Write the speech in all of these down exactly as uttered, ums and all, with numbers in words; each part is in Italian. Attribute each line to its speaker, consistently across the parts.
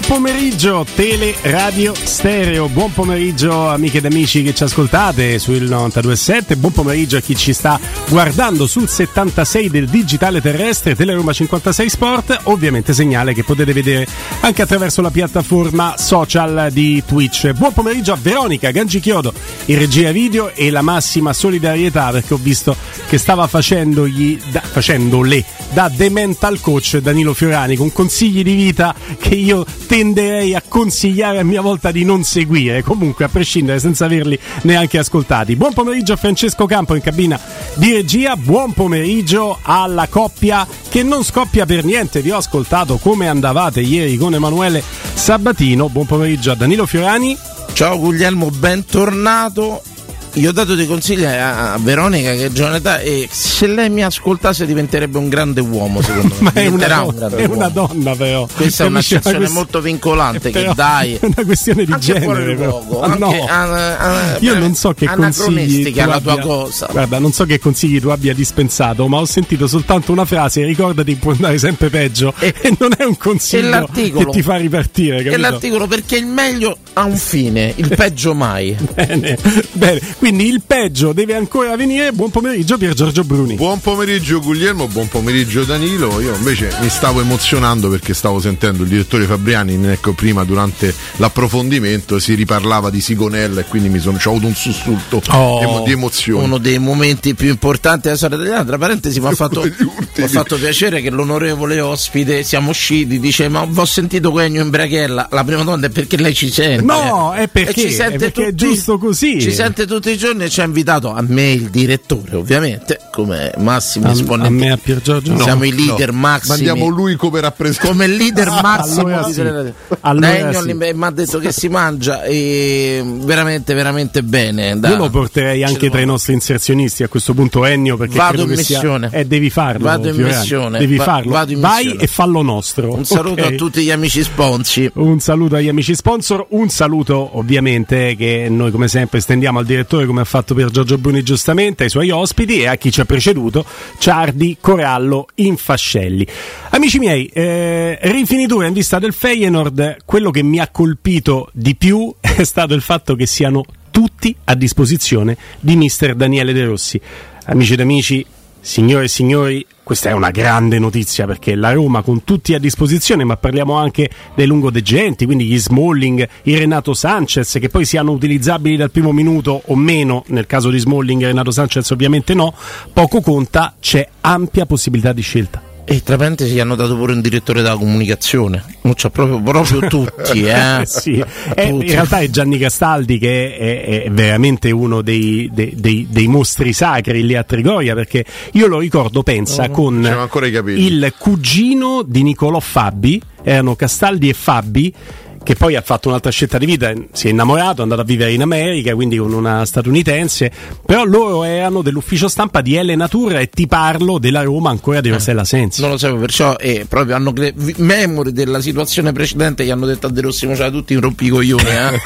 Speaker 1: pomeriggio Tele Radio Stereo, buon pomeriggio amiche ed amici che ci ascoltate sul novantadue virgola sette, buon pomeriggio a chi ci sta guardando sul settantasei del digitale terrestre Teleroma cinquantasei Sport, ovviamente segnale che potete vedere anche attraverso la piattaforma social di Twitch. Buon pomeriggio a Veronica Gangichiodo in regia video e la massima solidarietà perché ho visto che stava facendogli da, facendole da The Mental Coach Danilo Fiorani con consigli di vita che io tenderei a consigliare a mia volta di non seguire, comunque a prescindere, senza averli neanche ascoltati. Buon pomeriggio a Francesco Campo in cabina di regia, buon pomeriggio alla coppia che non scoppia per niente, vi ho ascoltato come andavate ieri con Emanuele Sabatino. Buon pomeriggio a Danilo Fiorani.
Speaker 2: Ciao Guglielmo, bentornato. Io ho dato dei consigli a Veronica che è giovane età e se lei mi ascoltasse diventerebbe un grande uomo, secondo me.
Speaker 1: Ma è, una,
Speaker 2: un
Speaker 1: è una donna però.
Speaker 2: Questa è una situazione quest... molto vincolante che dai.
Speaker 1: È una questione di
Speaker 2: anche
Speaker 1: genere
Speaker 2: luogo,
Speaker 1: ah, no.
Speaker 2: an, an,
Speaker 1: Io non so che consigli tu
Speaker 2: alla
Speaker 1: abbia,
Speaker 2: tua cosa.
Speaker 1: Guarda, non so che consigli tu abbia dispensato, ma ho sentito soltanto una frase: ricordati, può andare sempre peggio. E, e non è un consiglio che ti fa ripartire, capito?
Speaker 2: È l'articolo perché il meglio ha un fine, il peggio mai.
Speaker 1: Bene, bene. Quindi il peggio deve ancora venire. Buon pomeriggio Pier Giorgio Bruni.
Speaker 3: Buon pomeriggio Guglielmo, buon pomeriggio Danilo. Io invece mi stavo emozionando perché stavo sentendo il direttore Fabriani, ecco, prima durante l'approfondimento si riparlava di Sigonella e quindi mi sono, c'ho avuto un sussulto
Speaker 2: oh,
Speaker 3: di emozione.
Speaker 2: Uno dei momenti più importanti della storia italiana. Tra parentesi mi ha fatto, fatto piacere che l'onorevole ospite, siamo usciti, dice ma ho sentito Guegno in Brachella. La prima domanda è perché lei ci sente.
Speaker 1: No, è perché,
Speaker 2: ci sente
Speaker 1: è, perché
Speaker 2: tutti,
Speaker 1: è giusto così.
Speaker 2: Ci sente tutti i giorni e ci ha invitato a me il direttore ovviamente come massimo esponente.
Speaker 1: A me a Pier Giorgio no,
Speaker 2: siamo i leader
Speaker 3: no.
Speaker 2: massimi.
Speaker 3: Mandiamo lui come rappresentante,
Speaker 2: come leader massimo.
Speaker 1: Allora sì.
Speaker 2: Allora
Speaker 1: sì.
Speaker 2: mi ha detto che si mangia e veramente veramente bene. Da...
Speaker 1: Io lo porterei anche tra i nostri inserzionisti a questo punto, Ennio, perché
Speaker 2: vado
Speaker 1: credo
Speaker 2: in
Speaker 1: che
Speaker 2: missione.
Speaker 1: Sia... Eh, devi farlo.
Speaker 2: Vado in
Speaker 1: Fiorani.
Speaker 2: missione.
Speaker 1: Devi
Speaker 2: Va-
Speaker 1: farlo.
Speaker 2: Vado in
Speaker 1: Vai
Speaker 2: missione.
Speaker 1: e fallo nostro.
Speaker 2: Un saluto
Speaker 1: okay.
Speaker 2: a tutti gli amici sponsor.
Speaker 1: Un saluto agli amici sponsor. Un saluto ovviamente che noi come sempre stendiamo al direttore, come ha fatto Pier Giorgio Bruni giustamente, ai suoi ospiti e a chi ci ha preceduto, Ciardi, Corallo, Infascelli. Amici miei, eh, rifinitura in vista del Feyenoord. Quello che mi ha colpito di più è stato il fatto che siano tutti a disposizione di mister Daniele De Rossi. Amici ed amici, signore e signori, questa è una grande notizia perché la Roma con tutti a disposizione, ma parliamo anche dei lungodegenti, quindi gli Smalling, i Renato Sanchez, che poi siano utilizzabili dal primo minuto o meno, nel caso di Smalling e Renato Sanchez ovviamente no, poco conta, c'è ampia possibilità di scelta.
Speaker 2: E tra parentesi gli hanno dato pure un direttore della comunicazione, non c'ha proprio, proprio tutti, eh?
Speaker 1: Sì. È, tutti. In realtà è Gianni Castaldi che è, è veramente uno dei, dei, dei, dei mostri sacri lì a Trigoria, perché io lo ricordo, pensa,
Speaker 3: no,
Speaker 1: con
Speaker 3: ancora i
Speaker 1: il cugino di Nicolò Fabi, erano Castaldi e Fabi, che poi ha fatto un'altra scelta di vita, si è innamorato, è andato a vivere in America, quindi con una statunitense, però loro erano dell'ufficio stampa di Elena Tour e ti parlo della Roma ancora di Rossella Sensi.
Speaker 2: Non lo sapevo, perciò eh, proprio hanno cre- memori della situazione precedente gli hanno detto a De Rossi, c'era tutti in rompicoglioni,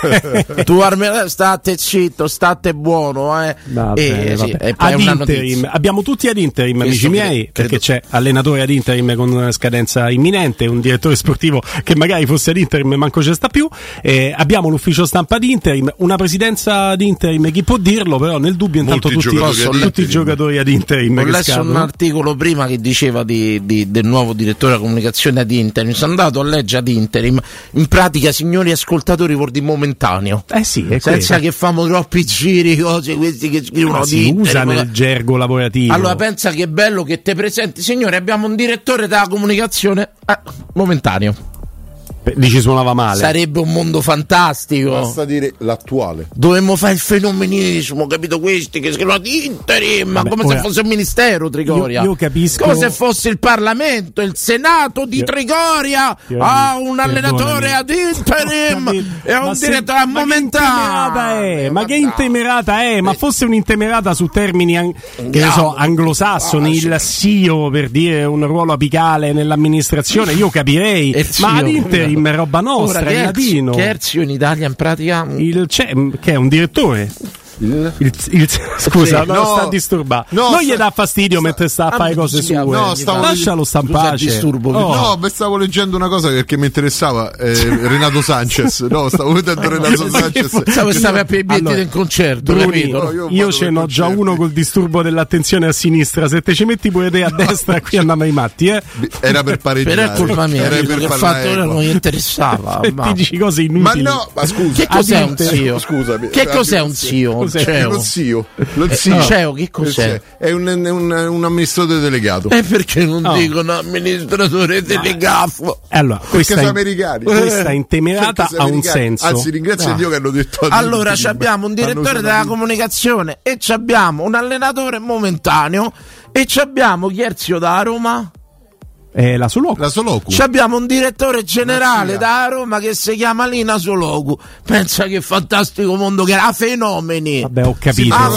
Speaker 2: eh? Tu arme- state zitto, state buono, eh?
Speaker 1: Vabbè,
Speaker 2: e,
Speaker 1: vabbè.
Speaker 2: Sì, e poi
Speaker 1: ad
Speaker 2: è una
Speaker 1: interim, abbiamo tutti ad interim,
Speaker 2: Questo
Speaker 1: amici
Speaker 2: credo,
Speaker 1: miei,
Speaker 2: credo.
Speaker 1: perché c'è allenatore ad interim con una scadenza imminente, un direttore sportivo che magari fosse ad interim manco c'è sta più, eh, abbiamo l'ufficio stampa di interim, una presidenza di interim, chi può dirlo, però nel dubbio intanto
Speaker 3: Molti
Speaker 1: tutti,
Speaker 3: giocatori
Speaker 1: tutti i giocatori ad interim.
Speaker 2: Ho
Speaker 1: che
Speaker 2: letto
Speaker 1: scadono.
Speaker 2: un articolo prima che diceva di, di, del nuovo direttore della comunicazione ad interim, sono andato a leggere ad interim, in pratica signori ascoltatori vuol dire momentaneo,
Speaker 1: eh sì, è
Speaker 2: senza
Speaker 1: quello.
Speaker 2: che famo troppi giri, cose questi che scrivono
Speaker 1: Ma
Speaker 2: di
Speaker 1: si
Speaker 2: interim,
Speaker 1: usa nel gergo lavorativo.
Speaker 2: allora pensa che bello che te presenti, signore abbiamo un direttore della comunicazione eh, momentaneo.
Speaker 1: Dici suonava male.
Speaker 2: Sarebbe un mondo fantastico.
Speaker 3: Basta dire l'attuale.
Speaker 2: Dovremmo fare il fenomenismo, capito? Questi che scrivono di interim, ma come ora, se fosse un ministero Trigoria.
Speaker 1: Io, io capisco.
Speaker 2: Come se fosse il Parlamento, il Senato di io, Trigoria. Ha ah, un allenatore ad interim e un direttore a momentaneo.
Speaker 1: Ma che intemerata è? Ma fosse un'intemerata su termini an- che ne so, anglosassoni, il C E O per dire un ruolo apicale nell'amministrazione, io capirei. Ma ad interim è roba nostra,
Speaker 2: ora,
Speaker 1: è
Speaker 2: che
Speaker 1: latino.
Speaker 2: Che Erzio in Italia in pratica
Speaker 1: il, c'è, che è un direttore. Il, il, scusa,
Speaker 3: sì,
Speaker 1: no,
Speaker 3: no,
Speaker 1: sta a disturbare.
Speaker 3: no,
Speaker 1: non gli
Speaker 3: sta,
Speaker 1: dà fastidio
Speaker 3: sta,
Speaker 1: mentre sta a fare cose sue.
Speaker 3: No, stavo
Speaker 1: lascialo sta in pace.
Speaker 2: Disturbo,
Speaker 1: oh.
Speaker 3: No, beh, stavo leggendo una cosa perché mi interessava. Eh, Renato Sanchez. No, stavo vedendo Renato Sanchez.
Speaker 2: Stavo stavi a per i biglietti
Speaker 1: allora,
Speaker 2: del concerto.
Speaker 1: Bruni,
Speaker 2: no,
Speaker 1: io, io ce n'ho già uno col disturbo dell'attenzione a sinistra. Se te ci metti pure te a destra, qui andiamo ai matti. Eh?
Speaker 3: Era per pareggiare.
Speaker 2: Però è colpa mia.
Speaker 3: Era per
Speaker 2: il fatto non gli interessava.
Speaker 1: E ti dici cose inutili.
Speaker 3: Ma no, ma scusa.
Speaker 2: Che cos'è un zio?
Speaker 3: Scusami.
Speaker 2: Che cos'è un zio?
Speaker 3: Cos'è? Lo zio. Lo
Speaker 2: Eh,
Speaker 3: zio.
Speaker 2: Ceo, che cos'è?
Speaker 3: È un, un, un amministratore delegato.
Speaker 2: E perché non
Speaker 1: oh.
Speaker 2: dicono amministratore delegato?
Speaker 1: Allora, questa,
Speaker 3: sono
Speaker 1: in,
Speaker 3: americani.
Speaker 1: questa intemerata ha un senso.
Speaker 3: Anzi, ringrazia
Speaker 2: no.
Speaker 3: Dio che hanno detto.
Speaker 2: Allora abbiamo un direttore della comunicazione e abbiamo un allenatore momentaneo e abbiamo chi è Zio da Roma?
Speaker 1: Eh, la Soloku.
Speaker 3: La Soloku.
Speaker 2: Abbiamo un direttore generale da Roma che si chiama Lina Soloku. Pensa che fantastico mondo che era, fenomeni.
Speaker 1: Vabbè, ho capito.
Speaker 2: Ah,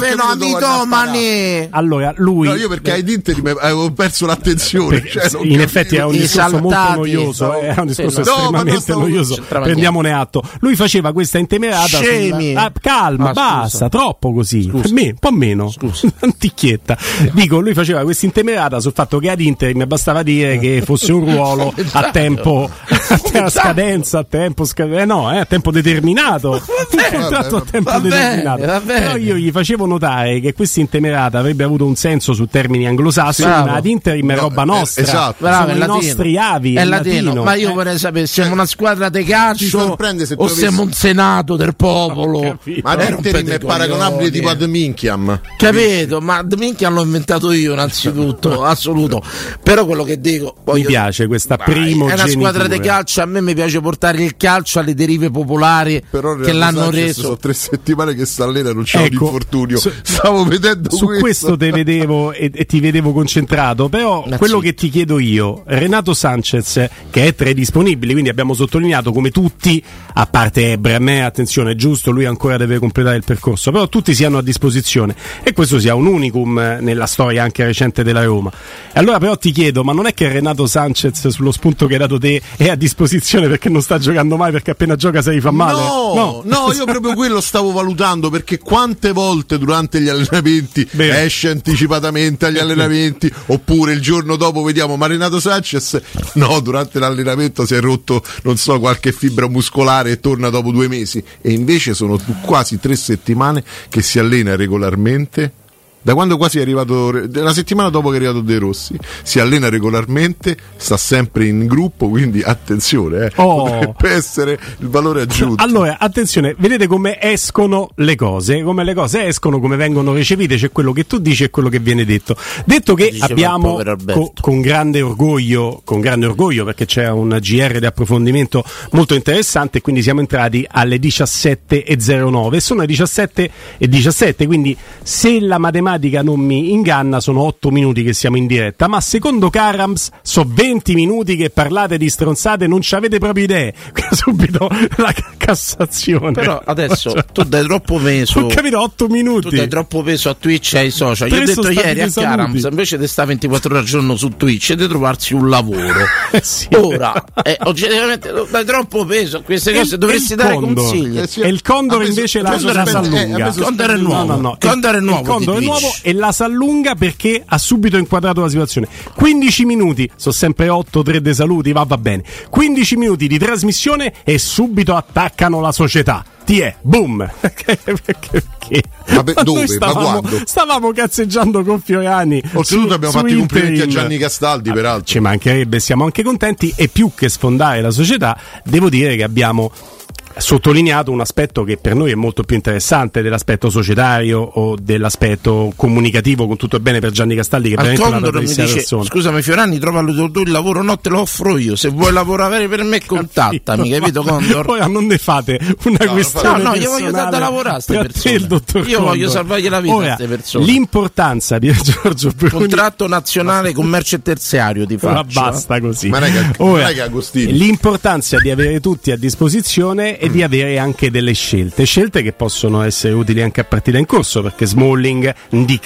Speaker 2: fenomeni.
Speaker 1: Allora, lui
Speaker 3: no, io perché ai Inter avevo perso l'attenzione.
Speaker 1: Perché,
Speaker 3: cioè,
Speaker 1: in effetti era un discorso molto
Speaker 2: saltati,
Speaker 1: noioso,
Speaker 2: no,
Speaker 1: eh, è un discorso
Speaker 2: sì,
Speaker 3: no,
Speaker 1: estremamente
Speaker 3: stavo,
Speaker 1: noioso. Prendiamone atto. Lui faceva questa intemerata.
Speaker 2: Scemi.
Speaker 1: Sulla, ah, calma,
Speaker 2: ah,
Speaker 1: basta, troppo così.
Speaker 2: Scusa.
Speaker 1: Me, un po' meno. Anticchietta. Dico, lui faceva questa intemerata sul fatto che ad Inter mi bastava dire che fosse un ruolo a tempo a scadenza, a tempo scadenza, eh no, eh, a tempo determinato. Un contratto a tempo
Speaker 2: va
Speaker 1: determinato.
Speaker 2: bene, va bene.
Speaker 1: Però io gli facevo notare che questa intemerata avrebbe avuto un senso su termini anglosassoni,
Speaker 2: Bravo.
Speaker 1: ma ad Interim è
Speaker 3: No,
Speaker 1: roba
Speaker 3: eh,
Speaker 1: nostra.
Speaker 3: esatto.
Speaker 2: Bravo,
Speaker 1: Sono
Speaker 2: è
Speaker 1: i
Speaker 2: latino.
Speaker 1: nostri avi.
Speaker 2: È
Speaker 1: il
Speaker 2: latino.
Speaker 1: latino.
Speaker 2: Ma io
Speaker 1: Eh.
Speaker 2: vorrei sapere, siamo una squadra di
Speaker 3: Ti
Speaker 2: calcio
Speaker 3: sorprende se tu
Speaker 2: o
Speaker 3: avessi-
Speaker 2: siamo un senato del popolo?
Speaker 3: Ma
Speaker 2: Eh,
Speaker 3: l'Interim
Speaker 2: rompete
Speaker 3: è paragonabile
Speaker 2: coglioni.
Speaker 3: tipo ad Minchiam.
Speaker 2: Capito, ma minchia l'ho inventato io innanzitutto, assoluto. Però quello che dico,
Speaker 1: Mi
Speaker 2: voglio-
Speaker 1: piace questa
Speaker 2: Vai,
Speaker 1: primo
Speaker 2: è una squadra di calcio, a me mi piace portare il calcio alle derive popolari
Speaker 3: Però
Speaker 2: che l'hanno
Speaker 3: Sanchez
Speaker 2: reso.
Speaker 3: sono tre settimane che sta allena, non c'è
Speaker 1: Ecco,
Speaker 3: un infortunio.
Speaker 1: su-
Speaker 3: Stavo vedendo
Speaker 1: Su
Speaker 3: questo.
Speaker 1: questo te vedevo e, e ti vedevo concentrato, però
Speaker 2: Ma
Speaker 1: quello
Speaker 2: sì.
Speaker 1: che ti chiedo io, Renato Sanchez, che è tra i disponibili, quindi abbiamo sottolineato come tutti, a parte Ebram, eh, attenzione, è giusto, lui ancora deve completare il percorso, però tutti siano a disposizione e questo sia un unicum eh, nella storia anche recente della Roma. E allora però ti chiedo, ma non è che Renato Sanchez, sullo spunto che hai dato te, è a disposizione perché non sta giocando mai, perché appena gioca se gli fa male?
Speaker 3: No, no, io proprio quello stavo valutando, perché quante volte durante gli allenamenti
Speaker 1: Vero.
Speaker 3: esce anticipatamente agli allenamenti, oppure il giorno dopo vediamo ma Renato Sanchez no, durante l'allenamento si è rotto, non so, qualche fibra muscolare e torna dopo due mesi, e invece sono quasi tre settimane che si allena regolarmente. Da quando quasi è arrivato, una settimana dopo che è arrivato De Rossi, si allena regolarmente, sta sempre in gruppo, quindi attenzione, eh,
Speaker 1: Oh.
Speaker 3: potrebbe essere il valore aggiunto.
Speaker 1: Allora, attenzione, vedete come escono le cose, come le cose escono, come vengono recepite, c'è quello che tu dici e quello che viene detto. Detto che
Speaker 2: Diceva il
Speaker 1: abbiamo
Speaker 2: povero Alberto.
Speaker 1: co- con grande orgoglio, con grande orgoglio, perché c'è un G R di approfondimento molto interessante, quindi siamo entrati alle diciassette e zero nove, sono le diciassette e diciassette, quindi se la matematica non mi inganna sono otto minuti che siamo in diretta, ma secondo Carams sono venti minuti che parlate di stronzate, non ci avete proprio idee. Subito la ca- Cassazione.
Speaker 2: Però adesso tu dai troppo peso.
Speaker 1: Ho capito, otto minuti.
Speaker 2: Tu dai troppo peso a Twitch e ai social. Io
Speaker 1: Tre
Speaker 2: ho detto
Speaker 1: sono stati
Speaker 2: ieri a
Speaker 1: dei saluti.
Speaker 2: Carams, invece di stare ventiquattro ore al giorno su Twitch e di trovarsi un lavoro.
Speaker 1: Eh sì,
Speaker 2: Ora, eh, oggettivamente dai troppo peso a queste
Speaker 1: E-
Speaker 2: cose,
Speaker 1: e
Speaker 2: dovresti
Speaker 1: il
Speaker 2: dare
Speaker 1: Condor.
Speaker 2: consigli.
Speaker 3: Eh sì,
Speaker 1: E il Condor
Speaker 3: ha preso-
Speaker 1: invece
Speaker 3: ha
Speaker 1: la,
Speaker 3: preso
Speaker 1: la
Speaker 3: spende-
Speaker 1: s'allunga.
Speaker 3: eh, ha preso
Speaker 2: Condor è nuovo.
Speaker 1: No, no, no.
Speaker 2: Condor è
Speaker 1: Il-
Speaker 2: nuovo
Speaker 1: il Condor è
Speaker 2: di
Speaker 1: nuovo
Speaker 2: Twitch.
Speaker 1: e la s'allunga perché ha subito inquadrato la situazione. quindici minuti, sono sempre otto, tre dei saluti, va va bene. quindici minuti di trasmissione e subito attaccano la società. Ti è, boom! Perché? perché?
Speaker 3: Ma per- dove?
Speaker 1: noi
Speaker 3: Ma
Speaker 1: stavamo,
Speaker 3: quando?
Speaker 1: stavamo cazzeggiando con Fiorani.
Speaker 3: Oltretutto
Speaker 1: su-
Speaker 3: abbiamo
Speaker 1: su
Speaker 3: fatto i complimenti a
Speaker 1: Interim.
Speaker 3: Gianni Castaldi, peraltro.
Speaker 1: Ci mancherebbe, siamo anche contenti e più che sfondare la società, devo dire che abbiamo sottolineato un aspetto che per noi è molto più interessante dell'aspetto societario o dell'aspetto comunicativo, con tutto il bene per Gianni Castaldi che è
Speaker 2: Al
Speaker 1: veramente una
Speaker 2: Condor mi
Speaker 1: bravissima
Speaker 2: dice:
Speaker 1: persona.
Speaker 2: scusami Fiorani, trova tu il lavoro, no, te lo offro io. Se vuoi lavorare per me, contattami, capito Condor?
Speaker 1: Ora non ne fate una
Speaker 3: No,
Speaker 1: questione
Speaker 2: no, no, io voglio
Speaker 1: personale
Speaker 2: da lavorare a ste
Speaker 1: tra
Speaker 2: persone.
Speaker 1: te e il dottor
Speaker 2: Io voglio
Speaker 1: Condor.
Speaker 2: salvargli la vita a
Speaker 1: Ora,
Speaker 2: ste persone.
Speaker 1: l'importanza di Giorgio Bruni.
Speaker 2: Contratto nazionale commercio e terziario ti
Speaker 1: Ma
Speaker 2: faccio.
Speaker 1: basta così.
Speaker 3: Ma raga,
Speaker 1: Ora,
Speaker 3: raga, Agostini.
Speaker 1: l'importanza di avere tutti a disposizione e di avere anche delle scelte, scelte che possono essere utili anche a partita in corso, perché Smalling, Ndicà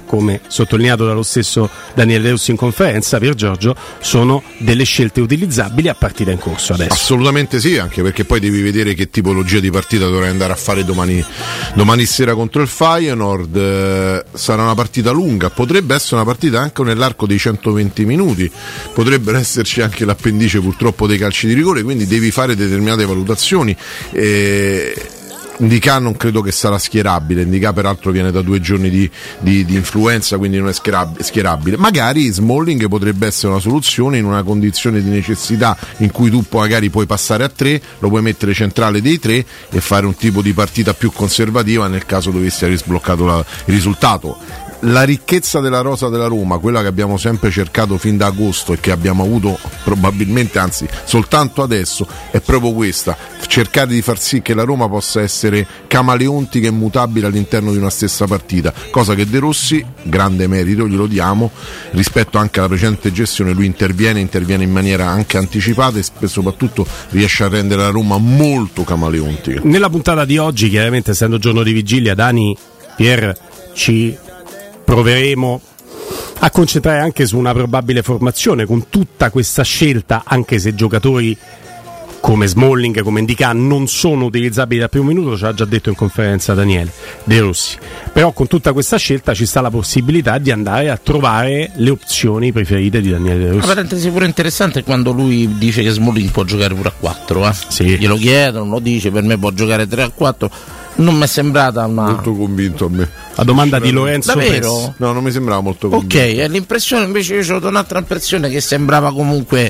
Speaker 1: come sottolineato dallo stesso Daniele De Rossi in conferenza, per Giorgio sono delle scelte utilizzabili a partita in corso adesso.
Speaker 3: Assolutamente sì, anche perché poi devi vedere che tipologia di partita dovrai andare a fare domani, domani sera contro il Feyenoord. Eh, sarà una partita lunga, potrebbe essere una partita anche nell'arco dei centoventi minuti, potrebbero esserci anche l'appendice purtroppo dei calci di rigore, quindi devi fare determinate valutazioni. Eh, Ndicà non credo che sarà schierabile, Ndicà peraltro viene da due giorni di, di, di influenza, quindi non è schierabile. Magari Smalling potrebbe essere una soluzione in una condizione di necessità in cui tu magari puoi passare a tre, lo puoi mettere centrale dei tre e fare un tipo di partita più conservativa nel caso dovessi aver sbloccato la, il risultato. La ricchezza della rosa della Roma, quella che abbiamo sempre cercato fin da agosto e che abbiamo avuto probabilmente, anzi soltanto adesso, è proprio questa: cercare di far sì che la Roma possa essere camaleontica e mutabile all'interno di una stessa partita, cosa che De Rossi, grande merito, glielo diamo, rispetto anche alla precedente gestione. Lui interviene, interviene in maniera anche anticipata e soprattutto riesce a rendere la Roma molto camaleontica.
Speaker 1: Nella puntata di oggi, chiaramente essendo giorno di vigilia, Dani, Pier, ci proveremo a concentrare anche su una probabile formazione con tutta questa scelta, anche se giocatori come Smalling, come Ndicà non sono utilizzabili dal primo minuto, ce l'ha già detto in conferenza Daniele De Rossi. Però con tutta questa scelta ci sta la possibilità di andare a trovare le opzioni preferite di Daniele De Rossi.
Speaker 2: Una parentesi pure interessante quando lui dice che Smalling può giocare pure a quattro, eh? Sì. Glielo chiedono, lo dice, per me può giocare tre a quattro. Non mi è sembrata una...
Speaker 3: molto convinto a me.
Speaker 1: La domanda di Lorenzo
Speaker 2: davvero?
Speaker 1: Pes.
Speaker 3: No, non mi sembrava molto convinto.
Speaker 2: Ok, è l'impressione, invece io ho avuto un'altra impressione che sembrava comunque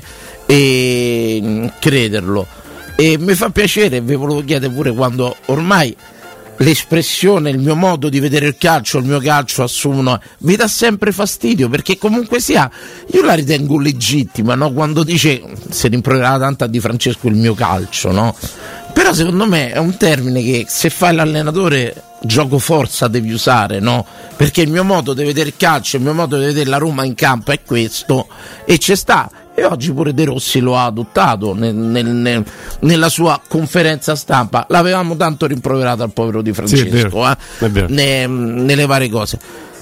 Speaker 2: eh, crederlo. E mi fa piacere, vi volevo chiedere pure, quando ormai l'espressione, il mio modo di vedere il calcio, il mio calcio assumono, vi dà sempre fastidio, perché comunque sia, io la ritengo legittima, no? Quando dice, si rimproverava tanto a Di Francesco il mio calcio, no? Però secondo me è un termine che se fai l'allenatore gioco forza devi usare, no? Perché il mio modo di vedere il calcio, il mio modo di vedere la Roma in campo è questo, e ci sta. E oggi pure De Rossi lo ha adottato nel, nel, nel, nella sua conferenza stampa. L'avevamo tanto rimproverato al povero Di Francesco, sì, è vero, eh? È vero. Ne, nelle varie cose.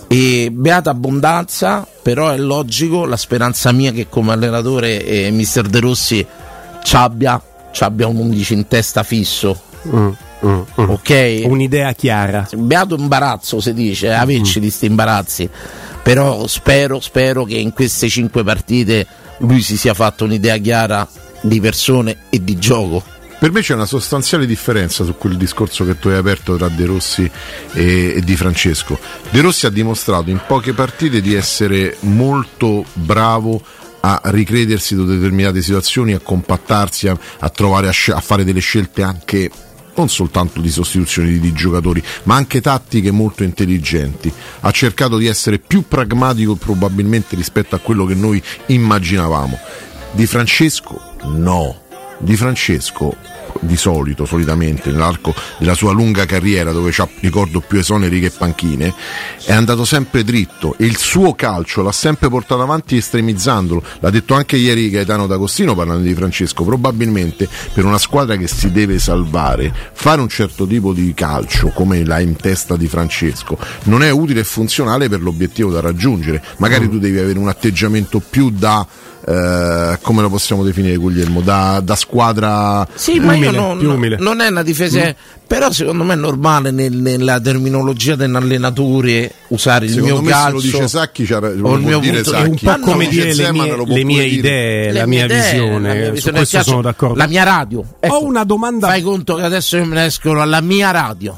Speaker 2: E beata abbondanza, però è logico, la speranza mia che come allenatore eh, mister De Rossi ci abbia abbia un undici in testa fisso, mm, mm, mm. ok?
Speaker 1: Un'idea chiara.
Speaker 2: Beato imbarazzo si dice, eh, averci mm. di sti imbarazzi, però spero, spero che in queste cinque partite lui si sia fatto un'idea chiara di persone e di gioco.
Speaker 3: Per me c'è una sostanziale differenza su quel discorso che tu hai aperto tra De Rossi e, e Di Francesco. De Rossi ha dimostrato in poche partite di essere molto bravo a ricredersi da determinate situazioni, a compattarsi, a, a trovare, a, sc- a fare delle scelte anche non soltanto di sostituzioni di, di giocatori, ma anche tattiche molto intelligenti. Ha cercato di essere più pragmatico probabilmente rispetto a quello che noi immaginavamo. Di Francesco no. Di Francesco di solito, solitamente nell'arco della sua lunga carriera, dove c'ha, ricordo, più esoneri che panchine, è andato sempre dritto e il suo calcio l'ha sempre portato avanti estremizzandolo. L'ha detto anche ieri Gaetano D'Agostino parlando di Francesco: probabilmente per una squadra che si deve salvare fare un certo tipo di calcio come l'ha in testa Di Francesco non è utile e funzionale per l'obiettivo da raggiungere. Magari mm. tu devi avere un atteggiamento più da Uh, come lo possiamo definire, Guglielmo, da, da squadra
Speaker 2: sì, umile, ma io non, più umile. Non è una difesa, mm. però secondo me è normale nel, nella terminologia dell'allenatore usare il
Speaker 3: secondo
Speaker 2: mio
Speaker 3: me
Speaker 2: calcio.
Speaker 3: Se lo dice Sacchi, c'ha,
Speaker 2: o il mio
Speaker 3: dire
Speaker 2: punto,
Speaker 3: Sacchi.
Speaker 1: È un po' come dire le mie, le mie idee,
Speaker 2: le
Speaker 1: la
Speaker 2: mie
Speaker 1: mia
Speaker 2: idee,
Speaker 1: visione,
Speaker 2: la mia
Speaker 1: su
Speaker 2: visione
Speaker 1: questo
Speaker 2: calcio,
Speaker 1: sono d'accordo.
Speaker 2: La mia radio, ecco,
Speaker 1: ho una domanda.
Speaker 2: Fai conto che adesso io me ne esco alla mia radio.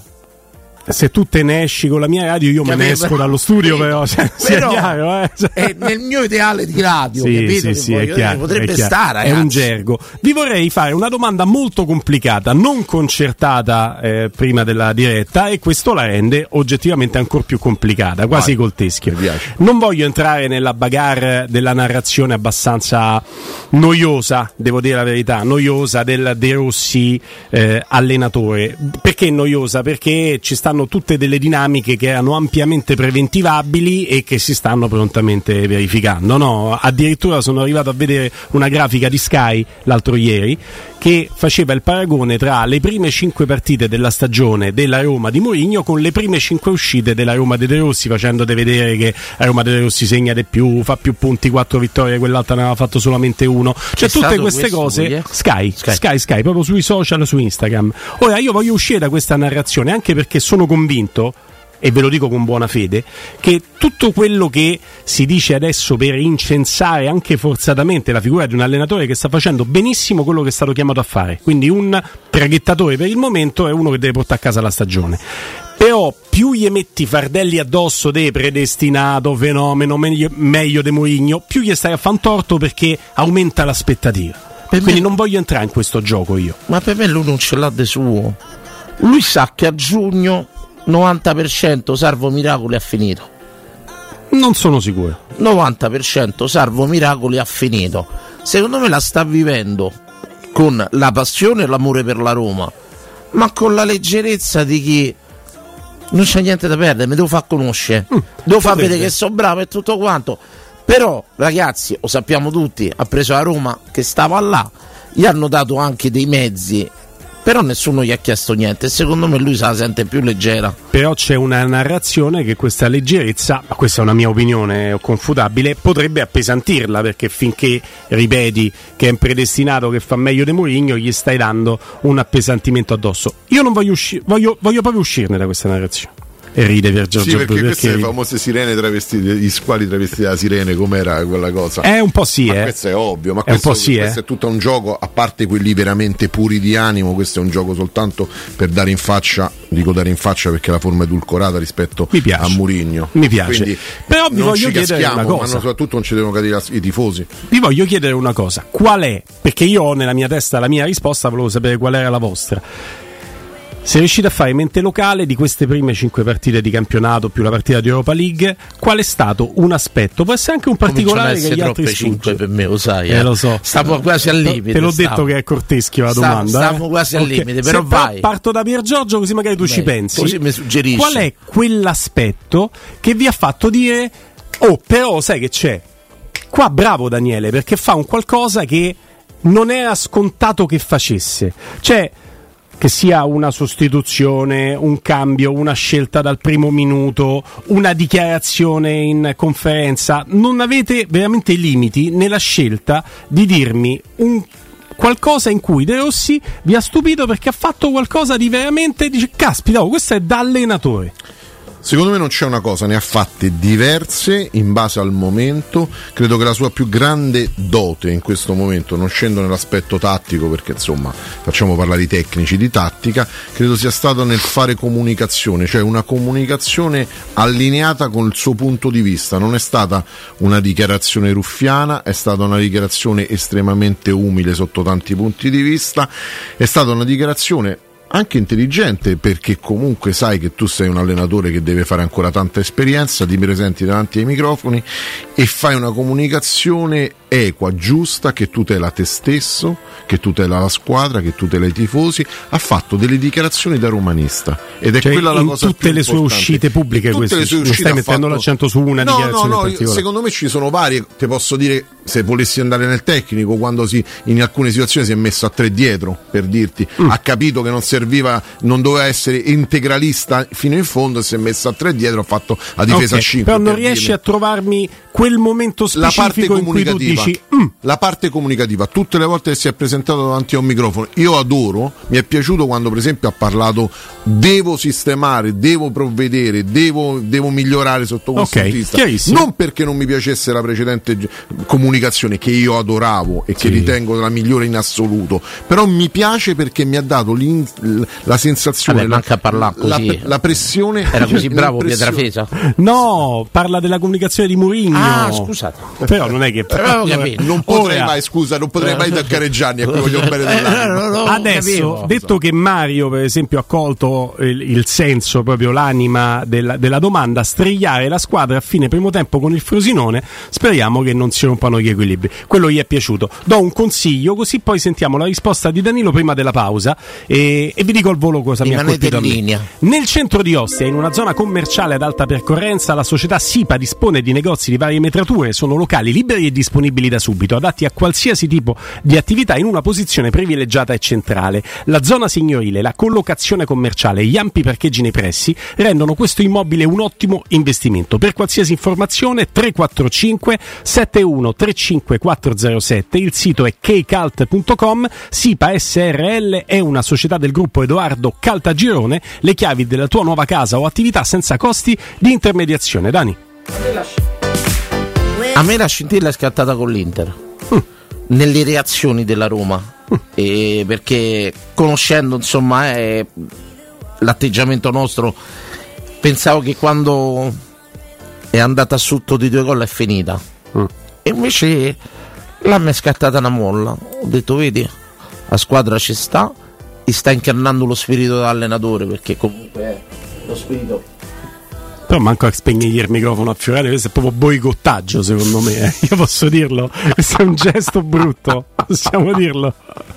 Speaker 1: Se tu te ne esci con la mia radio, io capito? Me ne esco dallo studio, però, cioè, però sia chiaro, eh? Cioè.
Speaker 2: È nel mio ideale di radio,
Speaker 1: sì,
Speaker 2: capito?
Speaker 1: Sì, sì, è chiaro,
Speaker 2: potrebbe
Speaker 1: è
Speaker 2: stare,
Speaker 1: è un gergo. Vi vorrei fare una domanda molto complicata, non concertata eh, prima della diretta, e questo la rende oggettivamente ancora più complicata, quasi Vai, col teschio. Non voglio entrare nella bagarre della narrazione abbastanza noiosa, devo dire la verità, noiosa del De Rossi eh, allenatore. Perché noiosa? Perché ci stanno stanno tutte delle dinamiche che erano ampiamente preventivabili e che si stanno prontamente verificando, no? Addirittura sono arrivato a vedere una grafica di Sky l'altro ieri che faceva il paragone tra le prime cinque partite della stagione della Roma di Mourinho con le prime cinque uscite della Roma di De Rossi, facendo vedere che la Roma di De Rossi segna di più, fa più punti, quattro vittorie, quell'altra ne aveva fatto solamente uno. Cioè tutte queste cose Sky, Sky, Sky, Sky, proprio sui social, su Instagram. Ora io voglio uscire da questa narrazione anche perché sono convinto, e ve lo dico con buona fede, che tutto quello che si dice adesso per incensare anche forzatamente la figura di un allenatore che sta facendo benissimo quello che è stato chiamato a fare, quindi un traghettatore per il momento è uno che deve portare a casa la stagione. Però più gli metti fardelli addosso de predestinato, fenomeno, meglio, meglio de Mourinho, più gli stai a fan torto perché aumenta l'aspettativa. Per quindi me... non voglio entrare in questo gioco io.
Speaker 2: Ma per me lui non ce l'ha de suo. Lui sa che a giugno novanta per cento Salvo Miracoli ha finito.
Speaker 1: Non sono sicuro.
Speaker 2: novanta per cento Salvo Miracoli ha finito. Secondo me la sta vivendo con la passione e l'amore per la Roma, ma con la leggerezza di chi non c'è niente da perdere, mi devo far conoscere, mm, devo far vedere che sono bravo e tutto quanto. Però ragazzi, lo sappiamo tutti, ha preso la Roma che stava là, gli hanno dato anche dei mezzi, però nessuno gli ha chiesto niente e secondo me lui se la sente più leggera.
Speaker 1: Però c'è una narrazione che questa leggerezza, ma questa è una mia opinione confutabile, potrebbe appesantirla, perché finché ripeti che è un predestinato che fa meglio di Mourinho gli stai dando un appesantimento addosso. Io non voglio uscire, voglio, voglio proprio uscirne da questa narrazione. E ride per Giorgio.
Speaker 3: Sì, perché,
Speaker 1: perché
Speaker 3: queste
Speaker 1: ride.
Speaker 3: Le famose sirene travestite, gli squali travestiti da sirene, com'era quella cosa?
Speaker 1: È un po' sì,
Speaker 3: ma
Speaker 1: eh.
Speaker 3: questo è ovvio, ma
Speaker 1: è
Speaker 3: questo,
Speaker 1: un po' sì,
Speaker 3: questo
Speaker 1: eh.
Speaker 3: è tutto un gioco, a parte quelli veramente puri di animo, questo è un gioco soltanto per dare in faccia, dico dare in faccia perché la forma è edulcorata rispetto a Mourinho.
Speaker 1: Mi piace.
Speaker 3: Quindi
Speaker 1: però vi
Speaker 3: non
Speaker 1: voglio
Speaker 3: ci
Speaker 1: chiedere una cosa.
Speaker 3: Ma soprattutto non ci devono cadere i tifosi.
Speaker 1: Vi voglio chiedere una cosa, qual è? Perché io ho nella mia testa la mia risposta, volevo sapere qual era la vostra. Se riuscite a fare mente locale di queste prime cinque partite di campionato più la partita di Europa League, qual è stato un aspetto, può essere anche un particolare che gli altri
Speaker 2: cinque per me, lo sai,
Speaker 1: eh,
Speaker 2: eh.
Speaker 1: lo so.
Speaker 2: Stavo quasi al limite.
Speaker 1: Te l'ho
Speaker 2: stavo.
Speaker 1: detto che è corteschio la
Speaker 2: stavo,
Speaker 1: domanda.
Speaker 2: Stavo
Speaker 1: eh?
Speaker 2: quasi al
Speaker 1: okay.
Speaker 2: limite, però
Speaker 1: Se
Speaker 2: vai.
Speaker 1: Parto da Pier Giorgio così magari tu Beh, ci pensi.
Speaker 2: Così mi suggerisci.
Speaker 1: Qual è quell'aspetto che vi ha fatto dire "Oh, però sai che c'è? Qua bravo Daniele, perché fa un qualcosa che non era scontato che facesse". Cioè che sia una sostituzione, un cambio, una scelta dal primo minuto, una dichiarazione in conferenza, non avete veramente limiti nella scelta di dirmi un qualcosa in cui De Rossi vi ha stupito perché ha fatto qualcosa di veramente, dice caspita, oh, questo è da allenatore.
Speaker 3: Secondo me non c'è una cosa, ne ha fatte diverse in base al momento. Credo che la sua più grande dote in questo momento, non scendo nell'aspetto tattico perché insomma facciamo parlare i tecnici di tattica, credo sia stato nel fare comunicazione, cioè una comunicazione allineata con il suo punto di vista. Non è stata una dichiarazione ruffiana, è stata una dichiarazione estremamente umile sotto tanti punti di vista, è stata una dichiarazione anche intelligente, perché comunque sai che tu sei un allenatore che deve fare ancora tanta esperienza, ti presenti davanti ai microfoni e fai una comunicazione equa, giusta, che tutela te stesso, che tutela la squadra, che tutela i tifosi. Ha fatto delle dichiarazioni da romanista ed è
Speaker 1: cioè,
Speaker 3: quella la cosa
Speaker 1: tutte
Speaker 3: più
Speaker 1: le sue
Speaker 3: importante.
Speaker 1: uscite pubbliche,
Speaker 3: tutte le sue
Speaker 1: non
Speaker 3: uscite
Speaker 1: stai mettendo
Speaker 3: fatto...
Speaker 1: l'accento su una
Speaker 3: no,
Speaker 1: dichiarazione
Speaker 3: no, no,
Speaker 1: particolare.
Speaker 3: secondo me ci sono varie, te posso dire, se volessi andare nel tecnico, quando si in alcune situazioni si è messo a tre dietro, per dirti, mm. ha capito che non serviva, non doveva essere integralista fino in fondo e si è messo a tre dietro, ha fatto la difesa
Speaker 1: okay,
Speaker 3: a cinque.
Speaker 1: Però non
Speaker 3: per
Speaker 1: riesci
Speaker 3: dirmi.
Speaker 1: a trovarmi quel momento specifico in cui tu dici mm.
Speaker 3: la parte comunicativa, tutte le volte che si è presentato davanti a un microfono, io adoro, mi è piaciuto quando per esempio ha parlato devo sistemare, devo provvedere, devo, devo migliorare sotto questo
Speaker 1: okay,
Speaker 3: punto di vista, non perché non mi piacesse la precedente comunicazione che io adoravo e che sì. ritengo la migliore in assoluto, però mi piace perché mi ha dato la sensazione,
Speaker 2: Vabbè, manca a parlare così.
Speaker 3: La, la pressione,
Speaker 2: era così bravo Pietrafesa?
Speaker 1: No, parla della comunicazione di Mourinho.
Speaker 2: Ah, scusate.
Speaker 1: Però non è che
Speaker 3: non potrei
Speaker 1: Ora.
Speaker 3: mai, scusa, non potrei mai toccare Gianni, a cui voglio bene dell'anima.
Speaker 1: Adesso, capivo. Detto che Mario per esempio ha colto il, il senso, proprio l'anima della, della domanda, strigliare la squadra a fine primo tempo con il Frosinone, speriamo che non si rompano gli equilibri. Quello gli è piaciuto. Do un consiglio, così poi sentiamo la risposta di Danilo prima della pausa, e E vi dico al volo cosa
Speaker 2: Rimanete
Speaker 1: mi ha colpito
Speaker 2: in linea.
Speaker 1: a me. Nel centro di Ostia, in una zona commerciale ad alta percorrenza, la società SIPA dispone di negozi di varie metrature. Sono locali liberi e disponibili da subito, adatti a qualsiasi tipo di attività, in una posizione privilegiata e centrale. La zona signorile, la collocazione commerciale e gli ampi parcheggi nei pressi rendono questo immobile un ottimo investimento. Per qualsiasi informazione tre quattro cinque sette uno tre cinque quattro zero sette, il sito è keycult punto com. SIPA S R L è una società del gruppo Edoardo Caltagirone. Le chiavi della tua nuova casa o attività senza costi di intermediazione. Dani?
Speaker 2: A me la scintilla è scattata con l'Inter mm. nelle reazioni della Roma mm. e perché conoscendo insomma eh, l'atteggiamento nostro, pensavo che quando è andata sotto di due gol è finita mm. e invece là mi è scattata una molla. Ho detto vedi, la squadra ci sta e sta incarnando lo spirito dell'allenatore, perché comunque è lo spirito.
Speaker 1: Però manco a spegnere il microfono a Fiorani, questo è proprio boicottaggio secondo me, eh. Io posso dirlo, questo è un gesto brutto, possiamo dirlo.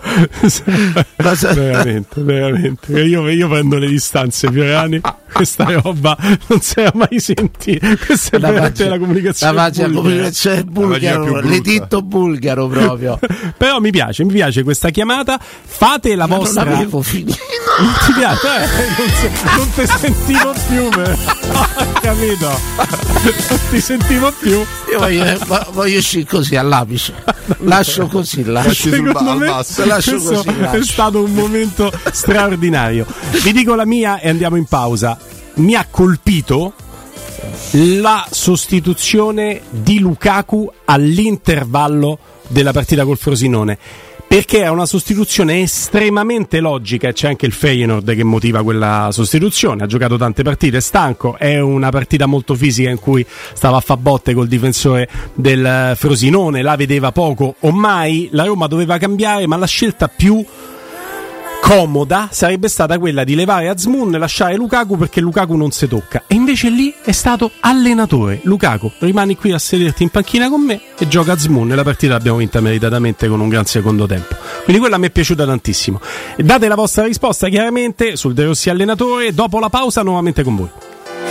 Speaker 1: veramente, veramente. Io, io prendo le distanze, Fiorani, questa roba non si era mai sentita. Questa è la veramente magia, la comunicazione
Speaker 2: la magia, bulgara. Comunicazione bulgaro, l'editto bulgaro proprio.
Speaker 1: Però mi piace, mi piace questa chiamata. Fate la
Speaker 2: Ma
Speaker 1: vostra.
Speaker 2: Non avevo finito.
Speaker 1: Non ti piace? Eh? Non, se... non ti sentivo più, capito? Non ti sentivo più.
Speaker 2: Io voglio, voglio uscire così all'apice. Lascio così, lascio sul ba- al basso. Lascio così, lascio.
Speaker 1: È stato un momento straordinario. Vi dico la mia e andiamo in pausa. Mi ha colpito la sostituzione di Lukaku all'intervallo della partita col Frosinone, perché è una sostituzione estremamente logica e c'è anche il Feyenoord che motiva quella sostituzione. Ha giocato tante partite, è stanco, è una partita molto fisica in cui stava a fa botte col difensore del Frosinone, la vedeva poco o mai. La Roma doveva cambiare, ma la scelta più comoda sarebbe stata quella di levare Azmoun e lasciare Lukaku, perché Lukaku non si tocca, e invece lì è stato allenatore. Lukaku, rimani qui a sederti in panchina con me e gioca Azmoun, e la partita l'abbiamo vinta meritatamente con un gran secondo tempo. Quindi quella mi è piaciuta tantissimo. Date la vostra risposta chiaramente sul De Rossi allenatore. Dopo la pausa nuovamente con voi.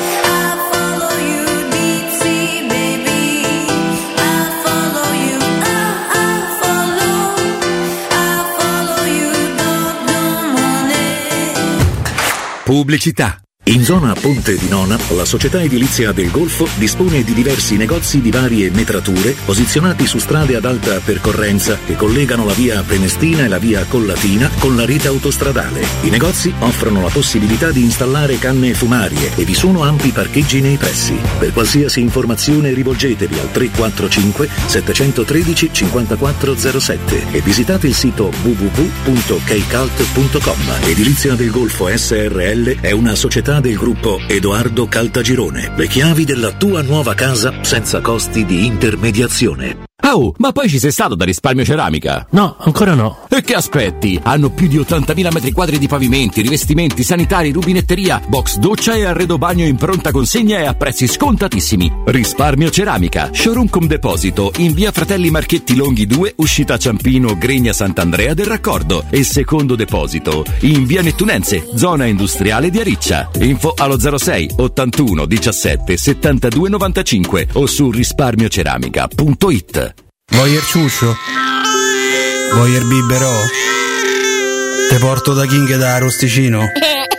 Speaker 4: Pubblicità. In zona Ponte di Nona, la società edilizia del Golfo dispone di diversi negozi di varie metrature posizionati su strade ad alta percorrenza che collegano la via Prenestina e la via Collatina con la rete autostradale. I negozi offrono la possibilità di installare canne fumarie e vi sono ampi parcheggi nei pressi. Per qualsiasi informazione rivolgetevi al tre quattro cinque sette uno tre cinque zero sette e visitate il sito w w w punto keycult punto com. Edilizia del Golfo S R L è una società del gruppo Edoardo Caltagirone. Le chiavi della tua nuova casa senza costi di intermediazione.
Speaker 5: Oh, ma poi ci sei stato da Risparmio Ceramica?
Speaker 6: No, ancora no.
Speaker 5: E che aspetti? Hanno più di ottantamila metri quadri di pavimenti, rivestimenti, sanitari, rubinetteria, box doccia e arredo bagno in pronta consegna e a prezzi scontatissimi. Risparmio Ceramica, showroom con deposito in via Fratelli Marchetti Longhi due, uscita Ciampino, Gregna Sant'Andrea del Raccordo, e secondo deposito in via Nettunense, zona industriale di Ariccia. Info allo zero sei ottantuno diciassette settantadue novantacinque o su risparmioceramica punto it.
Speaker 6: Voyer ciuscio? Voyer biberò? Te porto da King da Arosticino?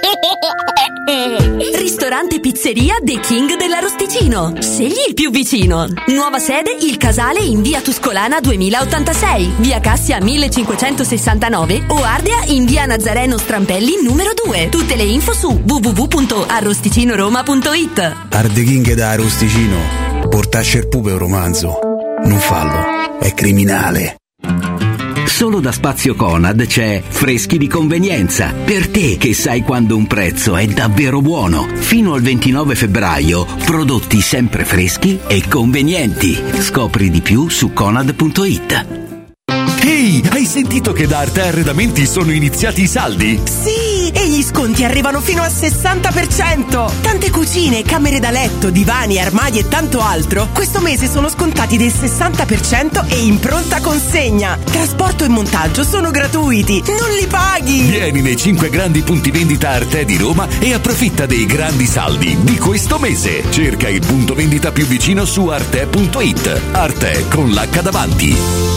Speaker 7: Ristorante Pizzeria The King dell'Arosticino. Scegli il più vicino. Nuova sede Il Casale in via Tuscolana duemilaottantasei, via Cassia millecinquecentosessantanove o Ardea in via Nazareno Strampelli numero due. Tutte le info su w w w punto arrosticinoroma punto it.
Speaker 6: Arde King da Arosticino. Portasce il pupe un romanzo. Non fallo, è criminale.
Speaker 8: Solo da Spazio Conad c'è Freschi di convenienza, per te che sai quando un prezzo è davvero buono. Fino al ventinove febbraio, prodotti sempre freschi e convenienti. Scopri di più su conad punto it.
Speaker 9: Ehi, hai sentito che da Arte Arredamenti sono iniziati i saldi?
Speaker 10: Sì, e gli
Speaker 9: sconti arrivano fino al sessanta per cento. Tante cucine, camere da letto, divani, armadi e tanto altro questo mese sono scontati del sessanta per cento e in pronta consegna. Trasporto e montaggio sono gratuiti, non li paghi.
Speaker 5: Vieni nei cinque grandi punti vendita Arte di Roma e approfitta dei grandi saldi di questo mese. Cerca il punto vendita più vicino su arte punto it. Arte con l'H davanti.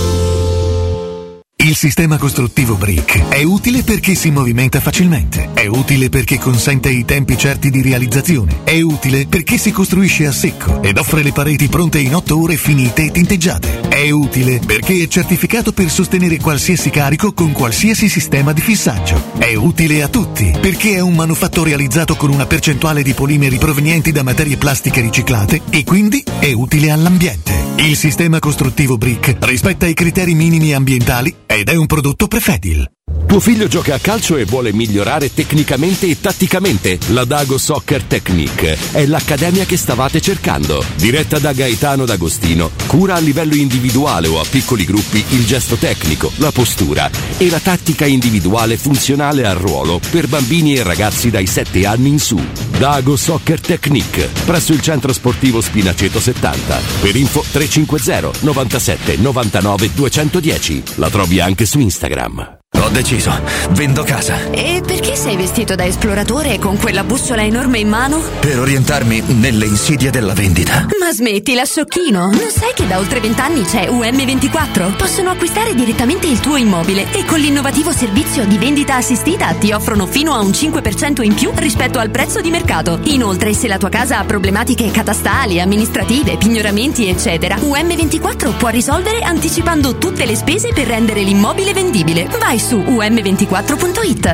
Speaker 10: Il sistema costruttivo Brick è utile perché si movimenta facilmente, è utile perché consente i tempi certi di realizzazione, è utile perché si costruisce a secco ed offre le pareti pronte in otto ore finite e tinteggiate, è utile perché è certificato per sostenere qualsiasi carico con qualsiasi sistema di fissaggio, è utile a tutti perché è un manufatto realizzato con una percentuale di polimeri provenienti da materie plastiche riciclate e quindi è utile all'ambiente. Il sistema costruttivo Brick rispetta i criteri minimi ambientali ed è un prodotto Prefedil.
Speaker 5: Tuo figlio gioca a calcio e vuole migliorare tecnicamente e tatticamente? La Dago Soccer Technique è l'accademia che stavate cercando. Diretta da Gaetano D'Agostino, cura a livello individuale o a piccoli gruppi il gesto tecnico, la postura e la tattica individuale funzionale al ruolo per bambini e ragazzi dai sette anni in su. Dago Soccer Technique, presso il centro sportivo Spinaceto settanta. Per info tre cinque zero novantasette novantanove duecentodieci. La trovi anche su Instagram.
Speaker 6: Ho deciso, vendo casa.
Speaker 7: E perché sei vestito da esploratore con quella bussola enorme in mano?
Speaker 6: Per orientarmi nelle insidie della vendita.
Speaker 7: Ma smettila, sciocchino. Non sai che da oltre vent'anni c'è U M ventiquattro? Possono acquistare direttamente il tuo immobile e con l'innovativo servizio di vendita assistita ti offrono fino a un cinque per cento in più rispetto al prezzo di mercato. Inoltre, se la tua casa ha problematiche catastali, amministrative, pignoramenti, eccetera, U M ventiquattro può risolvere anticipando tutte le spese per rendere l'immobile vendibile. Vai su u m ventiquattro punto it.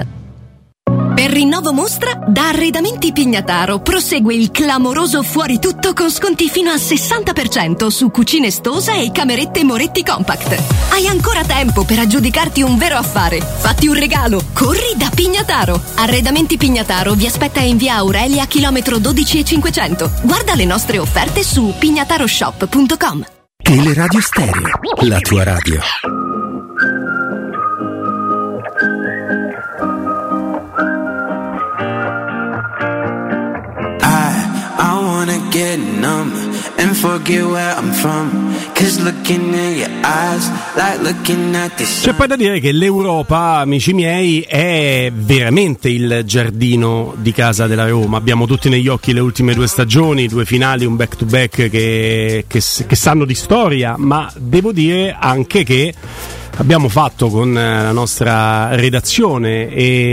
Speaker 7: Per rinnovo mostra, da Arredamenti Pignataro prosegue il clamoroso fuori tutto con sconti fino al sessanta per cento su cucine Stosa e camerette Moretti Compact. Hai ancora tempo per aggiudicarti un vero affare. Fatti un regalo, corri da Pignataro. Arredamenti Pignataro vi aspetta in via Aurelia, chilometro dodici e cinquecento. Guarda le nostre offerte su pignataroshop punto com.
Speaker 6: Teleradio Stereo, la tua radio.
Speaker 11: Get numb and forget where I'm from, 'cause looking in your eyes like looking at the sun.
Speaker 1: C'è poi da dire che l'Europa, amici miei, è veramente il giardino di casa della Roma. Abbiamo tutti negli occhi le ultime due stagioni, due finali, un back to back che, che, che sanno di storia, ma devo dire anche che abbiamo fatto con la nostra redazione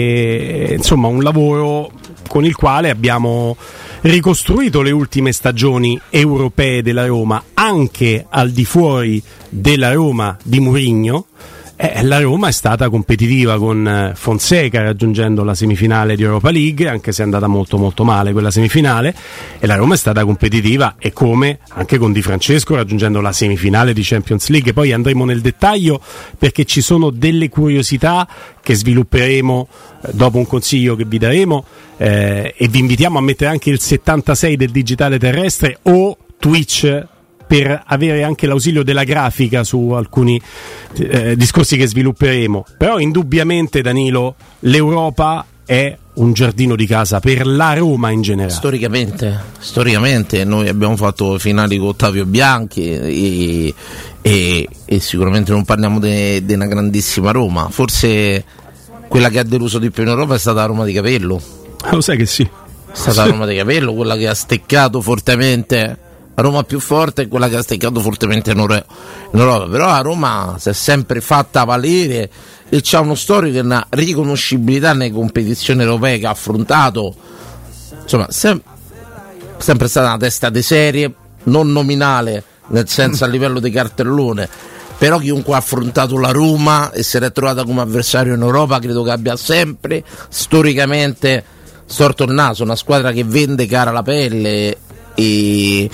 Speaker 1: e insomma un lavoro con il quale abbiamo ricostruito le ultime stagioni europee della Roma, anche al di fuori della Roma di Mourinho. Eh, la Roma è stata competitiva con Fonseca raggiungendo la semifinale di Europa League, anche se è andata molto molto male quella semifinale, e la Roma è stata competitiva e come anche con Di Francesco raggiungendo la semifinale di Champions League. Poi andremo nel dettaglio perché ci sono delle curiosità che svilupperemo dopo un consiglio che vi daremo, eh, e vi invitiamo a mettere anche il settantasei del digitale terrestre o Twitch per avere anche l'ausilio della grafica su alcuni eh, discorsi che svilupperemo. Però indubbiamente, Danilo, l'Europa è un giardino di casa per la Roma in generale.
Speaker 2: Storicamente, storicamente noi abbiamo fatto finali con Ottavio Bianchi e, e, e sicuramente non parliamo di una grandissima Roma. Forse quella che ha deluso di più in Europa è stata la Roma di Capello.
Speaker 1: Ah, lo sai che sì.
Speaker 2: È stata la Roma di Capello quella che ha steccato fortemente. La Roma più forte è quella che ha steccato fortemente in Europa, però la Roma si è sempre fatta valere e c'ha uno storico e una riconoscibilità nelle competizioni europee che ha affrontato. Insomma, sem- sempre stata una testa di serie, non nominale, nel senso a livello di cartellone, però chiunque ha affrontato la Roma e si è trovata come avversario in Europa credo che abbia sempre storicamente storto il naso, una squadra che vende cara la pelle. E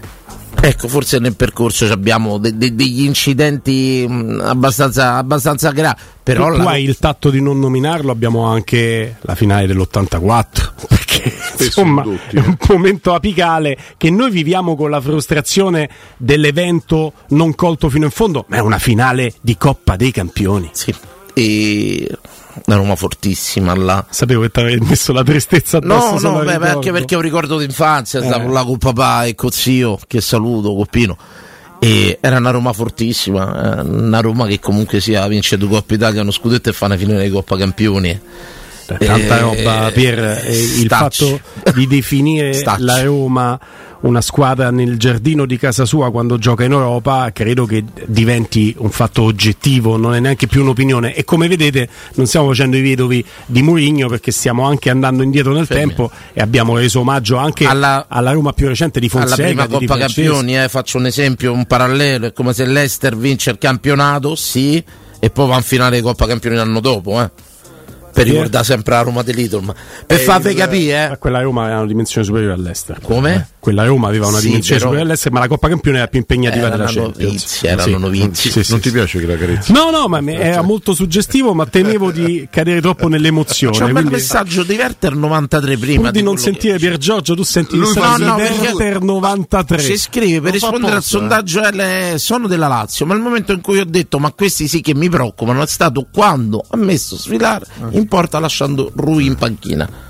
Speaker 2: ecco, forse nel percorso abbiamo de- de- degli incidenti mh, abbastanza, abbastanza gravi. Però
Speaker 1: tu,
Speaker 2: la...
Speaker 1: tu hai il tatto di non nominarlo. Abbiamo anche la finale dell'ottantaquattro, perché insomma è un momento apicale che noi viviamo con la frustrazione dell'evento non colto fino in fondo, ma è una finale di Coppa dei Campioni.
Speaker 2: Sì. E una Roma fortissima là.
Speaker 1: Sapevo che ti avevi messo la tristezza addosso.
Speaker 2: No, no, beh, beh, anche perché ho ricordo d'infanzia,
Speaker 1: eh.
Speaker 2: stavo là con papà e con zio, che saluto, Coppino. E era una Roma fortissima, una Roma che comunque sia vince due Coppa Italia, uno scudetto e fa una finale di Coppa Campioni.
Speaker 1: Beh, tanta
Speaker 2: eh,
Speaker 1: roba, Pier, eh, il fatto di definire
Speaker 2: Stacci.
Speaker 1: la Roma una squadra nel giardino di casa sua quando gioca in Europa credo che diventi un fatto oggettivo, non è neanche più un'opinione, e come vedete non stiamo facendo i vedovi di Mourinho, perché stiamo anche andando indietro nel
Speaker 2: Femme.
Speaker 1: tempo e abbiamo reso omaggio anche
Speaker 2: alla,
Speaker 1: alla Roma più recente di Fonseca,
Speaker 2: alla prima
Speaker 1: di
Speaker 2: Coppa
Speaker 1: Francesco.
Speaker 2: Campioni, eh, faccio un esempio, un parallelo, è come se l'Ester vince il campionato, sì, e poi va in finale di Coppa Campioni l'anno dopo, eh. Per ricordare sempre la Roma dell'Idol, ma per
Speaker 1: Eh,
Speaker 2: farvi
Speaker 1: il-
Speaker 2: capire, eh.
Speaker 1: Ma quella Roma aveva una dimensione superiore all'Ester.
Speaker 2: Come?
Speaker 1: Eh, Quella Roma aveva una
Speaker 2: Sì,
Speaker 1: dimensione
Speaker 2: però-
Speaker 1: superiore all'Ester, ma la Coppa Campione era più impegnativa
Speaker 2: Erano
Speaker 1: della Champions.
Speaker 2: novizi, erano
Speaker 1: Sì.
Speaker 2: novizi.
Speaker 1: Sì, sì,
Speaker 3: non
Speaker 1: sì.
Speaker 3: ti piace che la carezza?
Speaker 1: No, no, ma mi- era molto suggestivo, ma temevo di cadere troppo nell'emozione.
Speaker 2: C'è un bel
Speaker 1: quindi-
Speaker 2: messaggio di Werther novantatré prima
Speaker 1: Pur di non
Speaker 2: quello
Speaker 1: sentire Pier Giorgio, tu senti il
Speaker 2: Lui
Speaker 1: messaggio
Speaker 2: fa- no,
Speaker 1: di
Speaker 2: no, perché-
Speaker 1: Werther novantatré.
Speaker 2: Si scrive per
Speaker 1: Lo fa
Speaker 2: rispondere al
Speaker 1: apposta, eh.
Speaker 2: sondaggio L, sono della Lazio, ma il momento in cui ho detto ma questi sì che mi preoccupano è stato quando ha messo sfilare in porta lasciando Rui in panchina.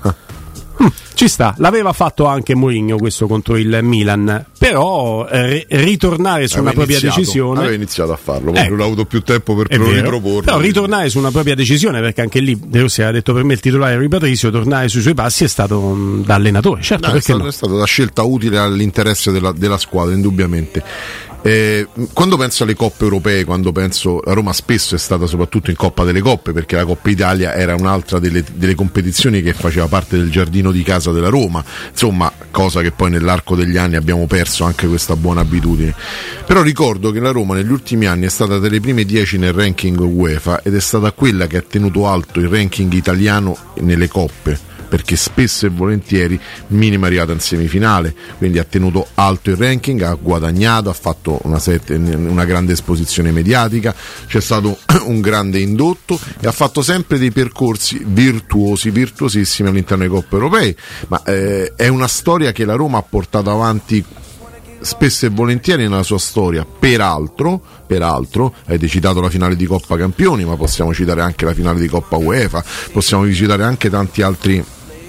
Speaker 1: Ci sta, l'aveva fatto anche Mourinho questo contro il Milan, però eh, ritornare su
Speaker 3: Aveva
Speaker 1: una propria
Speaker 3: iniziato,
Speaker 1: decisione.
Speaker 3: aveva iniziato a farlo, poi
Speaker 1: Ecco.
Speaker 3: non ho avuto più tempo per
Speaker 1: È
Speaker 3: pro-
Speaker 1: vero.
Speaker 3: riproporlo.
Speaker 1: Però ritornare su una propria decisione, perché anche lì De Rossi aveva detto per me il titolare Rui Patrizio, tornare sui suoi passi è stato um, da allenatore, certo,
Speaker 3: No, è,
Speaker 1: perché
Speaker 3: stato,
Speaker 1: no?
Speaker 3: è stata una scelta utile all'interesse della, della squadra, indubbiamente. Eh, quando penso alle coppe europee, quando penso a Roma, spesso è stata soprattutto in Coppa delle Coppe, perché la Coppa Italia era un'altra delle, delle competizioni che faceva parte del giardino di casa della Roma, insomma, cosa che poi nell'arco degli anni abbiamo perso anche questa buona abitudine. Però ricordo che la Roma negli ultimi anni è stata delle prime dieci nel ranking UEFA ed è stata quella che ha tenuto alto il ranking italiano nelle coppe, perché spesso e volentieri minima è arrivata in semifinale, quindi ha tenuto alto il ranking, ha guadagnato, ha fatto una, sette, una grande esposizione mediatica, c'è stato un grande indotto e ha fatto sempre dei percorsi virtuosi, virtuosissimi all'interno dei coppe europee, ma eh, è una storia che la Roma ha portato avanti spesso e volentieri nella sua storia. Peraltro, peraltro avete citato la finale di Coppa Campioni, ma possiamo citare anche la finale di Coppa UEFA, possiamo citare anche tanti altri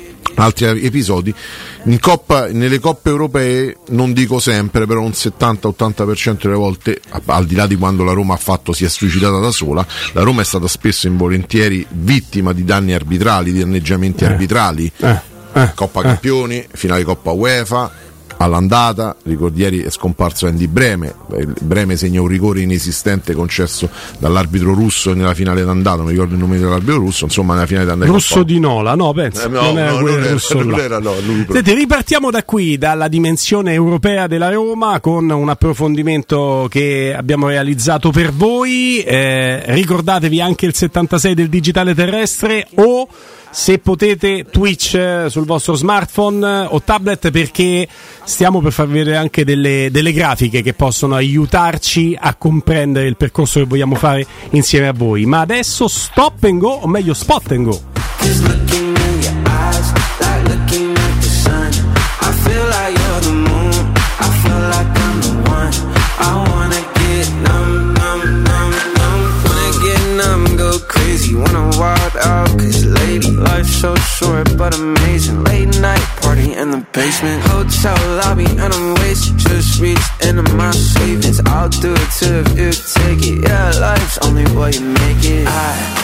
Speaker 3: altri episodi in Coppa, nelle coppe europee. Non dico sempre, però un settanta ottanta per cento delle volte, al di là di quando la Roma ha fatto si è suicidata da sola, la Roma è stata spesso involentieri vittima di danni arbitrali, di danneggiamenti
Speaker 1: Eh.
Speaker 3: arbitrali.
Speaker 1: Eh, eh,
Speaker 3: Coppa
Speaker 1: eh.
Speaker 3: Campioni, finale Coppa UEFA, all'andata, ricordi ieri è scomparso Andy Breme, Breme segna un rigore inesistente concesso dall'arbitro russo nella finale d'andata, non mi ricordo il nome dell'arbitro russo, insomma nella finale d'andata.
Speaker 1: Russo di Nola, no, penso.
Speaker 3: Eh, no,
Speaker 1: non era
Speaker 3: no,
Speaker 1: quello
Speaker 3: non era-
Speaker 1: russo
Speaker 3: non
Speaker 1: là.
Speaker 3: era, no, lui proprio.
Speaker 1: Senti, ripartiamo da qui, dalla dimensione europea della Roma, con un approfondimento che abbiamo realizzato per voi. Eh, ricordatevi anche il settantasei del digitale terrestre, o se potete Twitch eh, sul vostro smartphone eh, o tablet, perché stiamo per farvi vedere anche delle, delle grafiche che possono aiutarci a comprendere il percorso che vogliamo fare insieme a voi. Ma adesso stop and go, o meglio spot and go.
Speaker 11: Just looking in your eyes, like looking at the sun. I feel like you're the moon. I feel like I'm the one. I wanna get numb, numb, numb, numb. Wanna get numb, go crazy. Wanna wild out, cause lady, life's so short but amazing. Late night party in the basement. Hotel lobby and I'm wasted. Just reached into my savings. I'll do it too if you take it. Yeah, life's only what you make it. I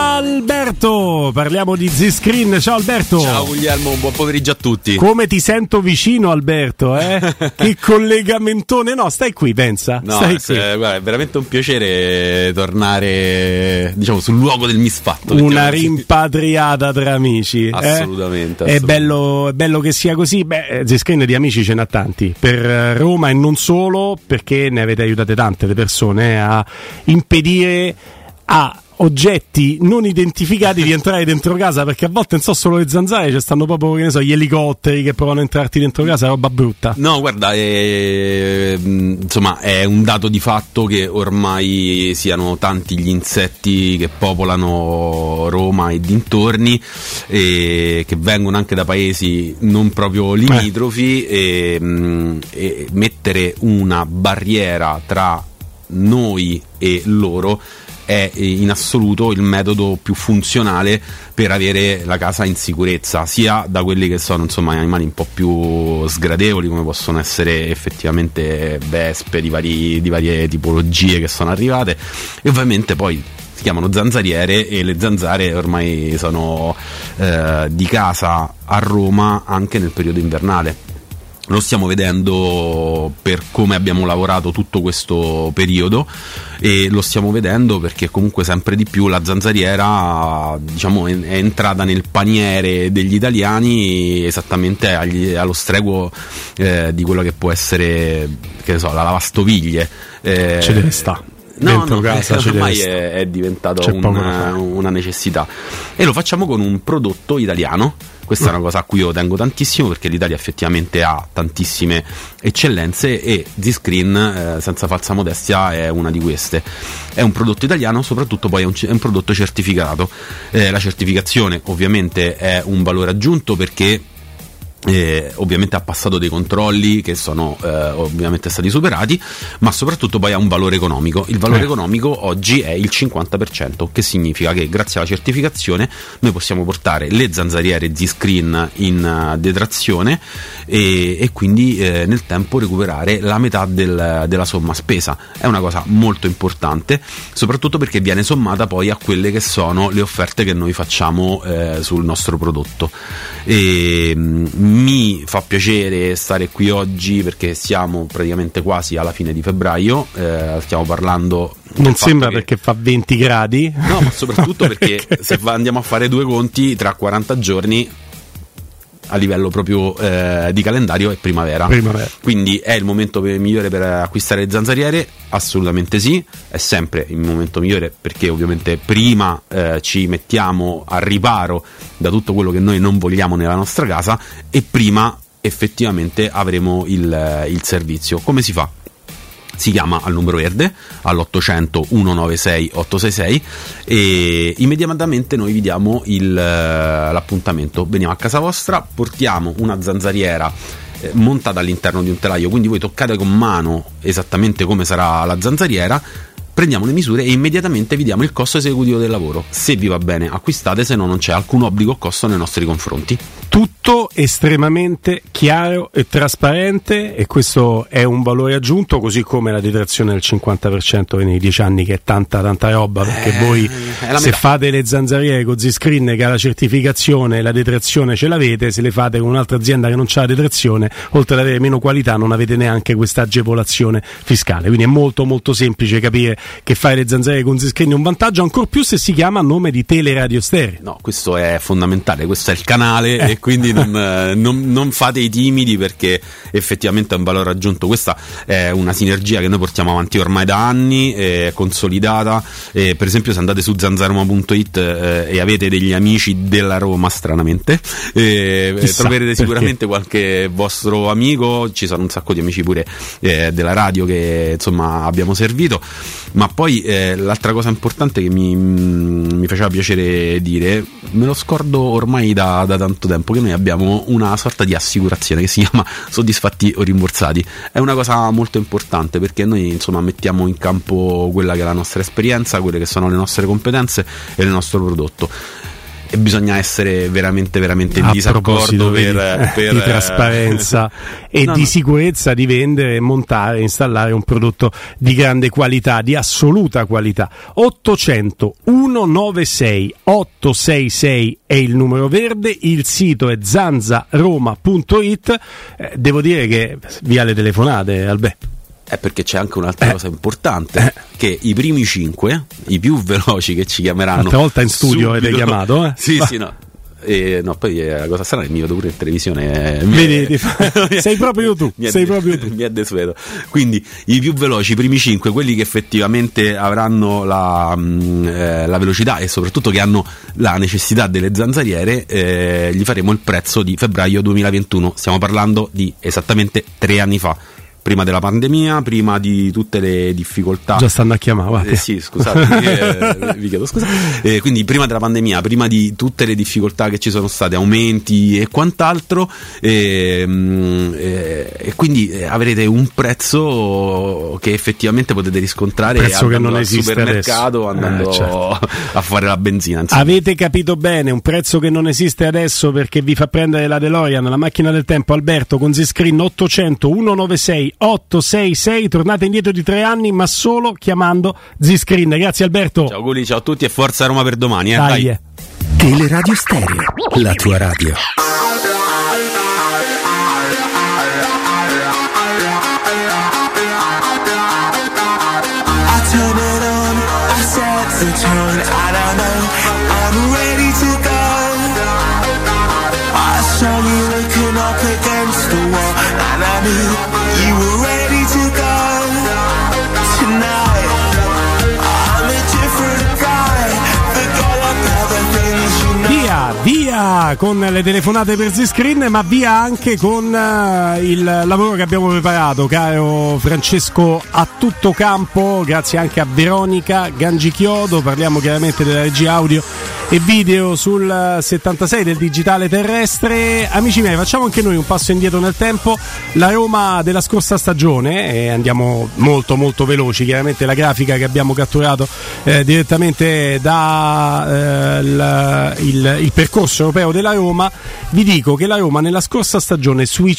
Speaker 1: Alberto, parliamo di Z-Screen. Ciao Alberto.
Speaker 12: Ciao Guglielmo, buon pomeriggio a tutti.
Speaker 1: Come ti sento vicino, Alberto, eh? Che collegamentone. No, stai qui, pensa.
Speaker 12: No,
Speaker 1: stai
Speaker 12: è,
Speaker 1: qui.
Speaker 12: guarda, è veramente un piacere tornare, diciamo, sul luogo del misfatto.
Speaker 1: Una
Speaker 12: mettiamo così.
Speaker 1: rimpatriata tra amici. eh?
Speaker 12: Assolutamente,
Speaker 1: È,
Speaker 12: assolutamente.
Speaker 1: bello, è bello che sia così. Beh, Z-Screen di amici ce n'ha tanti. Per eh, Roma e non solo, perché ne avete aiutate tante le persone eh, a impedire a oggetti non identificati di entrare dentro casa, perché a volte non so solo le zanzare, ci stanno proprio, che ne so, gli elicotteri che provano a entrarti dentro casa, roba brutta.
Speaker 12: No, guarda, è, insomma, è un dato di fatto che ormai siano tanti gli insetti che popolano Roma e dintorni, e che vengono anche da paesi non proprio limitrofi, e, mh, e mettere una barriera tra noi e loro è in assoluto il metodo più funzionale per avere la casa in sicurezza, sia da quelli che sono insomma animali un po' più sgradevoli, come possono essere effettivamente vespe di, vari, di varie tipologie che sono arrivate, e ovviamente poi si chiamano zanzariere, e le zanzare ormai sono eh, di casa a Roma anche nel periodo invernale. Lo stiamo vedendo per come abbiamo lavorato tutto questo periodo, e lo stiamo vedendo perché comunque sempre di più la zanzariera, diciamo, è, è entrata nel paniere degli italiani esattamente agli, allo streguo eh, di quello che può essere, che ne so, la lavastoviglie. Eh,
Speaker 1: Ce deve sta.
Speaker 12: No,
Speaker 1: Dentro
Speaker 12: no,
Speaker 1: casa
Speaker 12: ormai è, è diventato
Speaker 1: C'è
Speaker 12: una, una necessità, e lo facciamo con un prodotto italiano. Questa è una cosa a cui io tengo tantissimo, perché l'Italia effettivamente ha tantissime eccellenze, e Z-Screen, eh, senza falsa modestia, è una di queste. È un prodotto italiano, soprattutto poi è un, è un prodotto certificato. Eh, la certificazione ovviamente è un valore aggiunto, perché Eh, ovviamente ha passato dei controlli che sono eh, ovviamente stati superati, ma soprattutto poi ha un valore economico. Il valore eh. economico oggi è il cinquanta per cento, che significa che grazie alla certificazione noi possiamo portare le zanzariere Z-Screen in uh, detrazione, e, e quindi eh, nel tempo recuperare la metà del, della somma spesa. È una cosa molto importante, soprattutto perché viene sommata poi a quelle che sono le offerte che noi facciamo eh, sul nostro prodotto. E, mi fa piacere stare qui oggi perché siamo praticamente quasi alla fine di febbraio, eh, stiamo parlando...
Speaker 1: Non sembra che... perché fa venti gradi?
Speaker 12: No, ma soprattutto perché se andiamo a fare due conti, tra quaranta giorni a livello proprio eh, di calendario è primavera.
Speaker 1: primavera.
Speaker 12: Quindi è il momento per, migliore per acquistare le zanzariere? Assolutamente sì, è sempre il momento migliore, perché ovviamente prima eh, ci mettiamo a riparo da tutto quello che noi non vogliamo nella nostra casa, e prima effettivamente avremo il, il servizio. Come si fa? Si chiama al numero verde, all'ottocento centonovantasei ottocentosessantasei, e immediatamente noi vi diamo il, l'appuntamento. Veniamo a casa vostra, portiamo una zanzariera eh, montata all'interno di un telaio, quindi voi toccate con mano esattamente come sarà la zanzariera, prendiamo le misure e immediatamente vi diamo il costo esecutivo del lavoro. Se vi va bene acquistate, se no non c'è alcun obbligo o costo nei nostri confronti.
Speaker 1: Tutto estremamente chiaro e trasparente, e questo è un valore aggiunto, così come la detrazione del cinquanta per cento nei dieci anni, che è tanta tanta roba, perché eh, voi se fate le zanzariere con Z-Screen che ha la certificazione, la detrazione ce l'avete. Se le fate con un'altra azienda che non ha la detrazione, oltre ad avere meno qualità, non avete neanche questa agevolazione fiscale. Quindi è molto molto semplice capire che fare le zanzariere con Z-Screen è un vantaggio, ancor più se si chiama a nome di Teleradio Stereo.
Speaker 12: No, questo è fondamentale, questo è il canale, eh. e quindi non, non, non fate i timidi, perché effettivamente è un valore aggiunto. Questa è una sinergia che noi portiamo avanti ormai da anni, è consolidata. Eh, per esempio, se andate su zanzaroma punto it eh, e avete degli amici della Roma, stranamente eh, troverete sicuramente qualche vostro amico. Ci sono un sacco di amici pure eh, della radio che insomma abbiamo servito. Ma poi eh, l'altra cosa importante che mi, mi faceva piacere dire, me lo scordo ormai da, da tanto tempo, che noi abbiamo una sorta di assicurazione che si chiama soddisfatti o rimborsati. È una cosa molto importante, perché noi insomma mettiamo in campo quella che è la nostra esperienza, quelle che sono le nostre competenze e il nostro prodotto, e bisogna essere veramente veramente in
Speaker 1: a
Speaker 12: disaccordo per,
Speaker 1: di,
Speaker 12: per
Speaker 1: di trasparenza e
Speaker 12: no,
Speaker 1: di
Speaker 12: no.
Speaker 1: sicurezza di vendere, montare, installare un prodotto di grande qualità, di assoluta qualità. Ottocento centonovantasei ottocentosessantasei è il numero verde, il sito è zanzaroma punto it. Eh, devo dire che via le telefonate, Albè.
Speaker 12: È perché c'è anche un'altra
Speaker 1: eh.
Speaker 12: cosa importante, eh. che i primi cinque, i più veloci che ci chiameranno,
Speaker 1: l'altra volta in studio
Speaker 12: subito,
Speaker 1: avete chiamato, eh?
Speaker 12: Sì,
Speaker 1: Va.
Speaker 12: sì, no. E no, poi eh, la cosa strana è che mi vedo pure in televisione. Eh,
Speaker 1: Vedi, è, sei proprio tu,
Speaker 12: mi
Speaker 1: sei
Speaker 12: è,
Speaker 1: proprio tu.
Speaker 12: Mi è desueto. Quindi i più veloci, i primi cinque, quelli che effettivamente avranno la, mh, eh, la velocità e soprattutto che hanno la necessità delle zanzariere, eh, gli faremo il prezzo di febbraio duemilaventuno. Stiamo parlando di esattamente tre anni fa. prima della pandemia, prima di tutte le difficoltà.
Speaker 1: Già stanno a chiamare.
Speaker 12: Eh, sì, scusate, eh, vi chiedo scusa. Eh, quindi prima della pandemia, prima di tutte le difficoltà che ci sono state, aumenti e quant'altro, eh, eh, e quindi eh, avrete un prezzo che effettivamente potete riscontrare
Speaker 1: prezzo che non
Speaker 12: al
Speaker 1: esiste
Speaker 12: supermercato,
Speaker 1: adesso.
Speaker 12: andando
Speaker 1: Eh, certo.
Speaker 12: a fare la benzina. Insomma.
Speaker 1: Avete capito bene, un prezzo che non esiste adesso perché vi fa prendere la DeLorean, la macchina del tempo. Alberto con Ziscreen ottocento centonovantasei ottocentosessantasei, tornate indietro di tre anni ma solo chiamando Ziscreen. Grazie Alberto.
Speaker 12: Ciao Guli, ciao a tutti e forza Roma per domani. Eh,
Speaker 1: dai.
Speaker 12: dai.
Speaker 6: Teleradio Stereo, la tua radio.
Speaker 11: I turn it on, I set the tone, I don't know, I'm ready to go. I saw you looking up against the wall, and I knew you were ready to go. Tonight, I'm a different guy, forget about the things you know.
Speaker 1: Via, via con le telefonate per Ziscreen, ma via anche con uh, il lavoro che abbiamo preparato, caro Francesco a tutto campo, grazie anche a Veronica Gangichiodo. Parliamo chiaramente della regia audio e video sul settantasei del digitale terrestre. Amici miei, facciamo anche noi un passo indietro nel tempo. La Roma della scorsa stagione, e andiamo molto molto veloci, chiaramente la grafica che abbiamo catturato eh, direttamente da eh, il, il, il percorso europeo della Roma. Vi dico che la Roma nella scorsa stagione sui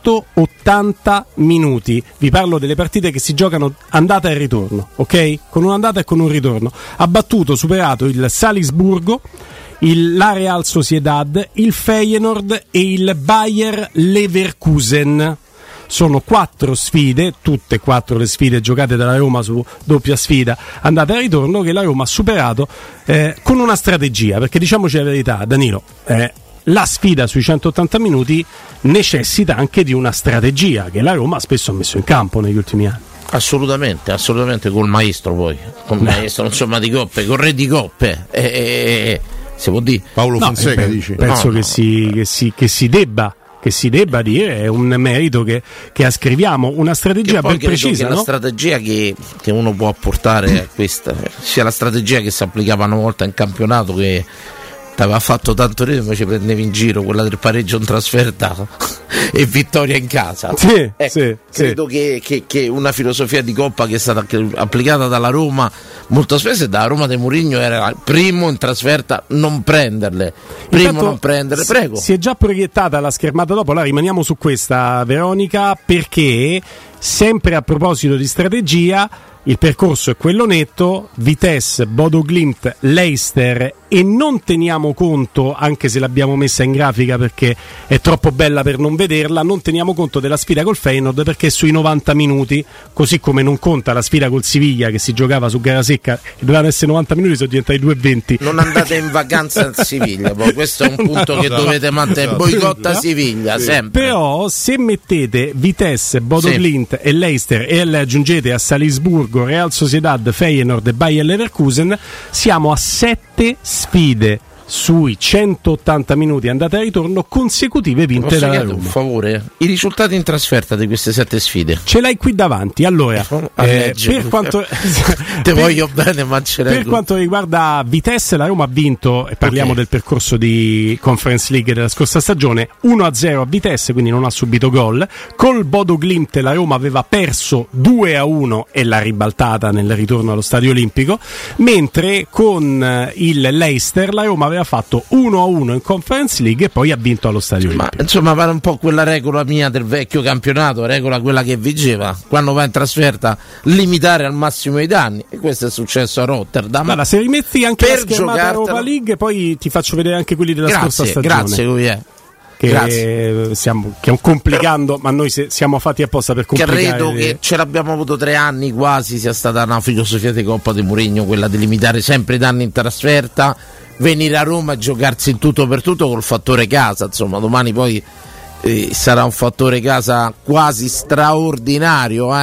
Speaker 1: centottanta minuti, vi parlo delle partite che si giocano andata e ritorno, ok? Con un'andata e con un ritorno, ha battuto, superato il Salisburgo, il, la Real Sociedad, il Feyenoord e il Bayer Leverkusen. Sono quattro sfide, tutte e quattro le sfide giocate dalla Roma su doppia sfida andata e ritorno, che la Roma ha superato eh, con una strategia, perché diciamoci la verità, Danilo, eh, la sfida sui centottanta minuti necessita anche di una strategia che la Roma spesso ha messo in campo negli ultimi anni.
Speaker 2: Assolutamente, assolutamente, col maestro poi, col
Speaker 1: No.
Speaker 2: maestro insomma di coppe, col re di coppe, e, e, e, si può dire?
Speaker 3: Paolo
Speaker 1: No,
Speaker 3: Fonseca
Speaker 1: eh,
Speaker 3: dici?
Speaker 1: penso
Speaker 2: No,
Speaker 1: che,
Speaker 2: no.
Speaker 1: Si, che, si, che si debba che si debba dire, è un merito che, che ascriviamo, una strategia
Speaker 2: Che poi
Speaker 1: ben
Speaker 2: credo
Speaker 1: precisa,
Speaker 2: che
Speaker 1: no?
Speaker 2: la strategia che, che uno può apportare a questa sia la strategia che si applicava una volta in campionato, che ti aveva fatto tanto ridere, ma ci prendevi in giro, quella del pareggio in trasferta e vittoria in casa.
Speaker 1: Sì,
Speaker 2: Ecco,
Speaker 1: sì,
Speaker 2: credo
Speaker 1: sì.
Speaker 2: Che, che, che una filosofia di Coppa che è stata anche applicata dalla Roma molto spesso, e dalla Roma di Mourinho era il primo in trasferta non prenderle, primo
Speaker 1: Intanto
Speaker 2: non prenderle, prego.
Speaker 1: Si è già proiettata la schermata dopo, allora rimaniamo su questa, Veronica, perché sempre a proposito di strategia, il percorso è quello netto: Vitesse, Bodo Glimt, Leicester, e non teniamo conto, anche se l'abbiamo messa in grafica perché è troppo bella per non vederla, non teniamo conto della sfida col Feyenoord perché è sui novanta minuti, così come non conta la sfida col Siviglia che si giocava su gara secca e dovevano essere novanta minuti, sono diventati due e venti.
Speaker 2: Non andate in vacanza a Siviglia, poi questo è un punto che dovete mantenere, boicotta Siviglia sempre.
Speaker 1: Però se mettete Vitesse, Bodo
Speaker 2: Sì.
Speaker 1: Glimt e Leicester e le aggiungete a Salisburgo, Real Sociedad, Feyenoord e Bayer Leverkusen, siamo a sette sfide sui centottanta minuti andata e ritorno consecutive vinte
Speaker 2: Posso
Speaker 1: dalla
Speaker 2: chiedere un
Speaker 1: Roma.
Speaker 2: favore? I risultati in trasferta di queste sette sfide.
Speaker 1: Ce l'hai qui davanti. Allora,
Speaker 2: A
Speaker 1: eh,
Speaker 2: leggere.
Speaker 1: per quanto
Speaker 2: Te
Speaker 1: per-
Speaker 2: voglio bene, ma ce l'hai
Speaker 1: Per
Speaker 2: tu.
Speaker 1: quanto riguarda Vitesse, la Roma ha vinto, e parliamo
Speaker 2: Ok.
Speaker 1: del percorso di Conference League della scorsa stagione, uno a zero a Vitesse, quindi non ha subito gol. Col Bodo Glimt la Roma aveva perso due a uno e l'ha ribaltata nel ritorno allo Stadio Olimpico, mentre con eh, il Leicester la Roma aveva fatto uno a uno in Conference League e poi ha vinto allo Stadio
Speaker 2: Ma
Speaker 1: Olimpico.
Speaker 2: insomma, pare un po' quella regola mia del vecchio campionato, regola quella che vigeva quando va in trasferta, limitare al massimo i danni, e questo è successo a Rotterdam.
Speaker 1: Guarda, se rimetti anche
Speaker 2: Per
Speaker 1: la schermata
Speaker 2: giocartela-
Speaker 1: Europa League, poi ti faccio vedere anche quelli della scorsa
Speaker 2: grazie,
Speaker 1: stagione.
Speaker 2: grazie lui è.
Speaker 1: Che
Speaker 2: Grazie.
Speaker 1: stiamo che complicando, ma noi se- siamo fatti apposta per complicare.
Speaker 2: Credo che ce l'abbiamo avuto tre anni quasi, sia stata una filosofia di Coppa di Mourinho, quella di limitare sempre i danni in trasferta, venire a Roma e giocarsi in tutto per tutto col fattore casa. Insomma, domani poi eh, sarà un fattore casa quasi straordinario, eh?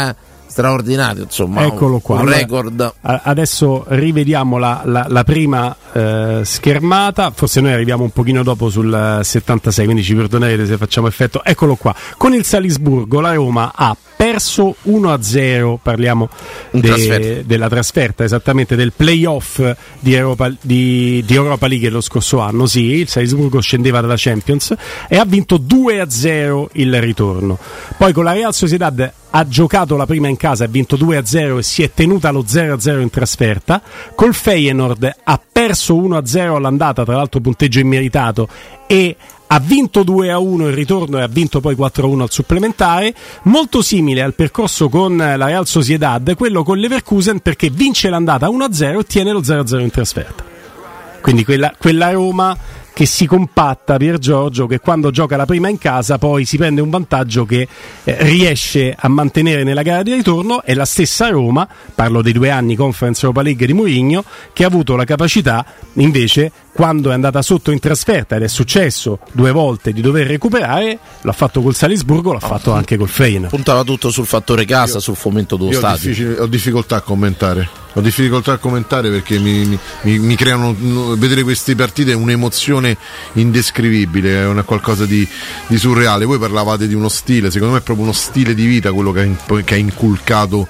Speaker 2: straordinario, insomma.
Speaker 1: Eccolo
Speaker 2: un,
Speaker 1: qua.
Speaker 2: un
Speaker 1: Allora,
Speaker 2: record.
Speaker 1: adesso rivediamo la, la, la prima eh, schermata, forse noi arriviamo un pochino dopo sul settantasei, quindi ci perdonerete se facciamo effetto. Eccolo qua, con il Salisburgo la Roma ha perso uno a zero, parliamo de,
Speaker 2: trasferta.
Speaker 1: della trasferta, esattamente del playoff di Europa, di, di Europa League lo scorso anno, sì, il Salisburgo scendeva dalla Champions e ha vinto due a zero il ritorno. Poi con la Real Sociedad ha giocato la prima in casa, ha vinto due a zero e si è tenuta allo zero a zero in trasferta. Col Feyenoord ha perso uno a zero all'andata, tra l'altro punteggio immeritato, e ha vinto due a uno il ritorno e ha vinto poi quattro a uno al supplementare. Molto simile al percorso con la Real Sociedad, quello con Leverkusen, perché vince l'andata uno a zero e tiene lo zero a zero in trasferta. Quindi quella, quella Roma che si compatta, Pier Giorgio, che quando gioca la prima in casa poi si prende un vantaggio che eh, riesce a mantenere nella gara di ritorno. È la stessa Roma, parlo dei due anni Conference Europa League di Mourinho, che ha avuto la capacità invece, quando è andata sotto in trasferta, ed è successo due volte, di dover recuperare. L'ha fatto col Salisburgo, l'ha fatto anche col Feyenoord.
Speaker 2: Puntava tutto sul fattore casa, io, sul fomento dello
Speaker 3: io
Speaker 2: stadio.
Speaker 3: Ho, difficile, ho difficoltà a commentare. Ho difficoltà a commentare perché mi, mi, mi creano, vedere queste partite, un'emozione indescrivibile, è una qualcosa di, di surreale. Voi parlavate di uno stile, secondo me è proprio uno stile di vita quello che ha, che ha inculcato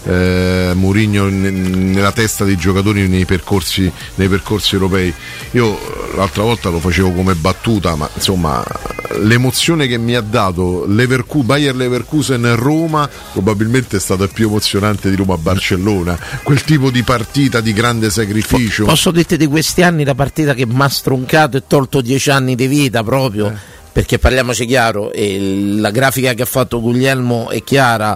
Speaker 3: eh, Mourinho nella testa dei giocatori nei percorsi, nei percorsi europei. Io l'altra volta lo facevo come battuta, ma insomma l'emozione che mi ha dato Leverkusen, Bayer Leverkusen Roma probabilmente è stata più emozionante di Roma-Barcellona, quel tipo di partita di grande sacrificio.
Speaker 2: Posso dirti di questi anni la partita che mi ha stroncato e tolto dieci anni di vita proprio, eh. perché parliamoci chiaro, e la grafica che ha fatto Guglielmo è chiara,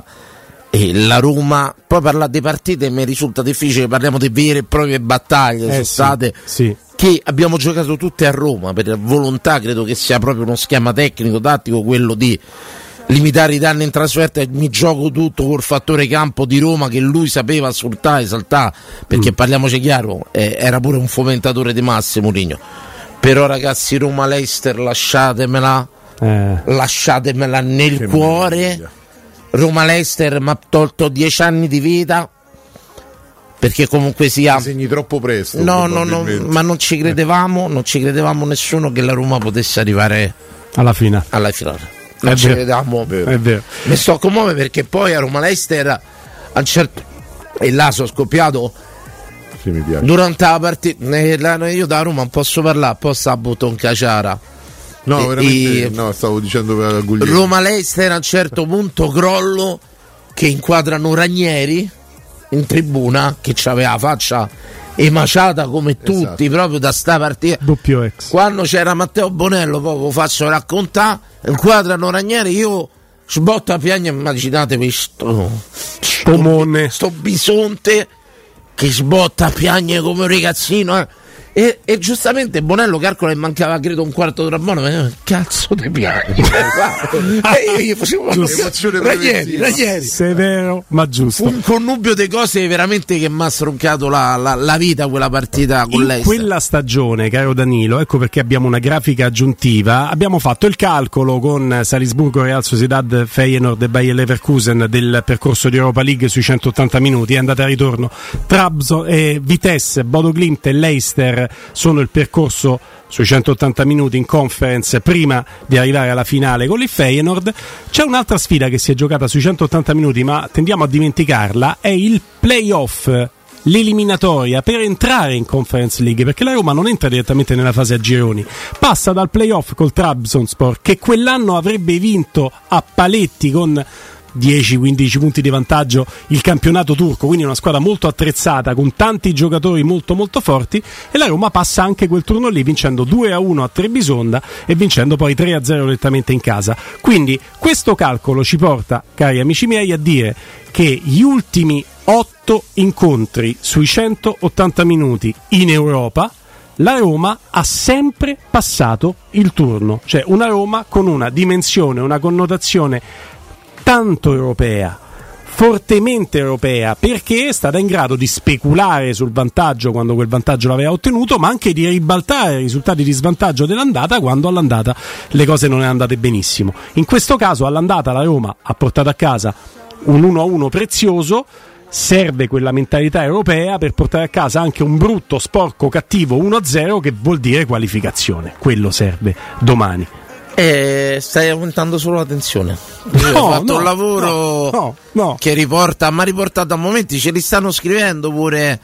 Speaker 2: e la Roma, poi parlare di partite mi risulta difficile, parliamo di vere e proprie battaglie,
Speaker 1: eh,
Speaker 2: sono
Speaker 1: sì,
Speaker 2: state
Speaker 1: sì.
Speaker 2: che abbiamo giocato tutte a Roma per volontà, credo che sia proprio uno schema tecnico, tattico, quello di limitare i danni in trasferta, e mi gioco tutto col fattore campo di Roma che lui sapeva sfruttare, esaltare, perché mm. parliamoci chiaro, eh, era pure un fomentatore di masse Mourinho. Però ragazzi, Roma-Leicester lasciatemela eh. lasciatemela nel che cuore meraviglia. Roma-Leicester mi ha tolto dieci anni di vita, perché comunque sia
Speaker 3: segni troppo presto,
Speaker 2: no no no, ma non ci credevamo, non ci credevamo nessuno che la Roma potesse arrivare
Speaker 1: alla fine
Speaker 2: alla finale, non
Speaker 1: è
Speaker 2: ci
Speaker 1: vero.
Speaker 2: credevamo,
Speaker 1: è vero.
Speaker 2: Mi sto commuove perché poi a Roma-Leicester a un certo, e là sono scoppiato
Speaker 3: sì, mi piace.
Speaker 2: Durante la partita, io da Roma non posso parlare, poi sta Button Caciara.
Speaker 3: No,
Speaker 2: e,
Speaker 3: veramente
Speaker 2: e
Speaker 3: no, stavo dicendo a Guglielmo.
Speaker 2: Roma-Leicester a un certo punto crollo che inquadrano Ranieri in tribuna che c'aveva la faccia emaciata come tutti, esatto. proprio da sta partita.
Speaker 1: Doppio ex.
Speaker 2: Quando c'era Matteo Bonello, poco faccio raccontare, inquadrano Ranieri, io sbotto a piangere, immaginatevi sto sto, sto bisonte che sbotta a piangere come un ragazzino, eh. E, e giustamente Bonello calcola che mancava credo un quarto d'ora buono, ma cazzo ti piace? E io gli facevo Ranieri, Ranieri.
Speaker 1: Severo ma giusto.
Speaker 2: Un connubio di cose veramente che mi ha stroncato la, la, la vita quella partita con lei.
Speaker 1: In quella stagione, caro Danilo, ecco perché abbiamo una grafica aggiuntiva. Abbiamo fatto il calcolo con Salisburgo, Real Sociedad, Feyenoord e Bayer Leverkusen del percorso di Europa League sui centottanta minuti, andata e ritorno. Trabzon, eh, Vitesse, Bodo Glimt e Leicester sono il percorso sui centottanta minuti in Conference prima di arrivare alla finale con il Feyenoord. C'è un'altra sfida che si è giocata sui centottanta minuti, ma tendiamo a dimenticarla, è il playoff, l'eliminatoria per entrare in Conference League, perché la Roma non entra direttamente nella fase a gironi, passa dal playoff col Trabzonspor, che quell'anno avrebbe vinto a paletti con dieci quindici punti di vantaggio il campionato turco, quindi una squadra molto attrezzata con tanti giocatori molto molto forti, e la Roma passa anche quel turno lì vincendo due a uno a Trebisonda e vincendo poi tre a zero nettamente in casa. Quindi questo calcolo ci porta, cari amici miei, a dire che gli ultimi otto incontri sui centottanta minuti in Europa la Roma ha sempre passato il turno, cioè una Roma con una dimensione, una connotazione tanto europea, fortemente europea, perché è stata in grado di speculare sul vantaggio quando quel vantaggio l'aveva ottenuto, ma anche di ribaltare i risultati di svantaggio dell'andata quando all'andata le cose non erano andate benissimo. In questo caso all'andata la Roma ha portato a casa un uno a uno prezioso. Serve quella mentalità europea per portare a casa anche un brutto, sporco, cattivo uno a zero, che vuol dire qualificazione. Quello serve domani.
Speaker 2: Eh, stai aumentando solo la tensione. Io
Speaker 1: No,
Speaker 2: ho fatto
Speaker 1: no,
Speaker 2: un lavoro
Speaker 1: no, no, no.
Speaker 2: che riporta, ma riportato a momenti, ce li stanno scrivendo pure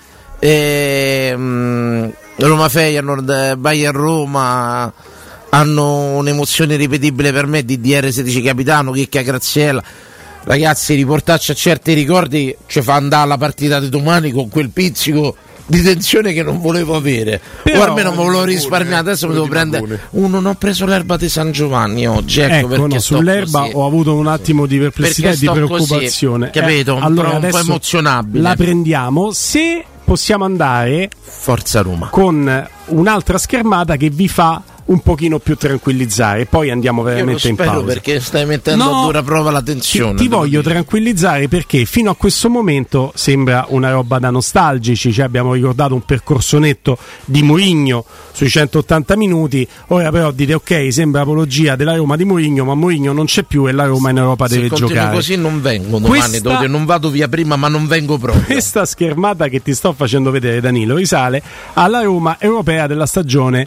Speaker 2: eh, mh, Roma Feyenoord, Bayern Roma, hanno un'emozione ripetibile per me, D D R sedici capitano, Chicca Graziella. Ragazzi, riportarci a certi ricordi ci fa andare alla partita di domani con quel pizzico di tensione che non volevo avere. Però, o almeno me volevo risparmiare. Adesso mi devo prendere uno. Non ho preso l'erba di San Giovanni oggi. Ecco,
Speaker 1: ecco
Speaker 2: perché
Speaker 1: no, sull'erba
Speaker 2: così.
Speaker 1: Ho avuto un attimo di perplessità e di preoccupazione.
Speaker 2: Così, capito?
Speaker 1: Eh, allora,
Speaker 2: un po'
Speaker 1: adesso
Speaker 2: emozionabile.
Speaker 1: La prendiamo. Se possiamo andare
Speaker 2: Forza Roma
Speaker 1: con un'altra schermata che vi fa un pochino più tranquillizzare, poi andiamo veramente in pausa,
Speaker 2: perché stai mettendo
Speaker 1: no,
Speaker 2: a dura prova la tensione.
Speaker 1: Ti, ti voglio dire. tranquillizzare perché fino a questo momento sembra una roba da nostalgici, cioè abbiamo ricordato un percorso netto di Mourinho sui centottanta minuti, ora però dite ok, sembra apologia della Roma di Mourinho, ma Mourinho non c'è più e la Roma in Europa
Speaker 2: Se
Speaker 1: deve giocare.
Speaker 2: Così non vengo domani,
Speaker 1: Questa,
Speaker 2: dove non vado via prima, ma non vengo proprio.
Speaker 1: Questa schermata che ti sto facendo vedere, Danilo, risale alla Roma europea della stagione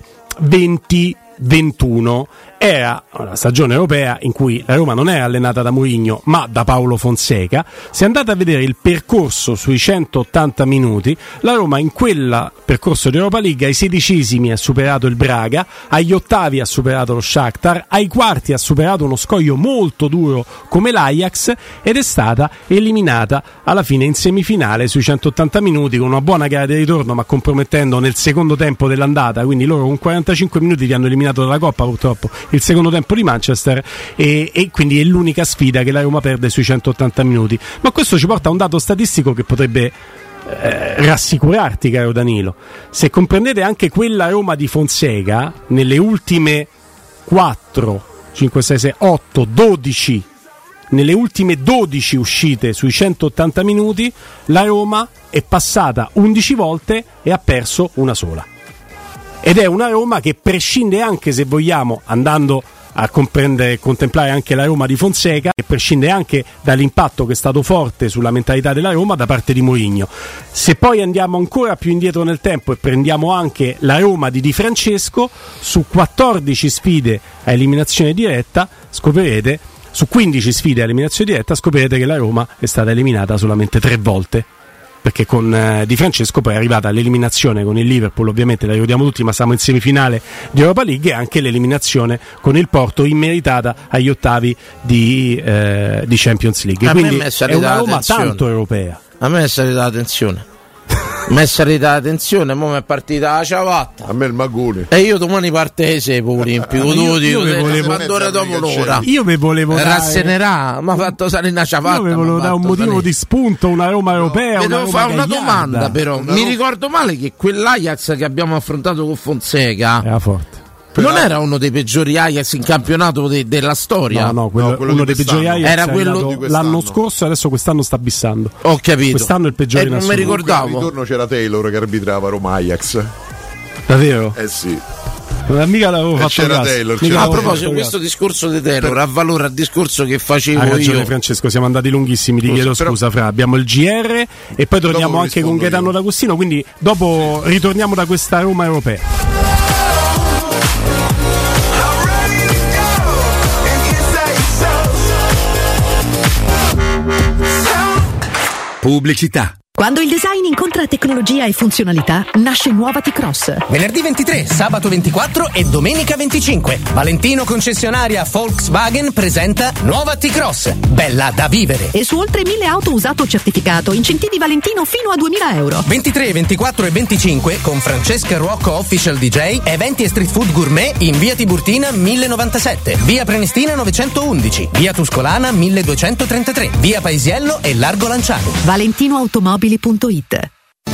Speaker 1: venti ventuno. Era una stagione europea in cui la Roma non era allenata da Mourinho ma da Paolo Fonseca. Se andate a vedere il percorso sui centottanta minuti, la Roma in quel percorso di Europa League ai sedicesimi ha superato il Braga, agli ottavi ha superato lo Shakhtar, ai quarti ha superato uno scoglio molto duro come l'Ajax ed è stata eliminata alla fine in semifinale sui centottanta minuti con una buona gara di ritorno, ma compromettendo nel secondo tempo dell'andata. Quindi loro con quarantacinque minuti vi hanno eliminato dalla Coppa, purtroppo il secondo tempo di Manchester, e, e quindi è l'unica sfida che la Roma perde sui centottanta minuti. Ma questo ci porta a un dato statistico che potrebbe eh, rassicurarti, caro Danilo. Se comprendete anche quella Roma di Fonseca, nelle ultime quattro, cinque, sei, sei, otto, dodici nelle ultime dodici uscite sui centottanta minuti, la Roma è passata undici volte e ha perso una sola. Ed è una Roma che prescinde anche, se vogliamo, andando a comprendere e contemplare anche la Roma di Fonseca, che prescinde anche dall'impatto che è stato forte sulla mentalità della Roma da parte di Mourinho. Se poi andiamo ancora più indietro nel tempo e prendiamo anche la Roma di Di Francesco, su quattordici sfide a eliminazione diretta scoprirete, su quindici sfide a eliminazione diretta scoprirete che la Roma è stata eliminata solamente tre volte. Perché con eh, Di Francesco poi è arrivata l'eliminazione con il Liverpool, ovviamente la ricordiamo tutti, ma siamo in semifinale di Europa League, e anche l'eliminazione con il Porto immeritata agli ottavi di, eh, di Champions League.
Speaker 2: A
Speaker 1: Quindi
Speaker 2: me
Speaker 1: è una Roma tanto europea.
Speaker 2: A me è salita la tensione. Mi è salita la tensione, mo' mi è partita la ciabatta.
Speaker 3: A me il Maguni.
Speaker 2: E io domani parte Sepo Olimpico.
Speaker 1: Io, io vi volevo
Speaker 2: ora dopo un'ora.
Speaker 1: Io vi volevo dare.
Speaker 2: Rassenerà, mi ha fatto salire una ciabatta.
Speaker 1: Io vi volevo dare un motivo
Speaker 2: salire.
Speaker 1: di spunto, una Roma europea.
Speaker 2: Vi
Speaker 1: una
Speaker 2: devo
Speaker 1: Roma
Speaker 2: fare una
Speaker 1: gagliarda.
Speaker 2: domanda, però.
Speaker 3: Una
Speaker 2: Mi
Speaker 3: Roma-
Speaker 2: ricordo male che quell'Ajax che abbiamo affrontato con Fonseca
Speaker 1: Era forte.
Speaker 2: non era uno dei peggiori Ajax in campionato de- della storia.
Speaker 1: No, no, quello,
Speaker 3: No, quello
Speaker 1: uno
Speaker 3: di
Speaker 1: dei peggiori
Speaker 3: quest'anno.
Speaker 1: Ajax
Speaker 2: Era
Speaker 1: è
Speaker 2: quello
Speaker 1: arrivato
Speaker 3: di quest'anno.
Speaker 1: l'anno scorso e adesso quest'anno sta bissando.
Speaker 2: Ho capito.
Speaker 1: Quest'anno è il peggiore
Speaker 2: Eh,
Speaker 1: in
Speaker 2: non mi
Speaker 1: assoluto.
Speaker 3: Al
Speaker 2: ricordavo.
Speaker 3: ritorno c'era Taylor che arbitrava Roma Ajax.
Speaker 1: Davvero?
Speaker 3: Eh sì.
Speaker 1: Ma mica l'avevo
Speaker 3: Eh,
Speaker 1: fatto
Speaker 3: c'era
Speaker 1: caso.
Speaker 3: Taylor,
Speaker 1: Mica
Speaker 3: c'era
Speaker 2: A
Speaker 1: l'avevo
Speaker 2: proposito,
Speaker 1: fatto
Speaker 2: questo
Speaker 1: caso.
Speaker 2: discorso di Taylor ha valore al discorso che facevo
Speaker 1: Hai ragione,
Speaker 2: io.
Speaker 1: Francesco, siamo andati lunghissimi, ti
Speaker 3: Lo so,
Speaker 1: chiedo
Speaker 3: però-
Speaker 1: scusa, Fra. Abbiamo il G R e poi torniamo
Speaker 3: Dopo
Speaker 1: anche con
Speaker 3: rispondo
Speaker 1: Gaetano
Speaker 3: io.
Speaker 1: D'Agostino, quindi dopo ritorniamo da questa Roma europea.
Speaker 5: Pubblicità.
Speaker 13: Quando il design incontra tecnologia e funzionalità, nasce nuova T-Cross.
Speaker 14: Venerdì ventitré, sabato ventiquattro e domenica venticinque. Valentino concessionaria Volkswagen presenta nuova T-Cross. Bella da vivere.
Speaker 13: E su oltre mille auto usato certificato, incentivi Valentino fino a duemila euro.
Speaker 14: ventitré, ventiquattro e venticinque con Francesca Rocco Official D J, eventi e street food gourmet in via Tiburtina mille novantasette, via Prenestina novecentoundici, via Tuscolana milleduecentotrentatré, via Paisiello e Largo Lanciano.
Speaker 13: valentinoautomobili punto it.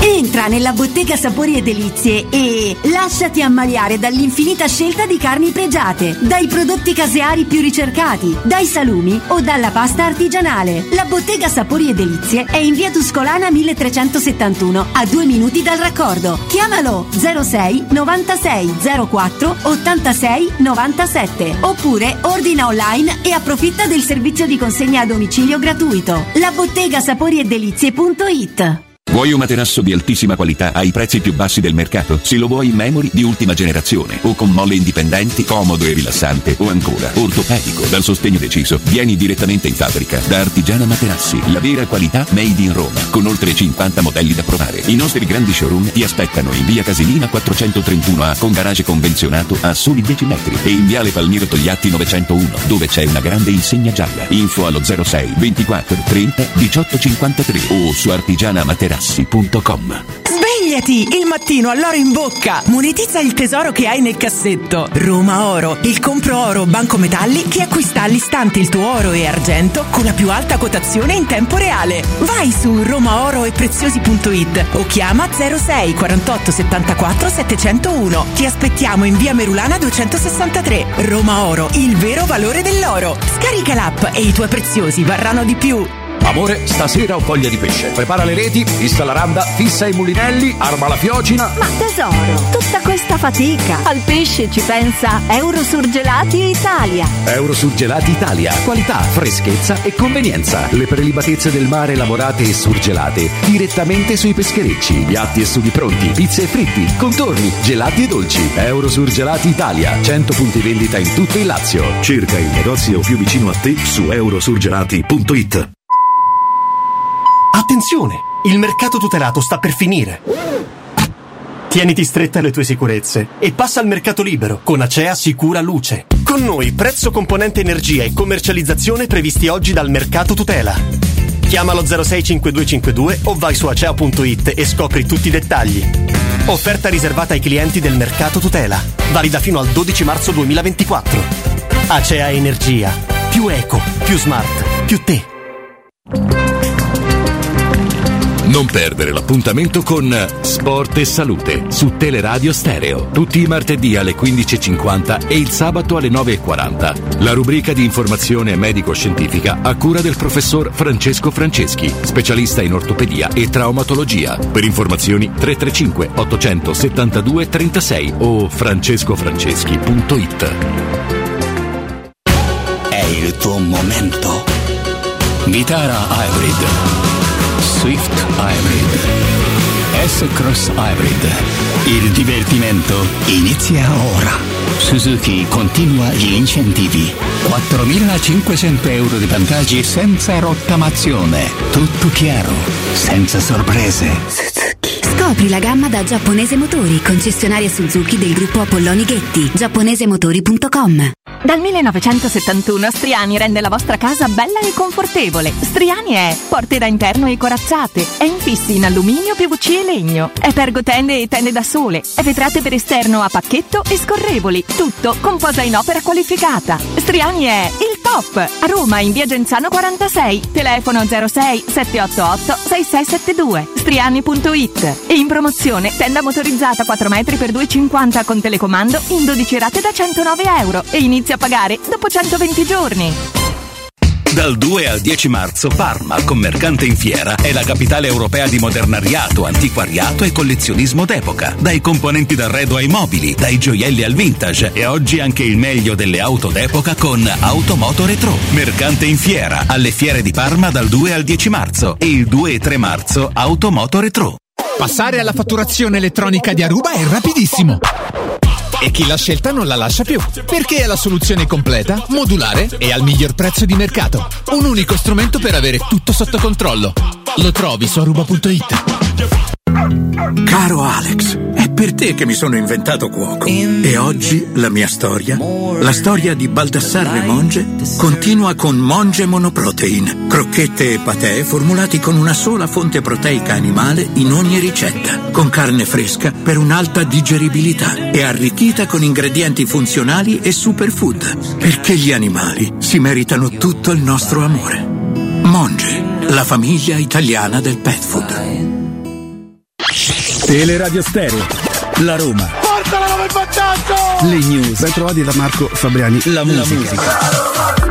Speaker 15: Entra nella Bottega Sapori e Delizie e lasciati ammaliare dall'infinita scelta di carni pregiate, dai prodotti caseari più ricercati, dai salumi o dalla pasta artigianale. La Bottega Sapori e Delizie è in via Tuscolana milletrecentosettantuno, a due minuti dal raccordo. Chiamalo zero sei novantasei zero quattro ottantasei novantasette oppure ordina online e approfitta del servizio di consegna a domicilio gratuito. La Bottega Sapori e Delizie punto it.
Speaker 4: Vuoi un materasso di altissima qualità ai prezzi più bassi del mercato? Se lo vuoi in memory di ultima generazione o con molle indipendenti, comodo e rilassante, o ancora ortopedico dal sostegno deciso, vieni direttamente in fabbrica da Artigiana Materassi, la vera qualità made in Roma, con oltre cinquanta modelli da provare. I nostri grandi showroom ti aspettano in via Casilina quattrocentotrentuno A con garage convenzionato a soli dieci metri e in viale Palmiro Togliatti novecentouno, dove c'è una grande insegna gialla. Info allo zero sei ventiquattro trenta diciotto cinquantatré o su artigiana materassi punto com.
Speaker 9: Svegliati il mattino all'oro in bocca. Monetizza il tesoro che hai nel cassetto. Roma Oro, il compro oro banco metalli che acquista all'istante il tuo oro e argento con la più alta quotazione in tempo reale. Vai su roma oro e preziosi punto it o chiama zero sei quarantotto settantaquattro settecentouno. Ti aspettiamo in via Merulana duecentosessantatré. Roma Oro, il vero valore dell'oro. Scarica l'app e i tuoi preziosi varranno di più.
Speaker 16: Amore, stasera ho voglia di pesce. Prepara le reti, fissa la randa, fissa i mulinelli, arma la fiocina.
Speaker 13: Ma tesoro, tutta questa fatica. Al pesce ci pensa Eurosurgelati Italia.
Speaker 16: Eurosurgelati Italia. Qualità, freschezza e convenienza. Le prelibatezze del mare lavorate e surgelate direttamente sui pescherecci. Piatti e sughi pronti, pizze e fritti, contorni, gelati e dolci. Eurosurgelati Italia. cento punti vendita in tutto il Lazio. Cerca il negozio più vicino a te su eurosurgelati punto it.
Speaker 17: Attenzione! Il mercato tutelato sta per finire. Tieniti stretta alle tue sicurezze e passa al mercato libero con Acea Sicura Luce. Con noi prezzo, componente energia e commercializzazione previsti oggi dal mercato tutela. Chiamalo zero sei cinquantadue cinquantadue o vai su acea punto it e scopri tutti i dettagli. Offerta riservata ai clienti del mercato tutela. Valida fino al dodici marzo duemilaventiquattro. Acea Energia. Più eco, più smart, più te.
Speaker 4: Non perdere l'appuntamento con Sport e Salute su Teleradio Stereo. Tutti i martedì alle quindici e cinquanta e il sabato alle nove e quaranta. La rubrica di informazione medico-scientifica a cura del professor Francesco Franceschi, specialista in ortopedia e traumatologia. Per informazioni tre tre cinque ottocentosettantadue trentasei o francescofranceschi punto it.
Speaker 8: È il tuo momento. Vitara Hybrid, Swift Hybrid, S-Cross Hybrid. Il divertimento inizia ora. Suzuki continua gli incentivi. quattromilacinquecento euro di vantaggi senza rottamazione. Tutto chiaro, senza sorprese.
Speaker 18: Scopri la gamma da Giapponese Motori, concessionaria Suzuki del gruppo Apolloni Ghetti. giapponese motori punto com.
Speaker 13: Dal millenovecentosettantuno Striani rende la vostra casa bella e confortevole. Striani è porte da interno e corazzate, è infissi in alluminio, P V C e legno, è pergotende e tende da sole, è vetrate per esterno a pacchetto e scorrevoli, tutto con posa in opera qualificata. Striani è il top! A Roma in via Genzano quarantasei, telefono zero sei sette otto otto sei sei sette due, striani punto it. E in promozione tenda motorizzata quattro metri per due e cinquanta con telecomando in dodici rate da centonove euro e inizia a pagare dopo centoventi giorni.
Speaker 4: Dal due al dieci marzo Parma, commercante in fiera, è la capitale europea di modernariato, antiquariato e collezionismo d'epoca. Dai componenti d'arredo ai mobili, dai gioielli al vintage e oggi anche il meglio delle auto d'epoca con Automoto Retro. Mercante in fiera, alle fiere di Parma dal due al dieci marzo e il due e tre marzo Automoto Retro.
Speaker 19: Passare alla fatturazione elettronica di Aruba è rapidissimo. E chi l'ha scelta non la lascia più, perché è la soluzione completa, modulare e al miglior prezzo di mercato. Un unico strumento per avere tutto sotto controllo. Lo trovi su aruba punto it.
Speaker 20: Caro Alex, è per te che mi sono inventato cuoco. E oggi la mia storia, la storia di Baldassarre Monge, continua con Monge Monoprotein. Crocchette e patè formulati con una sola fonte proteica animale in ogni ricetta, con carne fresca per un'alta digeribilità e arricchita con ingredienti funzionali e superfood, perché gli animali si meritano tutto il nostro amore. Monge, la famiglia italiana del pet food.
Speaker 16: Teleradio Stereo, la Roma.
Speaker 21: Portala come il vantaggio!
Speaker 16: Le news.
Speaker 6: Ben trovati da Marco Fabriani.
Speaker 16: La musica. La musica.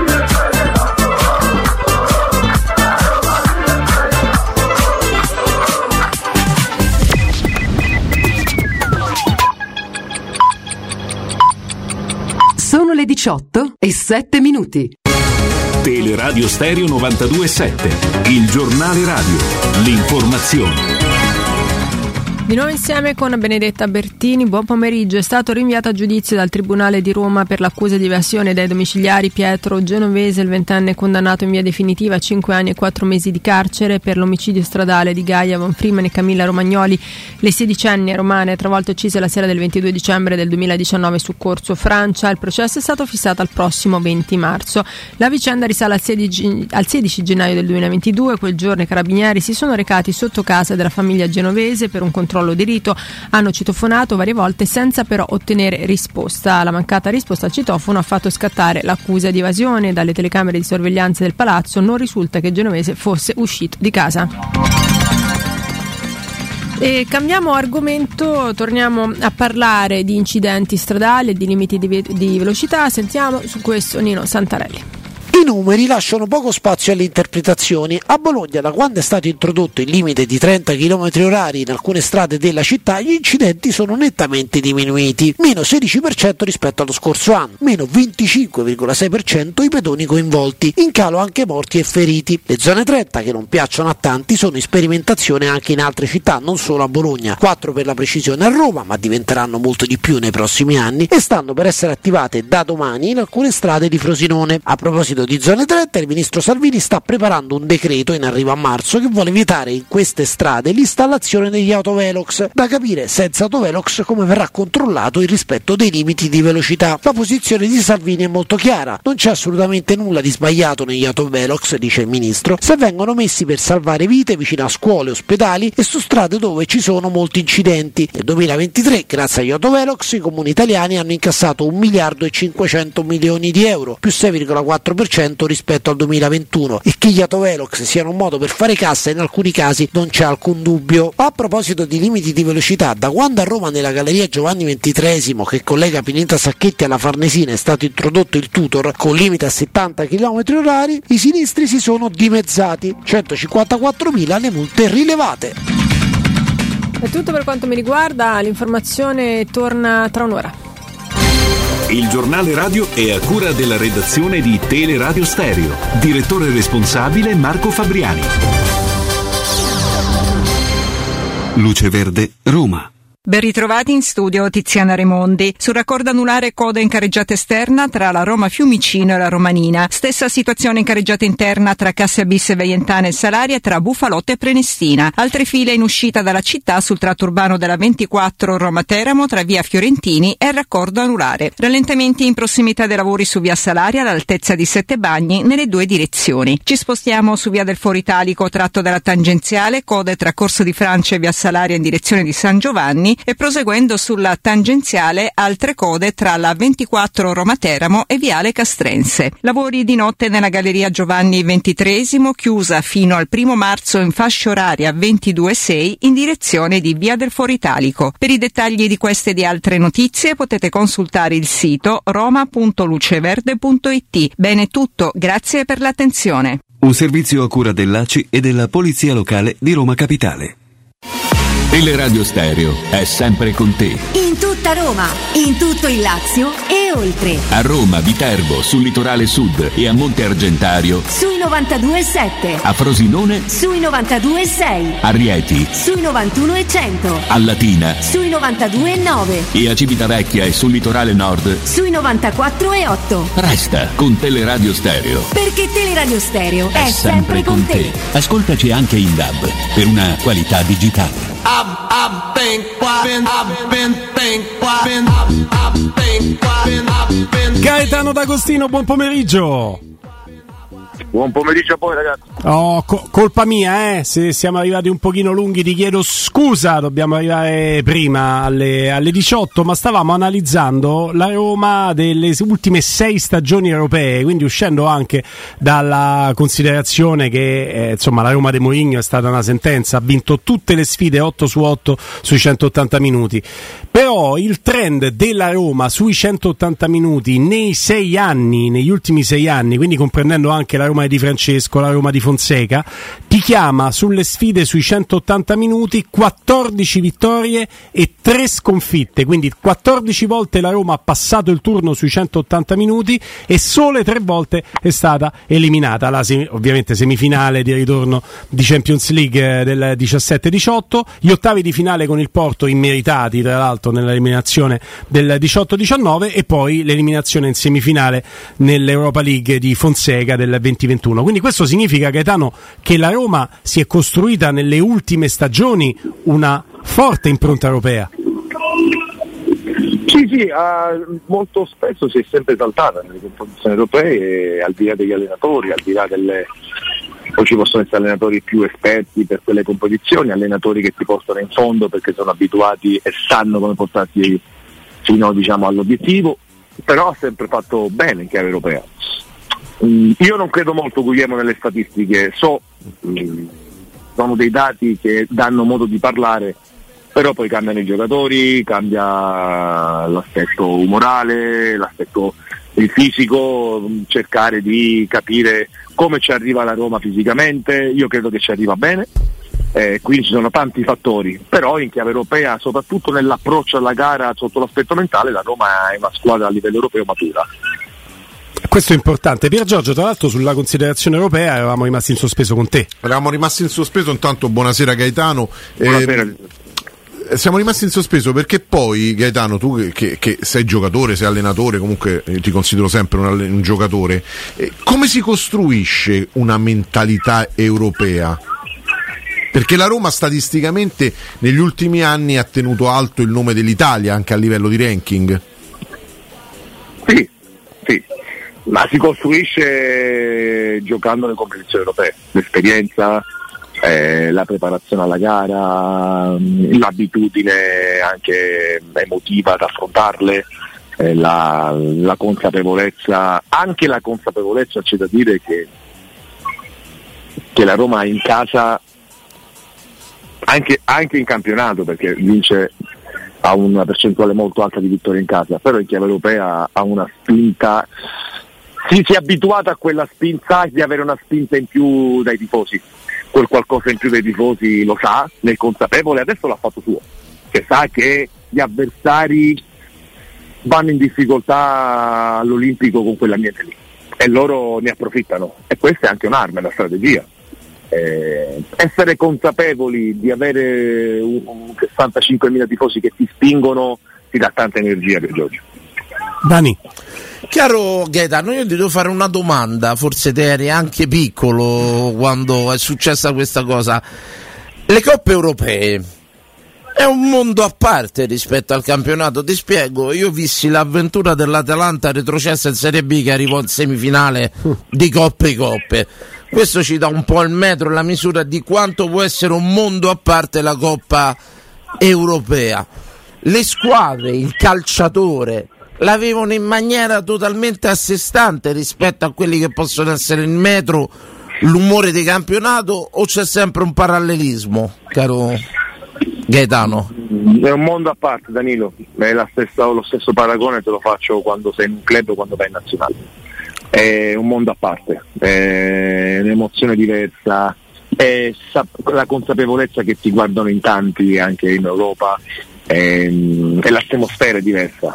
Speaker 22: Sono le diciotto e sette minuti.
Speaker 4: Teleradio Stereo novantadue e sette, il giornale radio, l'informazione.
Speaker 23: Di nuovo insieme con Benedetta Bertini, buon pomeriggio. È stato rinviato a giudizio dal Tribunale di Roma per l'accusa di evasione dai domiciliari Pietro Genovese, il ventenne condannato in via definitiva a cinque anni e quattro mesi di carcere per l'omicidio stradale di Gaia von Freeman e Camilla Romagnoli, le sedicenne romane travolte uccise la sera del ventidue dicembre del duemiladiciannove su Corso Francia. Il processo è stato fissato al prossimo venti marzo. La vicenda risale al sedici, al sedici gennaio del duemilaventidue. Quel giorno i carabinieri si sono recati sotto casa della famiglia genovese per un controllo di rito, hanno citofonato varie volte senza però ottenere risposta. La mancata risposta al citofono ha fatto scattare l'accusa di evasione. Dalle telecamere di sorveglianza del palazzo non risulta che il genovese fosse uscito di casa. E cambiamo argomento, torniamo a parlare di incidenti stradali e di limiti di, ve- di velocità. Sentiamo su questo Nino Santarelli.
Speaker 24: I numeri lasciano poco spazio alle interpretazioni. A Bologna, da quando è stato introdotto il limite di trenta chilometri orari in alcune strade della città, gli incidenti sono nettamente diminuiti, meno sedici per cento rispetto allo scorso anno, meno venticinque virgola sei per cento i pedoni coinvolti, in calo anche morti e feriti. Le zone trenta, che non piacciono a tanti, sono in sperimentazione anche in altre città, non solo a Bologna, quattro per la precisione a Roma, ma diventeranno molto di più nei prossimi anni, e stanno per essere attivate da domani in alcune strade di Frosinone. A proposito di zone trenta, il ministro Salvini sta preparando un decreto in arrivo a marzo che vuole vietare in queste strade l'installazione degli autovelox. Da capire senza autovelox come verrà controllato il rispetto dei limiti di velocità. La posizione di Salvini è molto chiara: non c'è assolutamente nulla di sbagliato negli autovelox, dice il ministro, se vengono messi per salvare vite vicino a scuole, ospedali e su strade dove ci sono molti incidenti. Nel duemilaventitré, grazie agli autovelox, i comuni italiani hanno incassato un miliardo e cinquecento milioni di euro, più sei virgola quattro per cento rispetto al duemilaventuno, e che gli autovelox siano un modo per fare cassa in alcuni casi non c'è alcun dubbio. A proposito di limiti di velocità, da quando a Roma nella galleria Giovanni ventitreesimo, che collega Pineta Sacchetti alla Farnesina, è stato introdotto il Tutor con limite a settanta chilometri orari, i sinistri si sono dimezzati, centocinquantaquattromila le multe rilevate.
Speaker 23: È tutto per quanto mi riguarda, l'informazione torna tra un'ora.
Speaker 4: Il giornale radio è a cura della redazione di Teleradio Stereo. Direttore responsabile Marco Fabriani.
Speaker 6: Luce Verde, Roma.
Speaker 25: Ben ritrovati in studio Tiziana Raimondi. Sul raccordo anulare coda in carreggiata esterna tra la Roma Fiumicino e la Romanina. Stessa situazione in carreggiata interna tra Cassia Bis e Veientana e Salaria e tra Bufalotto e Prenestina. Altre file in uscita dalla città sul tratto urbano della ventiquattro Roma Teramo tra via Fiorentini e il raccordo anulare. Rallentamenti in prossimità dei lavori su via Salaria all'altezza di Sette Bagni nelle due direzioni. Ci spostiamo su via del Foro Italico tratto dalla tangenziale, code tra Corso di Francia e via Salaria in direzione di San Giovanni, e proseguendo sulla tangenziale altre code tra la ventiquattro Roma Teramo e viale Castrense. Lavori di notte nella galleria Giovanni ventitreesimo, chiusa fino al primo marzo in fascia oraria ventidue sei in direzione di via del Foro Italico. Per i dettagli di queste e di altre notizie potete consultare il sito roma punto luceverde punto it. Bene, tutto, grazie per l'attenzione.
Speaker 6: Un servizio a cura dell'A C I e della Polizia Locale di Roma Capitale.
Speaker 4: Teleradio Stereo è sempre con te.
Speaker 15: In tutta Roma, in tutto il Lazio e oltre.
Speaker 4: A Roma, Viterbo, sul litorale sud e a Monte Argentario.
Speaker 15: Sui novantadue e sette.
Speaker 4: A Frosinone.
Speaker 15: Sui novantadue e sei.
Speaker 4: A Rieti.
Speaker 15: Sui novantuno e cento.
Speaker 4: A Latina.
Speaker 15: Sui novantadue e nove.
Speaker 4: E a Civitavecchia e sul litorale nord.
Speaker 15: Sui novantaquattro e otto.
Speaker 4: Resta con Teleradio Stereo.
Speaker 15: Perché Teleradio Stereo è,
Speaker 4: è sempre, sempre con te. te. Ascoltaci anche in D A B per una qualità digitale.
Speaker 21: I've, I've been, I've been, I've been, I've been,
Speaker 1: Gaetano D'Agostino, buon pomeriggio.
Speaker 2: Buon pomeriggio a voi ragazzi.
Speaker 1: Oh, co- colpa mia, eh, se siamo arrivati un pochino lunghi ti chiedo scusa, dobbiamo arrivare prima alle, alle diciotto, ma stavamo analizzando la Roma delle ultime sei stagioni europee, quindi uscendo anche dalla considerazione che eh, insomma la Roma de Mourinho è stata una sentenza, ha vinto tutte le sfide otto su otto sui centottanta minuti, però il trend della Roma sui centottanta minuti nei sei anni, negli ultimi sei anni, quindi comprendendo anche la Roma di Francesco, la Roma di Fonseca, ti chiama sulle sfide sui centottanta minuti quattordici vittorie e tre sconfitte, quindi quattordici volte la Roma ha passato il turno sui centottanta minuti e sole tre volte è stata eliminata, la sem- ovviamente semifinale di ritorno di Champions League del diciassette diciotto, gli ottavi di finale con il Porto immeritati tra l'altro nell'eliminazione del diciotto diciannove e poi l'eliminazione in semifinale nell'Europa League di Fonseca del venti ventuno. Quindi questo significa, Gaetano, che la Roma si è costruita nelle ultime stagioni una forte impronta europea.
Speaker 2: Sì, sì, uh, molto spesso si è sempre esaltata nelle competizioni europee, al di là degli allenatori, al di là delle... Poi ci possono essere allenatori più esperti per quelle competizioni, allenatori che ti portano in fondo perché sono abituati e sanno come portarti fino, diciamo, all'obiettivo, però ha sempre fatto bene in chiave europea. Mm, io non credo molto, Guglielmo, nelle statistiche, so, mm, sono dei dati che danno modo di parlare, però poi cambiano i giocatori, cambia l'aspetto umorale, l'aspetto il fisico, cercare di capire come ci arriva la Roma fisicamente. Io credo che ci arriva bene, eh, quindi ci sono tanti fattori, però in chiave europea, soprattutto nell'approccio alla gara sotto l'aspetto mentale, la Roma è una squadra a livello europeo matura.
Speaker 1: Questo è importante. Pier Giorgio, tra l'altro sulla considerazione europea eravamo rimasti in sospeso con te.
Speaker 3: Eravamo rimasti in sospeso, intanto buonasera Gaetano.
Speaker 2: Buonasera.
Speaker 3: Eh, siamo rimasti in sospeso perché poi, Gaetano, tu che, che sei giocatore, sei allenatore, comunque eh, ti considero sempre un, un giocatore, eh, come si costruisce una mentalità europea? Perché la Roma statisticamente negli ultimi anni ha tenuto alto il nome dell'Italia anche a livello di ranking.
Speaker 2: Sì, sì. Ma si costruisce giocando nelle competizioni europee, l'esperienza, eh, la preparazione alla gara, l'abitudine anche emotiva ad affrontarle, eh, la, la consapevolezza, anche la consapevolezza, c'è da dire che, che la Roma in casa, anche, anche in campionato, perché vince, ha una percentuale molto alta di vittorie in casa, però in chiave europea ha una spinta. Si, si è abituata a quella spinta, di avere una spinta in più dai tifosi, quel qualcosa in più dei tifosi lo sa, nel consapevole, adesso l'ha fatto suo, che sa che gli avversari vanno in difficoltà all'Olimpico con quell'ambiente lì e loro ne approfittano, e questa è anche un'arma, una strategia. Eh, essere consapevoli di avere un, un sessantacinquemila tifosi che ti spingono ti dà tanta energia, per Giorgio.
Speaker 1: Dani.
Speaker 7: Caro Gaetano, io ti devo fare una domanda, forse te eri anche piccolo quando è successa questa cosa. Le coppe europee è un mondo a parte rispetto al campionato, ti spiego. Io vissi l'avventura dell'Atalanta retrocessa in Serie B che arrivò in semifinale di Coppe e Coppe. Questo ci dà un po' il metro e la misura di quanto può essere un mondo a parte la Coppa europea. Le squadre, il calciatore l'avevano in maniera totalmente a sé stante rispetto a quelli che possono essere il metro, l'umore di campionato, o c'è sempre un parallelismo, caro Gaetano?
Speaker 2: È un mondo a parte, Danilo, è la stessa, lo stesso paragone te lo faccio quando sei in un club o quando vai in nazionale. È un mondo a parte, è un'emozione diversa, è la consapevolezza che ti guardano in tanti anche in Europa, è, è l'atmosfera è diversa.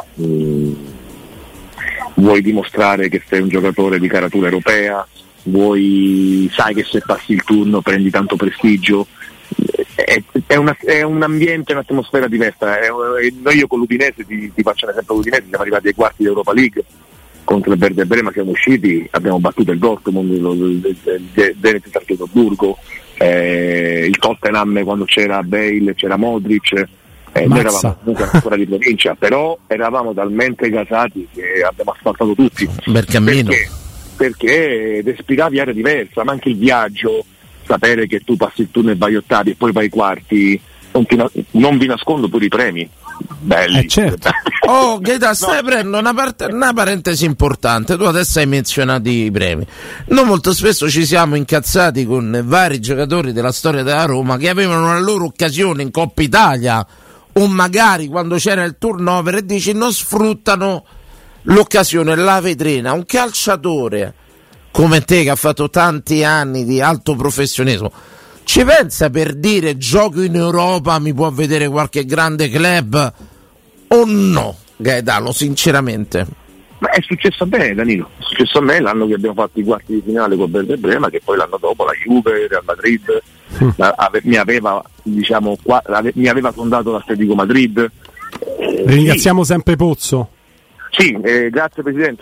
Speaker 2: Vuoi dimostrare che sei un giocatore di caratura europea, vuoi, sai che se passi il turno prendi tanto prestigio, è, è, una, è un ambiente, un'atmosfera diversa. È, noi io con l'Udinese, ti, ti faccio un esempio l'Udinese, siamo arrivati ai quarti di Europa League contro il Werder Brema, siamo usciti, abbiamo battuto il Dortmund, il Zenit San Pietroburgo, eh, il Tottenham quando c'era Bale, c'era Modric, eh, noi eravamo comunque una squadra di provincia, però eravamo talmente gasati che abbiamo asfaltato tutti.
Speaker 7: Perché,
Speaker 2: perché, perché respiravi aria diversa, ma anche il viaggio, sapere che tu passi il turno e vai ottavi e poi vai quarti, non, ti, non vi nascondo pure i premi belli.
Speaker 1: Eh certo.
Speaker 7: Oh Gaeta, stai no. prendendo una, parte, una parentesi importante. Tu adesso hai menzionato i premi. Noi molto spesso ci siamo incazzati con vari giocatori della storia della Roma che avevano la loro occasione in Coppa Italia o magari quando c'era il turnover, e dici non sfruttano l'occasione, la vetrina. Un calciatore come te che ha fatto tanti anni di alto professionismo ci pensa per dire gioco in Europa, mi può vedere qualche grande club o no, Gaetano, sinceramente?
Speaker 2: Ma è successo a me, Danilo, è successo a me l'anno che abbiamo fatto i quarti di finale con Verde Brema, che poi l'anno dopo la Juve, Real Madrid mm. ave, mi aveva diciamo qua, ave, mi aveva fondato l'Atletico Madrid.
Speaker 1: Eh, Ringraziamo sì. sempre Pozzo.
Speaker 2: Sì, eh, grazie Presidente.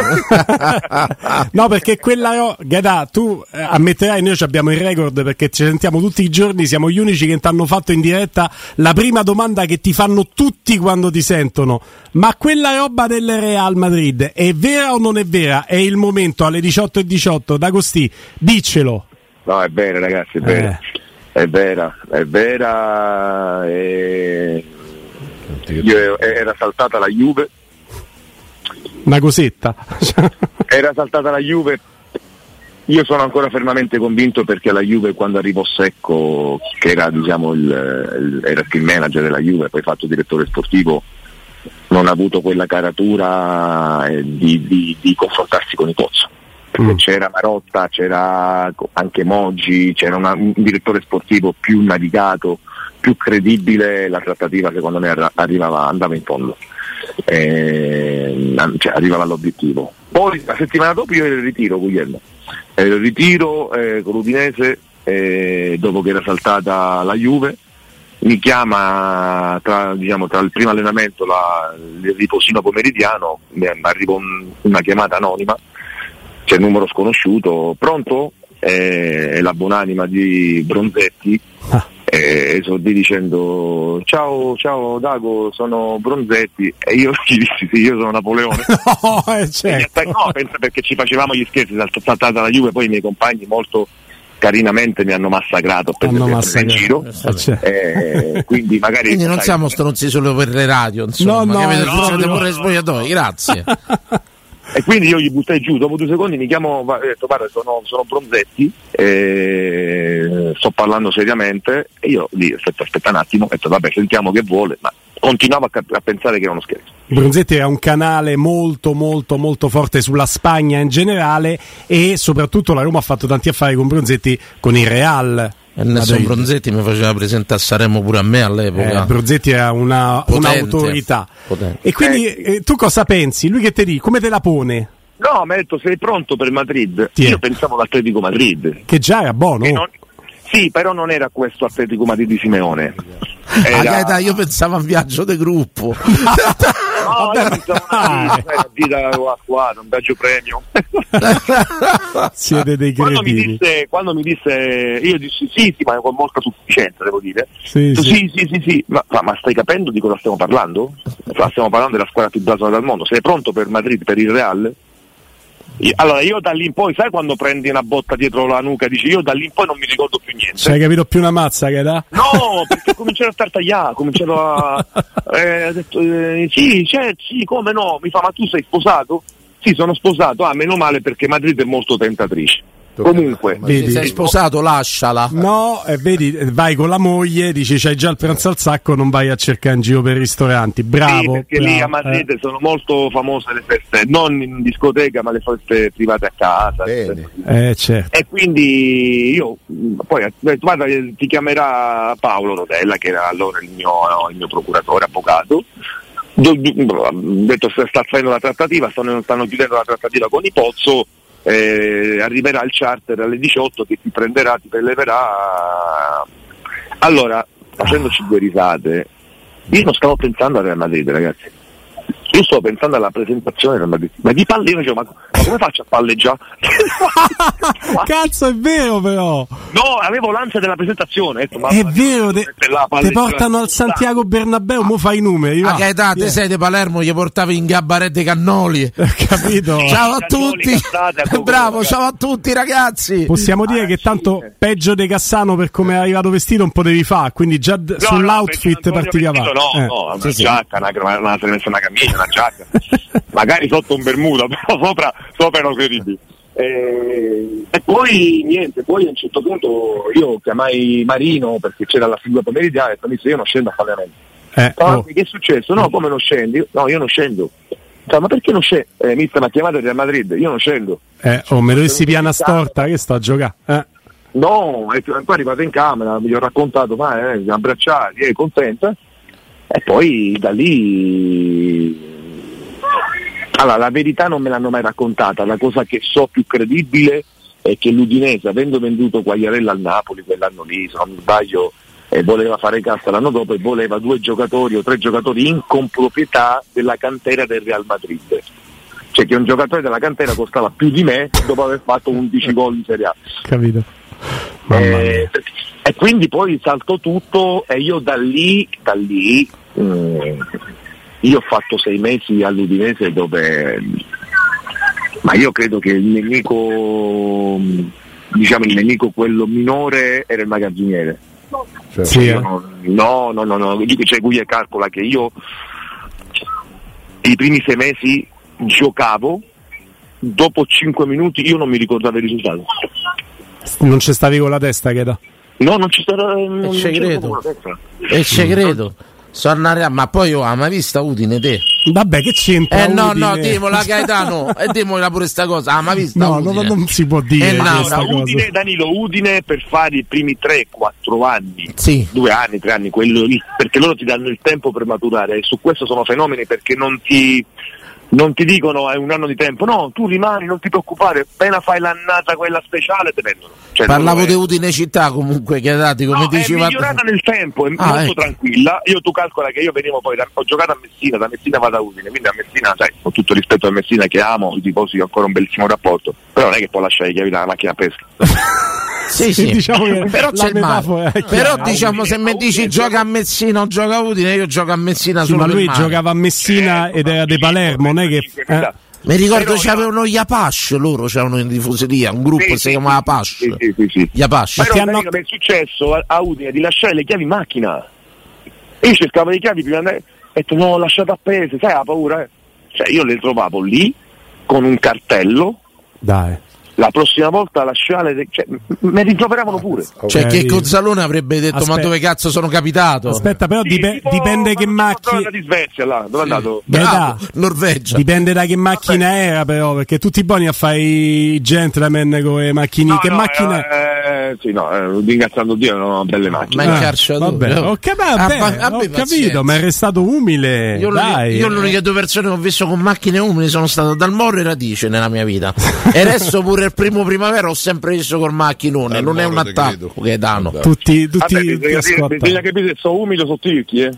Speaker 1: No, perché quella Gaetà, tu eh, ammetterai, noi abbiamo il record perché ci sentiamo tutti i giorni, siamo gli unici che ti hanno fatto in diretta la prima domanda che ti fanno tutti quando ti sentono: ma quella roba del Real Madrid è vera o non è vera? È il momento, alle diciotto e diciotto, D'Agostì, diccelo.
Speaker 2: No, è vera ragazzi, è vera, eh. è vera, è vera, e... Io, era saltata la Juve.
Speaker 1: Una cosetta.
Speaker 2: Era saltata la Juve. Io sono ancora fermamente convinto perché la Juve, quando arrivò Secco, che era diciamo il, il, era il team manager della Juve, poi fatto direttore sportivo, non ha avuto quella caratura eh, di, di, di confrontarsi con i Pozzo. Perché mm. c'era Marotta, c'era anche Moggi, c'era una, un direttore sportivo più navigato, più credibile, la trattativa secondo me arrivava, andava in fondo. Eh, cioè, arrivava all'obiettivo. Poi la settimana dopo io ero in ritiro, Guglielmo ero in ritiro eh, con l'Udinese, eh, dopo che era saltata la Juve. Mi chiama tra, diciamo, tra il primo allenamento, la, il riposino pomeridiano, mi arriva un, una chiamata anonima, c'è il numero sconosciuto. Pronto? Eh, è la buonanima di Bronzetti. Ah. E esordì dicendo ciao ciao Dago, sono Bronzetti, e io gli dissi sì, io sono Napoleone.
Speaker 1: No, eh, certo.
Speaker 2: e, no, pensa perché ci facevamo gli scherzi, saltata la Juve, poi i miei compagni molto carinamente mi hanno massacrato per
Speaker 1: hanno massacrato.
Speaker 2: in giro, eh, quindi magari
Speaker 7: quindi non sai, siamo stronzi solo per le radio, insomma,
Speaker 1: no, no,
Speaker 7: che avete
Speaker 1: no,
Speaker 7: no,
Speaker 1: no.
Speaker 7: pure spogliatoi, grazie.
Speaker 2: E quindi io gli buttai giù, dopo due secondi mi chiamo, ho detto guarda sono, sono Bronzetti, eh, sto parlando seriamente, e io lì aspetta, aspetta un attimo, ho detto vabbè sentiamo che vuole, ma continuavo a, cap- a pensare che era uno scherzo.
Speaker 1: Bronzetti era un canale molto molto molto forte sulla Spagna in generale, e soprattutto la Roma ha fatto tanti affari con Bronzetti con il Real.
Speaker 7: E nessun Bronzetti mi faceva presentare a Sanremo pure a me all'epoca.
Speaker 1: Eh, Bronzetti era una, un'autorità. Potente. E quindi eh, tu cosa pensi? Lui che te dice? Come te la pone?
Speaker 2: No, mi ha detto sei pronto per Madrid? Sì. Io pensavo all'Atletico Madrid.
Speaker 1: Che già era buono.
Speaker 2: Non... Sì, però non era questo Atletico Madrid di Simeone.
Speaker 7: Era... Ah, io pensavo a un viaggio di gruppo.
Speaker 2: No, io pensavo a una vita qua, un viaggio premio.
Speaker 1: Siete dei
Speaker 2: quando mi,
Speaker 1: cretini.
Speaker 2: disse, quando mi disse, io dissi sì, sì, ma con molta sufficienza, devo dire.
Speaker 1: Sì,
Speaker 2: sì,
Speaker 1: sì,
Speaker 2: sì, sì, sì. Ma, ma stai capendo di cosa stiamo parlando? Stiamo parlando della squadra più blasona del mondo. Sei pronto per Madrid, per il Real? Io, allora io da lì in poi, sai quando prendi una botta dietro la nuca e dici io da lì in poi non mi ricordo più niente.
Speaker 1: Ci hai capito più una mazza che da?
Speaker 2: No, perché ho cominciato a tartagliare, ho cominciato a eh, ho detto eh, sì, c'è, sì, come no, mi fa ma tu sei sposato? Sì, sono sposato, ah meno male perché Madrid è molto tentatrice. Comunque,
Speaker 7: vedi, se sei sposato lasciala.
Speaker 1: No, e vedi, vai con la moglie, dici c'hai già il pranzo al sacco, non vai a cercare in giro per i ristoranti. Bravo.
Speaker 2: Sì, perché
Speaker 1: bravo,
Speaker 2: lì a Madrid
Speaker 1: eh.
Speaker 2: sono molto famose le feste, non in discoteca, ma le feste private a casa.
Speaker 1: Eh, certo.
Speaker 2: E quindi io poi guarda, ti chiamerà Paolo Rodella, che era allora il mio, il mio procuratore avvocato. Ho detto se sta facendo la trattativa, stanno, stanno chiudendo la trattativa con i Pozzo. Eh, arriverà il charter alle diciotto che ti prenderà, ti preleverà. Allora, facendoci due risate, io non stavo pensando a Real Madrid, ragazzi. Io sto pensando alla presentazione, ma di, ma di palle, io dicevo, ma, ma come faccio a palleggiare?
Speaker 1: Cazzo, è vero però!
Speaker 2: No, avevo l'ansia della presentazione. Detto, ma
Speaker 1: è vero, te, te portano al Santiago Bernabeu, mo fai i numeri.
Speaker 7: Ma che età, te sei di Palermo, gli portavi in Gabarette Cannoli.
Speaker 1: Capito?
Speaker 7: Ciao a tutti! Bravo, ciao a tutti ragazzi!
Speaker 1: Possiamo dire che tanto peggio De Cassano per come è arrivato vestito non potevi fare, quindi già d- no, sull'outfit
Speaker 2: no,
Speaker 1: partivi avanti.
Speaker 2: No,
Speaker 1: eh.
Speaker 2: no, una sì, giacca, sì. una, una, una, una camicia, una giacca, magari sotto un bermuda, però sopra, sopra erano credibili. E, e poi niente, poi a un certo punto io chiamai Marino perché c'era la figura pomeridiana e mi disse io non scendo a fare allenamento. Eh, oh. Che è successo? No, come non scendi? Io, no, io non scendo. Cioè, ma perché non scendo? Eh, mister mi ha chiamato Real Madrid, io non scendo.
Speaker 1: Eh, oh, me dovessi piana storta che sto a giocare. Eh.
Speaker 2: No, e poi arrivato in camera, mi ho raccontato, ma eh, abbracciati, è contenta. E poi da lì, allora la verità non me l'hanno mai raccontata, la cosa che so più credibile è che l'Udinese, avendo venduto Quagliarella al Napoli quell'anno lì, se non mi sbaglio, e voleva fare cassa l'anno dopo e voleva due giocatori o tre giocatori in comproprietà della cantera del Real Madrid, cioè che un giocatore della cantera costava più di me dopo aver fatto undici gol in Serie A.
Speaker 1: Capito?
Speaker 2: Eh, e quindi poi saltò tutto e io da lì, da lì mm, io ho fatto sei mesi all'Udinese dove, ma io credo che il nemico, diciamo il nemico quello minore era il magazziniere. Cioè, sì, eh. no, no, no, no, no, c'è Guia calcola che io i primi sei mesi giocavo, dopo cinque minuti io non mi ricordavo il risultato.
Speaker 1: Non ci stavi con la testa, che da?
Speaker 2: No, non ci stava. Non
Speaker 7: è segreto. È segreto. Sornare, ma poi ho oh, mai vista Udine te?
Speaker 1: Vabbè, che c'entra?
Speaker 7: Eh no,
Speaker 1: Udine?
Speaker 7: no, dimola Gaetano, e dimola pure sta cosa. Ah, ma vista
Speaker 1: no,
Speaker 7: Udine?
Speaker 1: No, non si può dire.
Speaker 2: Eh, no, no, Udine, Danilo, Udine per fare i primi tre quattro anni,
Speaker 7: sì.
Speaker 2: due anni, tre anni, quello lì, perché loro ti danno il tempo per maturare, e su questo sono fenomeni perché non ti. Non ti dicono è un anno di tempo, no, tu rimani, non ti preoccupare, appena fai l'annata quella speciale te vendono. Cioè,
Speaker 7: parlavo di Udine città comunque, che dati come
Speaker 2: no,
Speaker 7: diceva.
Speaker 2: È migliorata nel tempo, è
Speaker 7: ah,
Speaker 2: molto
Speaker 7: ecco.
Speaker 2: tranquilla. Io tu calcola che io venivo poi, da, ho giocato a Messina, da Messina vado a Udine, quindi a Messina, sai, con tutto rispetto a Messina che amo, i tifosi ho ancora un bellissimo rapporto, però non è che può lasciare le chiavi dalla macchina a pesca.
Speaker 7: Sì, sì,
Speaker 1: diciamo che
Speaker 7: però c'è il mare. Però diciamo se mi dici gioca a Messina o gioca a Udine, io gioco a Messina
Speaker 1: sì,
Speaker 7: solo
Speaker 1: ma lui
Speaker 7: per
Speaker 1: giocava a Messina ed era di Palermo, non è che eh?
Speaker 7: Mi ricordo c'avevano gli Apache, loro c'erano in tifoseria, un gruppo
Speaker 2: sì,
Speaker 7: si
Speaker 2: sì,
Speaker 7: chiamava
Speaker 2: sì,
Speaker 7: Apache.
Speaker 2: Sì, sì, sì, sì.
Speaker 7: Gli Apache.
Speaker 2: Però hanno... mi è successo a Udine di lasciare le chiavi in macchina. E io cercavo le chiavi prima di andare, ho detto no, ho lasciato appese, sai la paura? Eh? Cioè io le trovavo lì con un cartello.
Speaker 1: Dai.
Speaker 2: La prossima volta lasciare, cioè, mi rimproveravano pure.
Speaker 7: Cioè okay. Che Cozzalone avrebbe detto aspetta. Ma dove cazzo sono capitato?
Speaker 1: Aspetta, però
Speaker 2: sì,
Speaker 1: dip-
Speaker 2: tipo,
Speaker 1: dipende che macchina
Speaker 2: di Svezia là, dove è sì. andato?
Speaker 7: Bravo, Norvegia.
Speaker 1: Dipende da che macchina Vabbè. era però, perché tutti buoni a fare i gentleman con le macchine.
Speaker 2: No,
Speaker 1: che
Speaker 2: no,
Speaker 1: macchina
Speaker 2: eh, sì, no, eh, ringraziando Dio erano belle macchine.
Speaker 7: Ma in carcia
Speaker 1: vabbè, ho, cap- vabbè, ah, ho capito, ma è restato umile.
Speaker 7: Io,
Speaker 1: dai.
Speaker 7: io l'unica due persone che ho visto con macchine umili sono stato Dalmoro e Radice nella mia vita. E adesso pure il primo primavera ho sempre visto col macchinone, non è un attacco che danno.
Speaker 1: Tutti, tutti
Speaker 2: Vabbè, bisogna, bisogna capire se sono umile o sono ticchi, eh.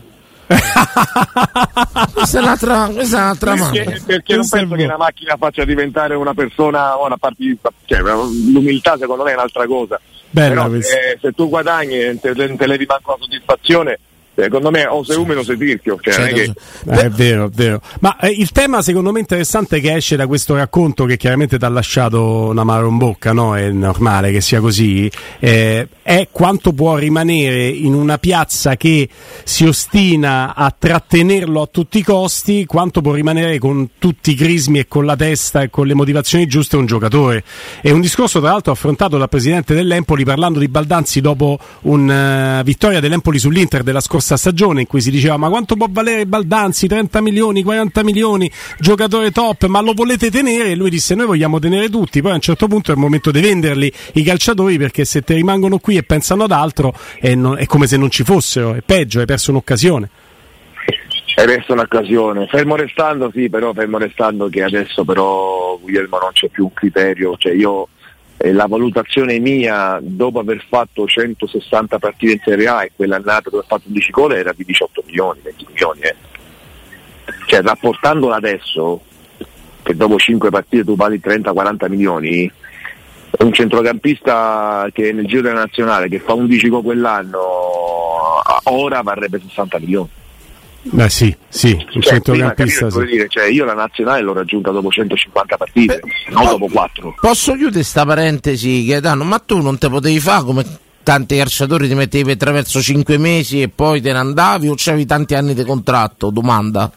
Speaker 7: Questa è un'altra, questa è un'altra
Speaker 2: perché, perché non penso che una macchina faccia diventare una persona o una partita, cioè, l'umiltà secondo me è un'altra cosa.
Speaker 1: Bella
Speaker 2: però eh, se tu guadagni e te, te levi manco la soddisfazione, secondo me o sei umile o sei tirchio, cioè,
Speaker 1: certo.
Speaker 2: non è, che...
Speaker 1: eh, è vero, è vero. Ma eh, il tema secondo me interessante che esce da questo racconto, che chiaramente ti ha lasciato una mano in bocca, no? È normale che sia così, eh, è quanto può rimanere in una piazza che si ostina a trattenerlo a tutti i costi, quanto può rimanere con tutti i crismi e con la testa e con le motivazioni giuste un giocatore. È un discorso tra l'altro affrontato dal presidente dell'Empoli parlando di Baldanzi dopo una uh, vittoria dell'Empoli sull'Inter della scorsa stagione, in cui si diceva ma quanto può valere Baldanzi, trenta milioni, quaranta milioni, giocatore top, ma lo volete tenere? E lui disse noi vogliamo tenere tutti, poi a un certo punto è il momento di venderli i calciatori, perché se te rimangono qui e pensano ad altro è, non, è come se non ci fossero, è peggio, hai perso un'occasione.
Speaker 2: Hai perso un'occasione, fermo restando sì, però fermo restando che adesso però Guglielmo non c'è più un criterio, cioè io eh, la valutazione mia dopo aver fatto centosessanta partite in Serie A e quella annata dove ha fatto undici gol era di diciotto milioni, venti milioni, eh. cioè rapportandola adesso, che dopo cinque partite tu vali trenta quaranta milioni, un centrocampista che nel giro della nazionale che fa undici gol quell'anno ora varrebbe sessanta milioni.
Speaker 1: Beh sì, sì, un
Speaker 2: cioè,
Speaker 1: centrocampista sì.
Speaker 2: Dire, cioè, io la nazionale l'ho raggiunta dopo centocinquanta partite, Beh, non dopo quattro.
Speaker 7: Posso chiudere sta parentesi, Gaetano? Ma tu non te potevi fare come tanti calciatori, ti mettevi attraverso cinque mesi e poi te ne andavi, o c'avevi tanti anni di contratto? Domanda.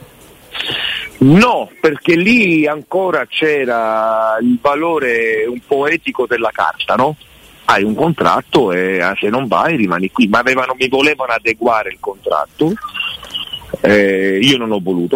Speaker 2: No, perché lì ancora c'era il valore un po' etico della carta, no? Hai un contratto e se non vai rimani qui, ma avevano, mi volevano adeguare il contratto, eh, io non ho voluto,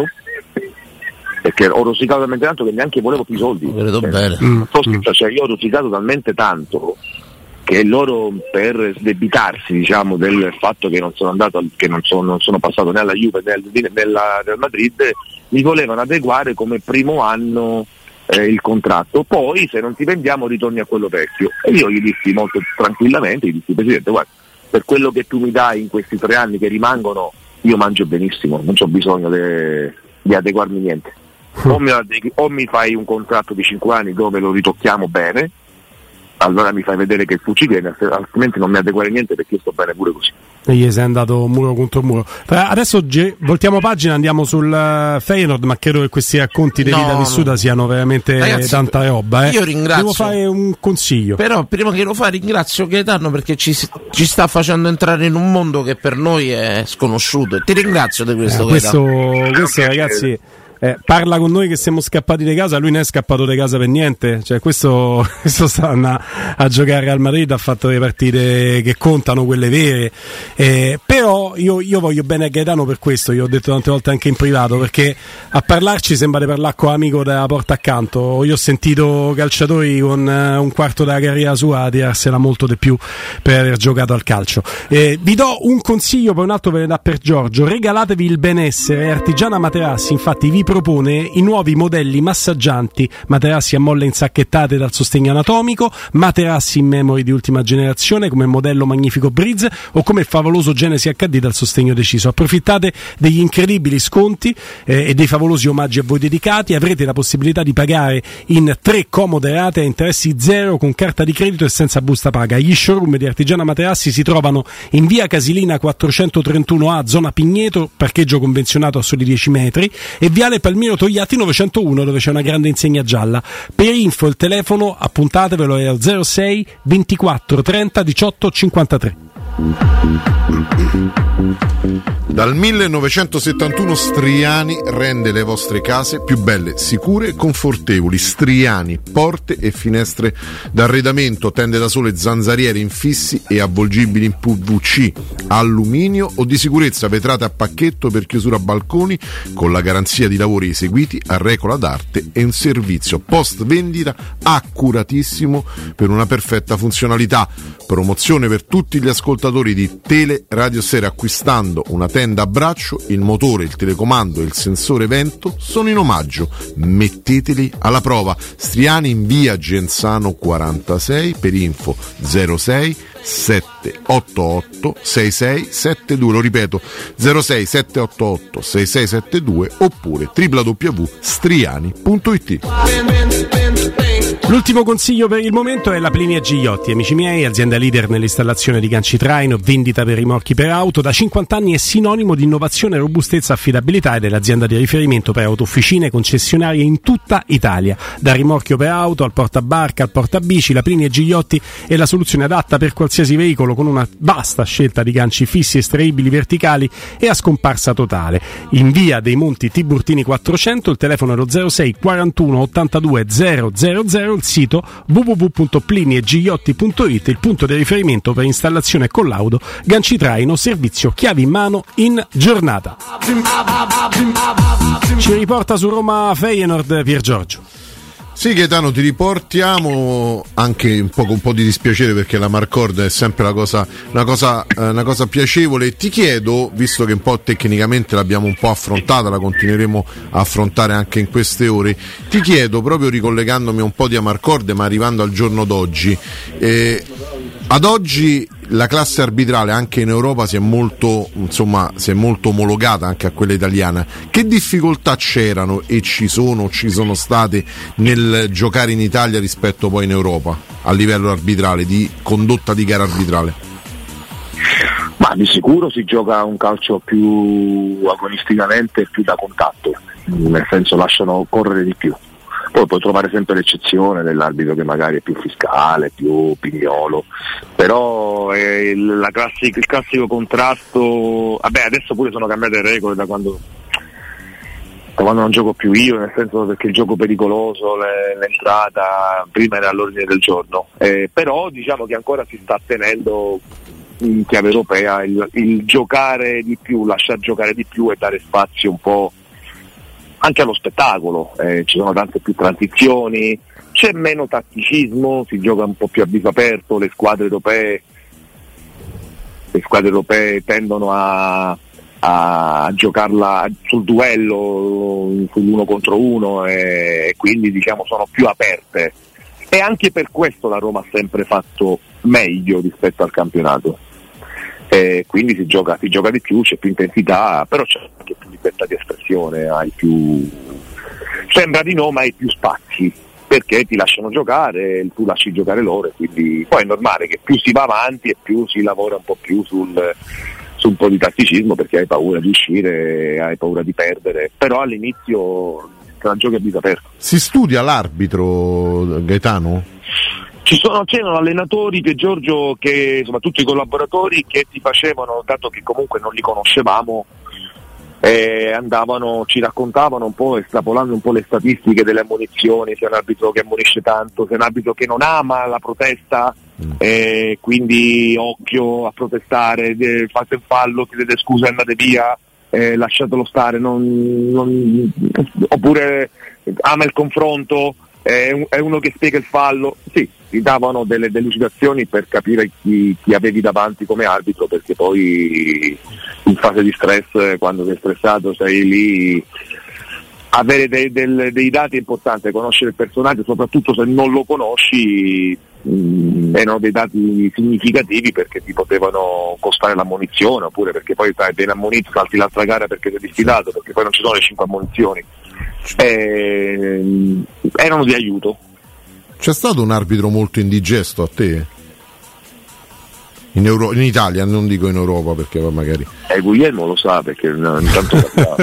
Speaker 2: perché ho rosicato talmente tanto che neanche volevo più soldi.
Speaker 7: Vedo
Speaker 2: eh,
Speaker 7: bene.
Speaker 2: Mm. Cioè, io ho rosicato talmente tanto che loro, per sdebitarsi, diciamo, del fatto che non sono andato, che non sono, non sono passato né alla Juve né al, nella, nel Madrid, mi volevano adeguare come primo anno eh, il contratto, poi se non ti vendiamo ritorni a quello vecchio. E io gli dissi molto tranquillamente, gli dissi: Presidente, guarda, per quello che tu mi dai in questi tre anni che rimangono, io mangio benissimo, non c'ho bisogno de, di adeguarmi niente. O mi, adegui, o mi fai un contratto di cinque anni dove lo ritocchiamo bene, allora mi fai vedere che tu ci vieni, altrimenti non mi adeguare niente, perché io sto bene pure così.
Speaker 1: E gli sei andato muro contro muro. Adesso ge- voltiamo pagina, andiamo sul uh, Feyenoord, ma credo che questi racconti di no, vita vissuta no. siano veramente Ragazzi, tanta roba. Eh.
Speaker 7: Io ringrazio.
Speaker 1: Devo fare un consiglio.
Speaker 7: Però prima che lo fa ringrazio Gaetano, perché ci, ci sta facendo entrare in un mondo che per noi è sconosciuto. Ti ringrazio di questo.
Speaker 1: Eh, questo, questo ragazzi... Eh, parla con noi che siamo scappati di casa, lui non è scappato di casa per niente, cioè questo, questo sta a, a giocare al Madrid, ha fatto le partite che contano, quelle vere, eh, però io, io voglio bene a Gaetano per questo, io ho detto tante volte anche in privato, perché a parlarci sembra di parlare con l'amico della porta accanto. Io ho sentito calciatori con uh, un quarto della carriera sua a tirarsela molto di più per aver giocato al calcio. Eh, vi do un consiglio, poi un altro ve ne dà per Giorgio: regalatevi il benessere. Artigiana Materassi infatti vi propone i nuovi modelli massaggianti, materassi a molle insacchettate dal sostegno anatomico, materassi in memory di ultima generazione come il modello magnifico Breeze o come il favoloso Genesi acca di dal sostegno deciso. Approfittate degli incredibili sconti eh, e dei favolosi omaggi a voi dedicati. Avrete la possibilità di pagare in tre comode rate a interessi zero con carta di credito e senza busta paga. Gli showroom di Artigiana Materassi si trovano in via Casilina quattrocentotrentuno A, zona Pigneto, parcheggio convenzionato a soli dieci metri, e viale Palmiro Togliatti novecentouno, dove c'è una grande insegna gialla. Per info il telefono, appuntatevelo, è al zero sei ventiquattro trenta diciotto cinquantatré.
Speaker 3: Dal millenovecentosettantuno Striani rende le vostre case più belle, sicure e confortevoli. Striani, porte e finestre d'arredamento, tende da sole, zanzariere infissi e avvolgibili in P V C, alluminio o di sicurezza, vetrate a pacchetto per chiusura balconi con la garanzia di lavori eseguiti a regola d'arte e un servizio post vendita accuratissimo per una perfetta funzionalità. Promozione per tutti gli ascoltatori di Tele Radio Stereo: acquistando una tenda a braccio, il motore, il telecomando e il sensore vento sono in omaggio. Metteteli alla prova. Striani in via Genzano quarantasei, per info zero sei sette otto otto sei sei sette due, lo ripeto zero sei sette otto otto sei sei sette due, oppure w w w punto striani punto i t.
Speaker 1: L'ultimo consiglio per il momento è la Plinia Gigliotti, amici miei, azienda leader nell'installazione di ganci traino, vendita per rimorchi per auto, da cinquanta anni è sinonimo di innovazione, robustezza, affidabilità ed è l'azienda di riferimento per autofficine concessionarie in tutta Italia. Da rimorchio per auto al portabarca al portabici, la Plinia Gigliotti è la soluzione adatta per qualsiasi veicolo, con una vasta scelta di ganci fissi, estraibili, verticali e a scomparsa totale. In via dei Monti Tiburtini quattrocento, il telefono è lo zero sei quarantuno ottantadue zero zero zero, il sito w w w punto pliniegigliotti punto i t, il punto di riferimento per installazione e collaudo, ganci traino, servizio chiavi in mano in giornata. Ci riporta su Roma Feyenoord Pier Giorgio.
Speaker 3: Sì, Gaetano, ti riportiamo anche un po' con un po' di dispiacere, perché la Marcord è sempre la cosa, una, cosa, eh, una cosa piacevole. Ti chiedo, visto che un po' tecnicamente l'abbiamo un po' affrontata, la continueremo a affrontare anche in queste ore, ti chiedo, proprio ricollegandomi un po' di Amarcord ma arrivando al giorno d'oggi, eh, ad oggi la classe arbitrale anche in Europa si è molto, insomma, si è molto omologata anche a quella italiana. Che difficoltà c'erano e ci sono o ci sono state nel giocare in Italia rispetto poi in Europa a livello arbitrale, di condotta di gara arbitrale?
Speaker 2: Ma di sicuro si gioca un calcio più agonisticamente e più da contatto, nel senso lasciano correre di più. Poi puoi trovare sempre l'eccezione dell'arbitro che magari è più fiscale, più pignolo, però è la classica, il classico contrasto. Vabbè, adesso pure sono cambiate le regole da quando, da quando non gioco più io, nel senso perché il gioco pericoloso, le, l'entrata prima era all'ordine del giorno, eh, però diciamo che ancora si sta tenendo in chiave europea il, il giocare di più, lasciar giocare di più e dare spazio un po' anche allo spettacolo, eh, ci sono tante più transizioni, c'è meno tatticismo, si gioca un po' più a viso aperto, le squadre europee le squadre europee tendono a, a giocarla sul duello, sull'uno contro uno, e quindi diciamo sono più aperte, e anche per questo la Roma ha sempre fatto meglio rispetto al campionato. Eh, quindi si gioca, si gioca di più, c'è più intensità, però c'è anche più libertà di espressione, hai più, sembra di no, ma hai più spazi perché ti lasciano giocare, tu lasci giocare loro, e quindi poi è normale che più si va avanti e più si lavora un po' più sul, su un po' di tatticismo, perché hai paura di uscire, hai paura di perdere, però all'inizio te la giochi a viso aperto.
Speaker 3: Si studia l'arbitro, Gaetano?
Speaker 2: Ci sono, c'erano allenatori che Giorgio, che soprattutto i collaboratori che ti facevano, dato che comunque non li conoscevamo, eh, andavano, ci raccontavano un po', estrapolando un po' le statistiche delle ammonizioni, se è un arbitro che ammonisce tanto, se è un arbitro che non ama la protesta, eh, quindi occhio a protestare, eh, fate il fallo, chiedete scusa e andate via, eh, lasciatelo stare, non, non, oppure ama il confronto, è uno che spiega il fallo. Sì, ti davano delle delucidazioni per capire chi, chi avevi davanti come arbitro, perché poi in fase di stress, quando sei stressato, sei lì, avere dei, del, dei dati è importante, conoscere il personaggio, soprattutto se non lo conosci, mh, erano dei dati significativi perché ti potevano costare l'ammonizione, oppure perché poi stai ben ammonito, salti l'altra gara perché sei diffidato, perché poi non ci sono le cinque ammonizioni. Eh, erano di aiuto.
Speaker 3: C'è stato un arbitro molto indigesto a te? In, Euro- in Italia, non dico in Europa, perché magari
Speaker 2: eh, Guglielmo lo sa, perché intanto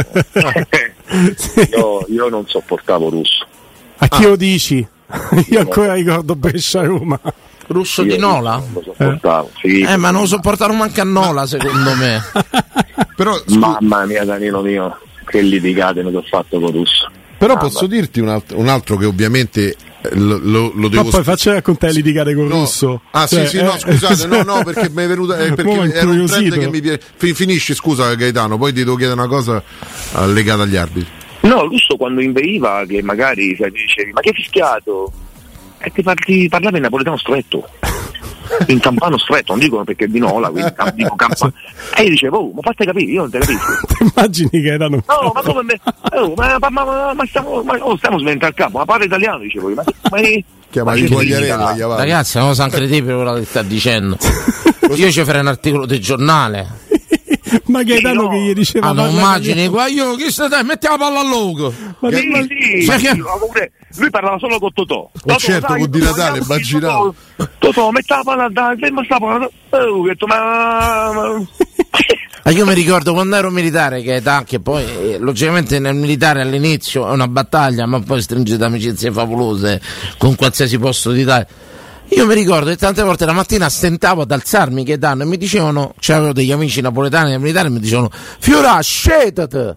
Speaker 2: io, io non sopportavo Russo.
Speaker 1: A chi ah. lo dici? Io ancora ricordo Brescia-Roma.
Speaker 7: Russo
Speaker 2: io
Speaker 7: di Nola?
Speaker 2: Non lo sopportavo, eh. Sì,
Speaker 7: eh, ma non lo sopportano manco a Nola, secondo me.
Speaker 3: Però,
Speaker 2: scu- mamma mia, Danilo mio, che litigate mi ho fatto con Russo.
Speaker 3: Però
Speaker 2: mamma.
Speaker 3: Posso dirti un, alt- un altro che ovviamente lo, lo, lo devo.
Speaker 1: Ma poi faccia raccontare litigare con
Speaker 3: no.
Speaker 1: Russo.
Speaker 3: Ah
Speaker 1: cioè,
Speaker 3: sì sì, no,
Speaker 1: eh,
Speaker 3: scusate, no, no, perché mi è venuta. Eh, perché era un trend che mi piace. Finisci, scusa Gaetano, poi ti devo chiedere una cosa legata agli arbitri.
Speaker 2: No, Russo quando inveiva, che magari sai, dicevi, ma che fischiato? E ti, par- ti parlava in napoletano stretto. In campano stretto, non dicono perché è di Nola, quindi dico campano. E io dicevo, oh, ma fate capire, io non te capisco.
Speaker 1: Ti immagini che erano?
Speaker 2: No, ma come me? Oh, ma, ma, ma, ma stiamo, ma, oh, stiamo sventando il campo, ma parla italiano, dicevo io. Ma, ma,
Speaker 3: Chiama di Quagliarella,
Speaker 7: ragazzi, è una cosa incredibile quello che sta dicendo. Io ci farei un articolo del giornale.
Speaker 1: Ma Gaetano sì, no. che gli diceva,
Speaker 7: ah, non immagini qua, io che stai, metti la palla al logo.
Speaker 2: Ma sì, sì, sì, sì, lui parlava solo con Totò.
Speaker 3: Oh, certo, con Di Natale, immaginavo.
Speaker 2: Totò, metti la palla, dai, ferma sta palla. Oh, ho detto, ma...
Speaker 7: Ah, io mi ricordo quando ero militare, che anche poi eh, logicamente nel militare all'inizio è una battaglia, ma poi stringete amicizie favolose con qualsiasi posto d'Italia. Io mi ricordo che tante volte la mattina stentavo ad alzarmi, che danno, e mi dicevano, c'avevo degli amici napoletani nel militare, e mi dicevano, Fiora, scetate!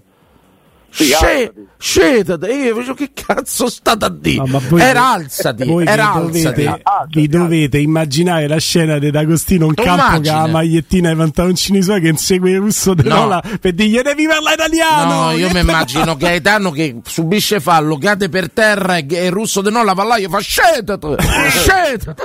Speaker 7: Scetate! E io facevo, che cazzo state a dire? No, voi, era alzati,
Speaker 1: voi
Speaker 7: era
Speaker 1: dovete,
Speaker 7: alzati.
Speaker 1: Vi dovete immaginare la scena di D'Agostino in tu campo immagine. Che ha la magliettina e i pantaloncini suoi che insegue il Russo De Nola no. per dirgli devi parlare italiano.
Speaker 7: No, io mi immagino Gaetano che subisce fallo, cade per terra e il Russo De Nola va là, io fa scetate! Scetate!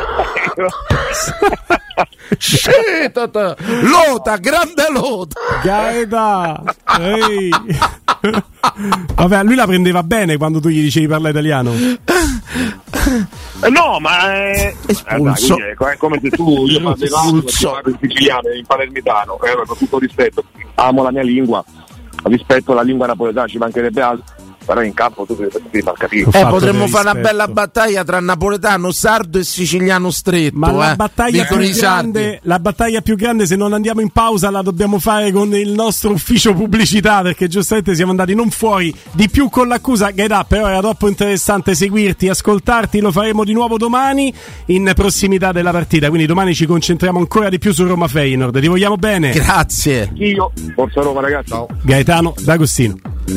Speaker 7: Scetate! Lota, grande lota!
Speaker 1: Gaeta! Ehi! Vabbè, lui la prendeva bene quando tu gli dicevi parla italiano.
Speaker 2: Eh, no, ma è,
Speaker 7: Espulso.
Speaker 2: eh, dai, è come se tu io parlo in siciliano, in palermitano, eh, con tutto rispetto, amo la mia lingua, rispetto alla lingua napoletana, ci mancherebbe altro. Però in campo tu devi, devi far capire.
Speaker 7: Eh, potremmo fare una bella battaglia tra napoletano, sardo e siciliano stretto.
Speaker 1: Ma la
Speaker 7: eh.
Speaker 1: battaglia più grande, la battaglia più grande, se non andiamo in pausa, la dobbiamo fare con il nostro ufficio pubblicità, perché giustamente siamo andati non fuori di più con l'accusa. Gaetà, però era troppo interessante seguirti, ascoltarti, lo faremo di nuovo domani in prossimità della partita, quindi domani ci concentriamo ancora di più su Roma Feyenoord. Ti vogliamo bene?
Speaker 7: Grazie.
Speaker 2: Io, forza Roma ragazzi. Ciao.
Speaker 1: Gaetano D'Agostino.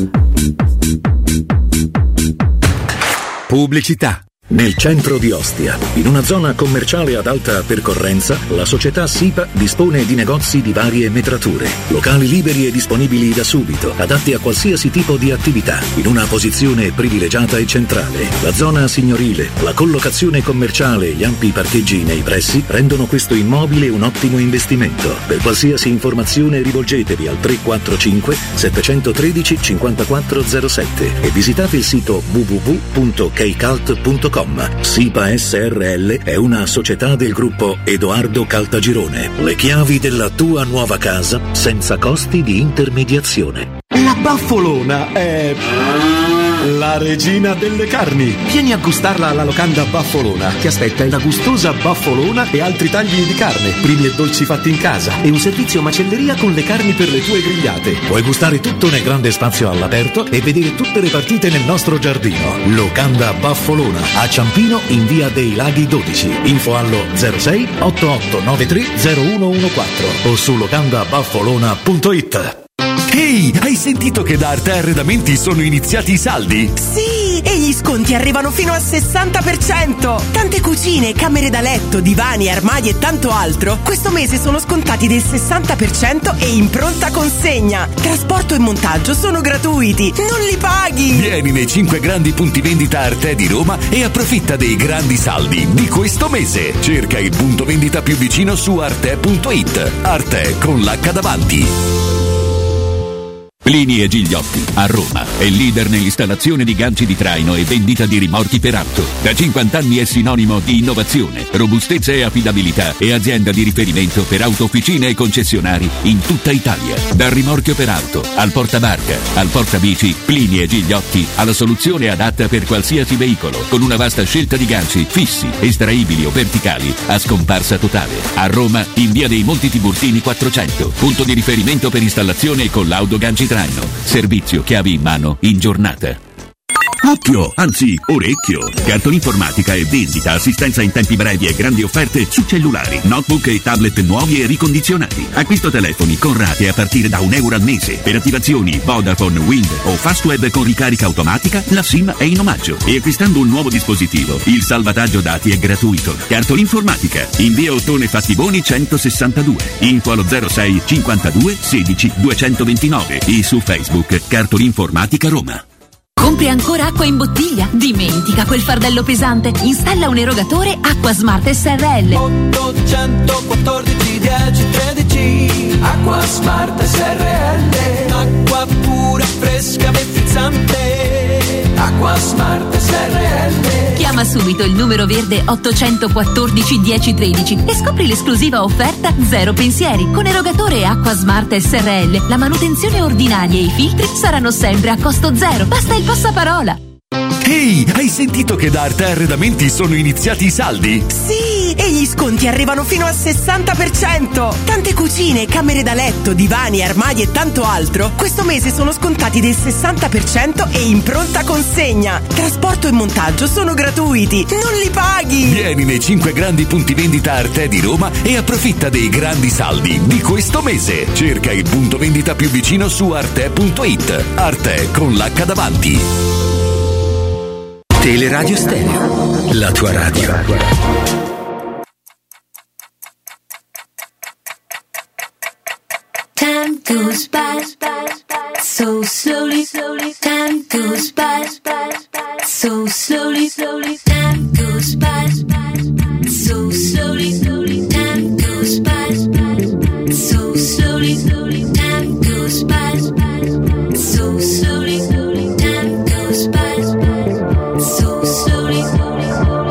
Speaker 4: Pubblicità. Nel centro di Ostia, in una zona commerciale ad alta percorrenza, la società SIPA dispone di negozi di varie metrature, locali liberi e disponibili da subito, adatti a qualsiasi tipo di attività, in una posizione privilegiata e centrale. La zona signorile, la collocazione commerciale e gli ampi parcheggi nei pressi rendono questo immobile un ottimo investimento. Per qualsiasi informazione rivolgetevi al tre quattro cinque sette uno tre cinque zero sette e visitate il sito w w w punto keycult punto com. SIPA S R L è una società del gruppo Edoardo Caltagirone. Le chiavi della tua nuova casa senza costi di intermediazione.
Speaker 5: La Baffolona è la regina delle carni. Vieni a gustarla alla locanda Baffolona. Ti aspetta la gustosa Baffolona e altri tagli di carne, primi e dolci fatti in casa e un servizio macelleria con le carni per le tue grigliate.
Speaker 4: Puoi gustare tutto nel grande spazio all'aperto e vedere tutte le partite nel nostro giardino. Locanda Baffolona a Ciampino in via dei Laghi dodici. Info allo zero sei otto otto nove tre zero uno uno quattro o su locanda baffolona punto it.
Speaker 5: Ehi, hai sentito che da Arte Arredamenti sono iniziati i saldi?
Speaker 9: Sì, e gli sconti arrivano fino al sessanta per cento. Tante cucine, camere da letto, divani, armadi e tanto altro questo mese sono scontati del sessanta per cento e in pronta consegna. Trasporto e montaggio sono gratuiti, non li paghi.
Speaker 5: Vieni nei cinque grandi punti vendita Arte di Roma e approfitta dei grandi saldi di questo mese. Cerca il punto vendita più vicino su arte punto it. Arte con l'H davanti.
Speaker 10: Plini e Gigliotti, a Roma, è leader nell'installazione di ganci di traino e vendita di rimorchi per auto. Da cinquanta anni è sinonimo di innovazione, robustezza e affidabilità e azienda di riferimento per autofficine e concessionari in tutta Italia. Dal rimorchio per auto, al portabarca, al portabici, Plini e Gigliotti ha la soluzione adatta per qualsiasi veicolo, con una vasta scelta di ganci fissi, estraibili o verticali, a scomparsa totale. A Roma, in via dei Monti Tiburtini quattrocento, punto di riferimento per installazione con l'auto ganci traino. Servizio chiavi in mano in giornata. Occhio, anzi orecchio. Cartolinformatica e vendita, assistenza in tempi brevi e grandi offerte su cellulari, notebook e tablet nuovi e ricondizionati. Acquisto telefoni con rate a partire da un euro al mese. Per attivazioni Vodafone, Wind o Fastweb con ricarica automatica, la SIM è in omaggio. E acquistando un nuovo dispositivo, il salvataggio dati è gratuito. Cartolinformatica, in via Ottone Fattiboni centosessantadue. Info allo zero sei cinquantadue sedici duecentoventinove e su Facebook Cartolinformatica Roma.
Speaker 11: Compri ancora acqua in bottiglia? Dimentica quel fardello pesante. Installa un erogatore Acqua Smart S R L.
Speaker 21: ottocentoquattordici dieci tredici Acqua Smart S R L. Acqua pura, fresca, frizzante. Acqua Smart S R L.
Speaker 11: Chiama subito il numero verde ottocentoquattordici dieci tredici e scopri l'esclusiva offerta Zero Pensieri. Con erogatore Acqua Smart S R L la manutenzione ordinaria e i filtri saranno sempre a costo zero. Basta il passaparola.
Speaker 5: Ehi, hai sentito che da Arte Arredamenti sono iniziati i saldi?
Speaker 9: Sì, e gli sconti arrivano fino al sessanta per cento. Tante cucine, camere da letto, divani, armadi e tanto altro questo mese sono scontati del sessanta per cento e in pronta consegna. Trasporto e montaggio sono gratuiti, non li paghi.
Speaker 5: Vieni nei cinque grandi punti vendita Arte di Roma e approfitta dei grandi saldi di questo mese. Cerca il punto vendita più vicino su arte punto it. Arte con l'H davanti.
Speaker 4: Teleradio Stereo, la tua radio.
Speaker 12: Time goes by so slowly, time goes by so slowly, time goes by so slowly, time goes by so slowly, time goes by so slowly, time goes by so slowly.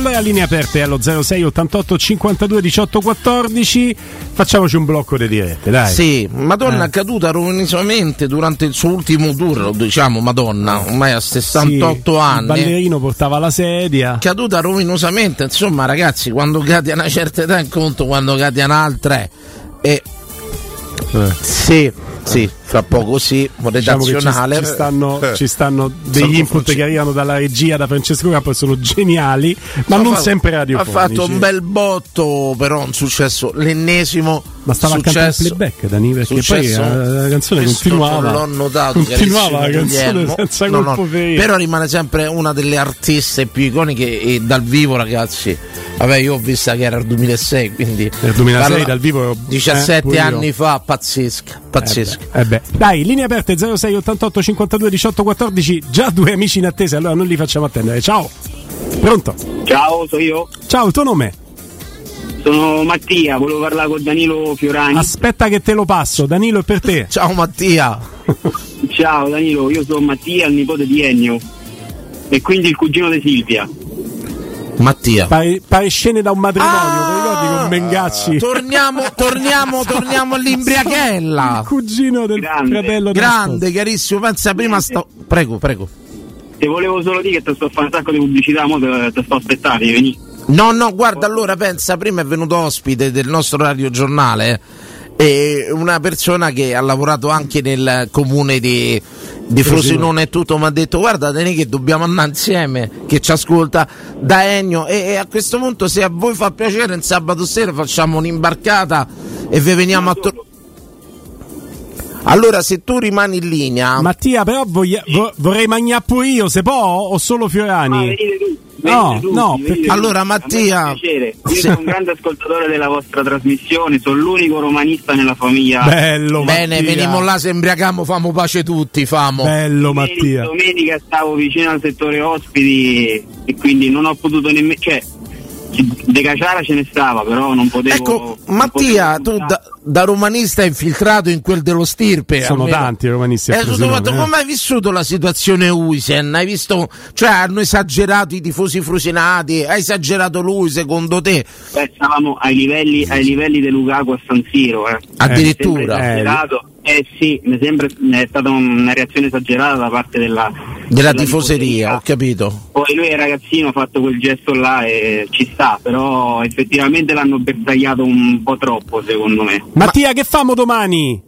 Speaker 1: allora linee aperte allo zero sei ottantotto cinquantadue diciotto quattordici. Facciamoci un blocco di dirette, dai.
Speaker 7: Sì, Madonna
Speaker 1: Eh.
Speaker 7: è caduta rovinosamente durante il suo ultimo tour, diciamo Madonna, ormai a sessantotto
Speaker 1: Sì,
Speaker 7: anni.
Speaker 1: il ballerino portava la sedia.
Speaker 7: Caduta rovinosamente, insomma ragazzi, quando cadi a una certa età in conto, quando cadi a un'altra e
Speaker 1: Eh.
Speaker 7: sì, sì, fra poco sì,
Speaker 1: Diciamo che ci,
Speaker 7: redazionale.
Speaker 1: ci stanno,
Speaker 7: Eh.
Speaker 1: ci stanno degli
Speaker 7: Salvo
Speaker 1: input
Speaker 7: Fonci-
Speaker 1: che arrivano dalla regia da Francesco Campo e sono geniali, ma
Speaker 7: Ha
Speaker 1: non
Speaker 7: fatto-
Speaker 1: sempre
Speaker 7: Ha
Speaker 1: radiofonici.
Speaker 7: fatto un bel botto, però un successo, l'ennesimo
Speaker 1: Ma stava accanto al
Speaker 7: successo.
Speaker 1: playback, Dani, perché poi
Speaker 7: Successo-
Speaker 1: eh, la canzone
Speaker 7: questo
Speaker 1: continuava.
Speaker 7: non l'ho notato,
Speaker 1: continuava la
Speaker 7: carissimo
Speaker 1: canzone
Speaker 7: Guglielmo.
Speaker 1: senza
Speaker 7: No,
Speaker 1: colpo
Speaker 7: no,
Speaker 1: ferito.
Speaker 7: però rimane sempre una delle artiste più iconiche e dal vivo, ragazzi. Vabbè, io ho vista che era il duemilasei, quindi
Speaker 1: Nel duemilasei
Speaker 7: parla-
Speaker 1: dal vivo, eh,
Speaker 7: diciassette
Speaker 1: pure io.
Speaker 7: anni fa, pazzesca, pazzesca.
Speaker 1: Eh beh. Dai, linee aperte zero sei ottantotto cinquantadue diciotto quattordici, già due amici in attesa, allora non li facciamo attendere. Ciao. Pronto?
Speaker 8: Ciao, sono io.
Speaker 1: Ciao, il tuo nome?
Speaker 8: Sono Mattia, volevo parlare con Danilo Fiorani.
Speaker 1: Aspetta che te lo passo, Danilo è per te.
Speaker 7: Ciao Mattia.
Speaker 8: Ciao Danilo, io sono Mattia, il nipote di Ennio e quindi il cugino di Silvia.
Speaker 7: Mattia.
Speaker 1: Pare, pare scene da un matrimonio, ti ricordi con Mengacci?
Speaker 7: Torniamo, torniamo, torniamo all'imbriachella.
Speaker 1: Il cugino del fratello della
Speaker 7: Grande, carissimo. Pensa prima sto. Prego, prego.
Speaker 8: Ti volevo solo dire che ti sto a fare un sacco di pubblicità, mo te, te sto aspettando, veni.
Speaker 7: No, no, guarda, allora pensa, prima è venuto ospite del nostro radiogiornale eh, una persona che ha lavorato anche nel comune di, di Frosinone e tutto, mi ha detto guarda Dani che dobbiamo andare insieme, che ci ascolta da Ennio e, e a questo punto se a voi fa piacere un sabato sera facciamo un'imbarcata e vi veniamo a to- allora se tu rimani in linea
Speaker 1: Mattia, però voglia- vo- vorrei mangiare pure io, se può, o solo Fiorani? No, no, perché-
Speaker 7: allora Mattia,
Speaker 8: Io sono un grande ascoltatore della vostra trasmissione, sono l'unico romanista nella famiglia.
Speaker 1: Bello,
Speaker 7: bene,
Speaker 1: Mattia.
Speaker 7: venimo là, se imbriacamo, famo pace tutti, famo.
Speaker 1: Bello Mattia.
Speaker 8: Domenica stavo vicino al settore ospiti e quindi non ho potuto nemmeno, cioè De Caciara ce ne stava, però non potevo.
Speaker 7: Ecco, Mattia, tu da, da romanista infiltrato in quel dello stirpe.
Speaker 1: Sono
Speaker 7: almeno.
Speaker 1: tanti i romanisti a
Speaker 7: Eh,
Speaker 1: Frosinone,
Speaker 7: tutto,
Speaker 1: eh.
Speaker 7: come hai vissuto la situazione Uisen? Hai visto, cioè hanno esagerato i tifosi frusinati? Ha esagerato lui secondo te?
Speaker 8: Beh, stavamo ai livelli, ai livelli di Lukaku a San Siro, eh.
Speaker 7: Addirittura?
Speaker 8: Mi sembra esagerato. Eh sì, mi sembra è stata una reazione esagerata da parte della,
Speaker 7: Della tifoseria, ho capito.
Speaker 8: Poi lui è ragazzino, ha fatto quel gesto là e ci sta, però effettivamente l'hanno bersagliato un po' troppo secondo me.
Speaker 1: Mattia, che famo domani?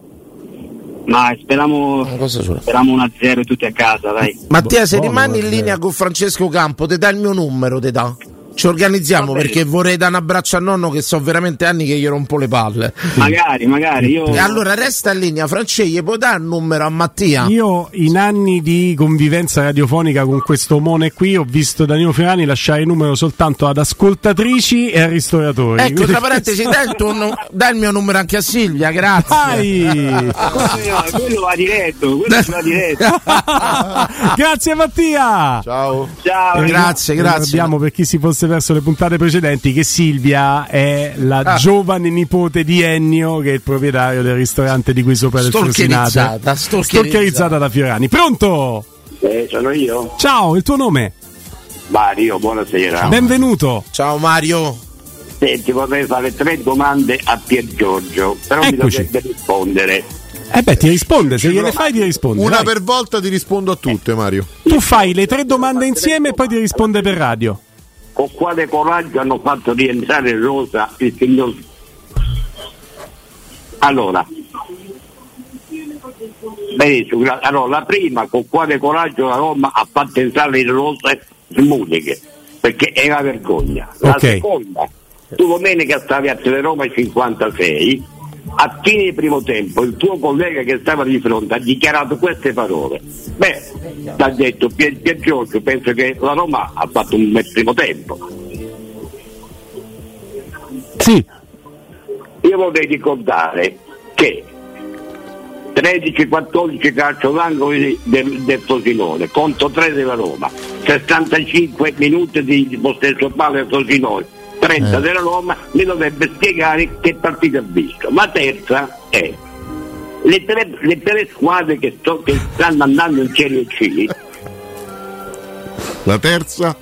Speaker 8: Ma speriamo, speriamo uno a zero e tutti a casa, dai.
Speaker 7: Mattia, se
Speaker 8: Buono,
Speaker 7: rimani in
Speaker 8: eh.
Speaker 7: linea con Francesco Campo, ti dà il mio numero, te dà. Ci organizziamo perché vorrei dare un abbraccio a nonno che so veramente anni che gli rompo le palle.
Speaker 8: Magari, magari io.
Speaker 7: E allora resta in linea, Francesco, puoi dare il numero a Mattia?
Speaker 1: Io in anni di convivenza radiofonica con questo omone qui ho visto Danilo Fiorani lasciare il numero soltanto ad ascoltatrici e a ristoratori.
Speaker 7: Ecco,
Speaker 1: Quindi
Speaker 7: tra parentesi,
Speaker 1: questo-
Speaker 7: dai il, tuo nu- dai il mio numero anche a Silvia, grazie.
Speaker 1: Dai!
Speaker 8: Quello va diretto, quello va diretto.
Speaker 1: Grazie Mattia!
Speaker 3: Ciao.
Speaker 8: Ciao.
Speaker 1: E
Speaker 7: Grazie,
Speaker 1: ricordiamo,
Speaker 7: grazie.
Speaker 1: Abbiamo per chi si fosse perso le puntate precedenti che Silvia è la
Speaker 7: Ah.
Speaker 1: giovane nipote di Ennio, che è il proprietario del ristorante di qui sopra del Frosinate.
Speaker 7: Stalkerizzata, stalkerizzata.
Speaker 1: Stalkerizzata da Fiorani. Pronto?
Speaker 2: Eh, sono io.
Speaker 1: Ciao, il tuo nome?
Speaker 2: Mario, buonasera.
Speaker 1: Benvenuto.
Speaker 7: Ciao Mario.
Speaker 2: Senti, vorrei fare tre domande a Pier Giorgio, però
Speaker 1: Eccoci.
Speaker 2: mi dovrebbe rispondere.
Speaker 1: Eh beh, ti risponde, se gliele fai ti risponde.
Speaker 3: Una
Speaker 1: dai.
Speaker 3: per volta ti rispondo a tutte, Mario.
Speaker 1: Tu fai le tre domande insieme e poi ti risponde per radio.
Speaker 2: Con quale coraggio hanno fatto rientrare in rosa il signor... Allora, benissimo, gra- allora, la prima, con quale coraggio la Roma ha fatto entrare in rosa Smuniche, perché è una vergogna. La
Speaker 1: Ok.
Speaker 2: seconda, tu domenica stavi a Teleroma cinquantasei, a fine del primo tempo il tuo collega che stava di fronte ha dichiarato queste parole. Beh, ti ha detto Pier, Pier Giorgio, penso che la Roma ha fatto un bel primo tempo.
Speaker 1: Sì.
Speaker 2: Io vorrei ricordare che tredici quattordici calcio d'angolo del, del Frosinone contro tre della Roma, sessantacinque minuti di possesso palla del Frosinone, trenta
Speaker 7: Eh.
Speaker 2: della Roma, mi dovrebbe spiegare che partita ha visto. La terza è le tre, le tre squadre che, sto, che stanno andando in Serie C.
Speaker 3: La terza?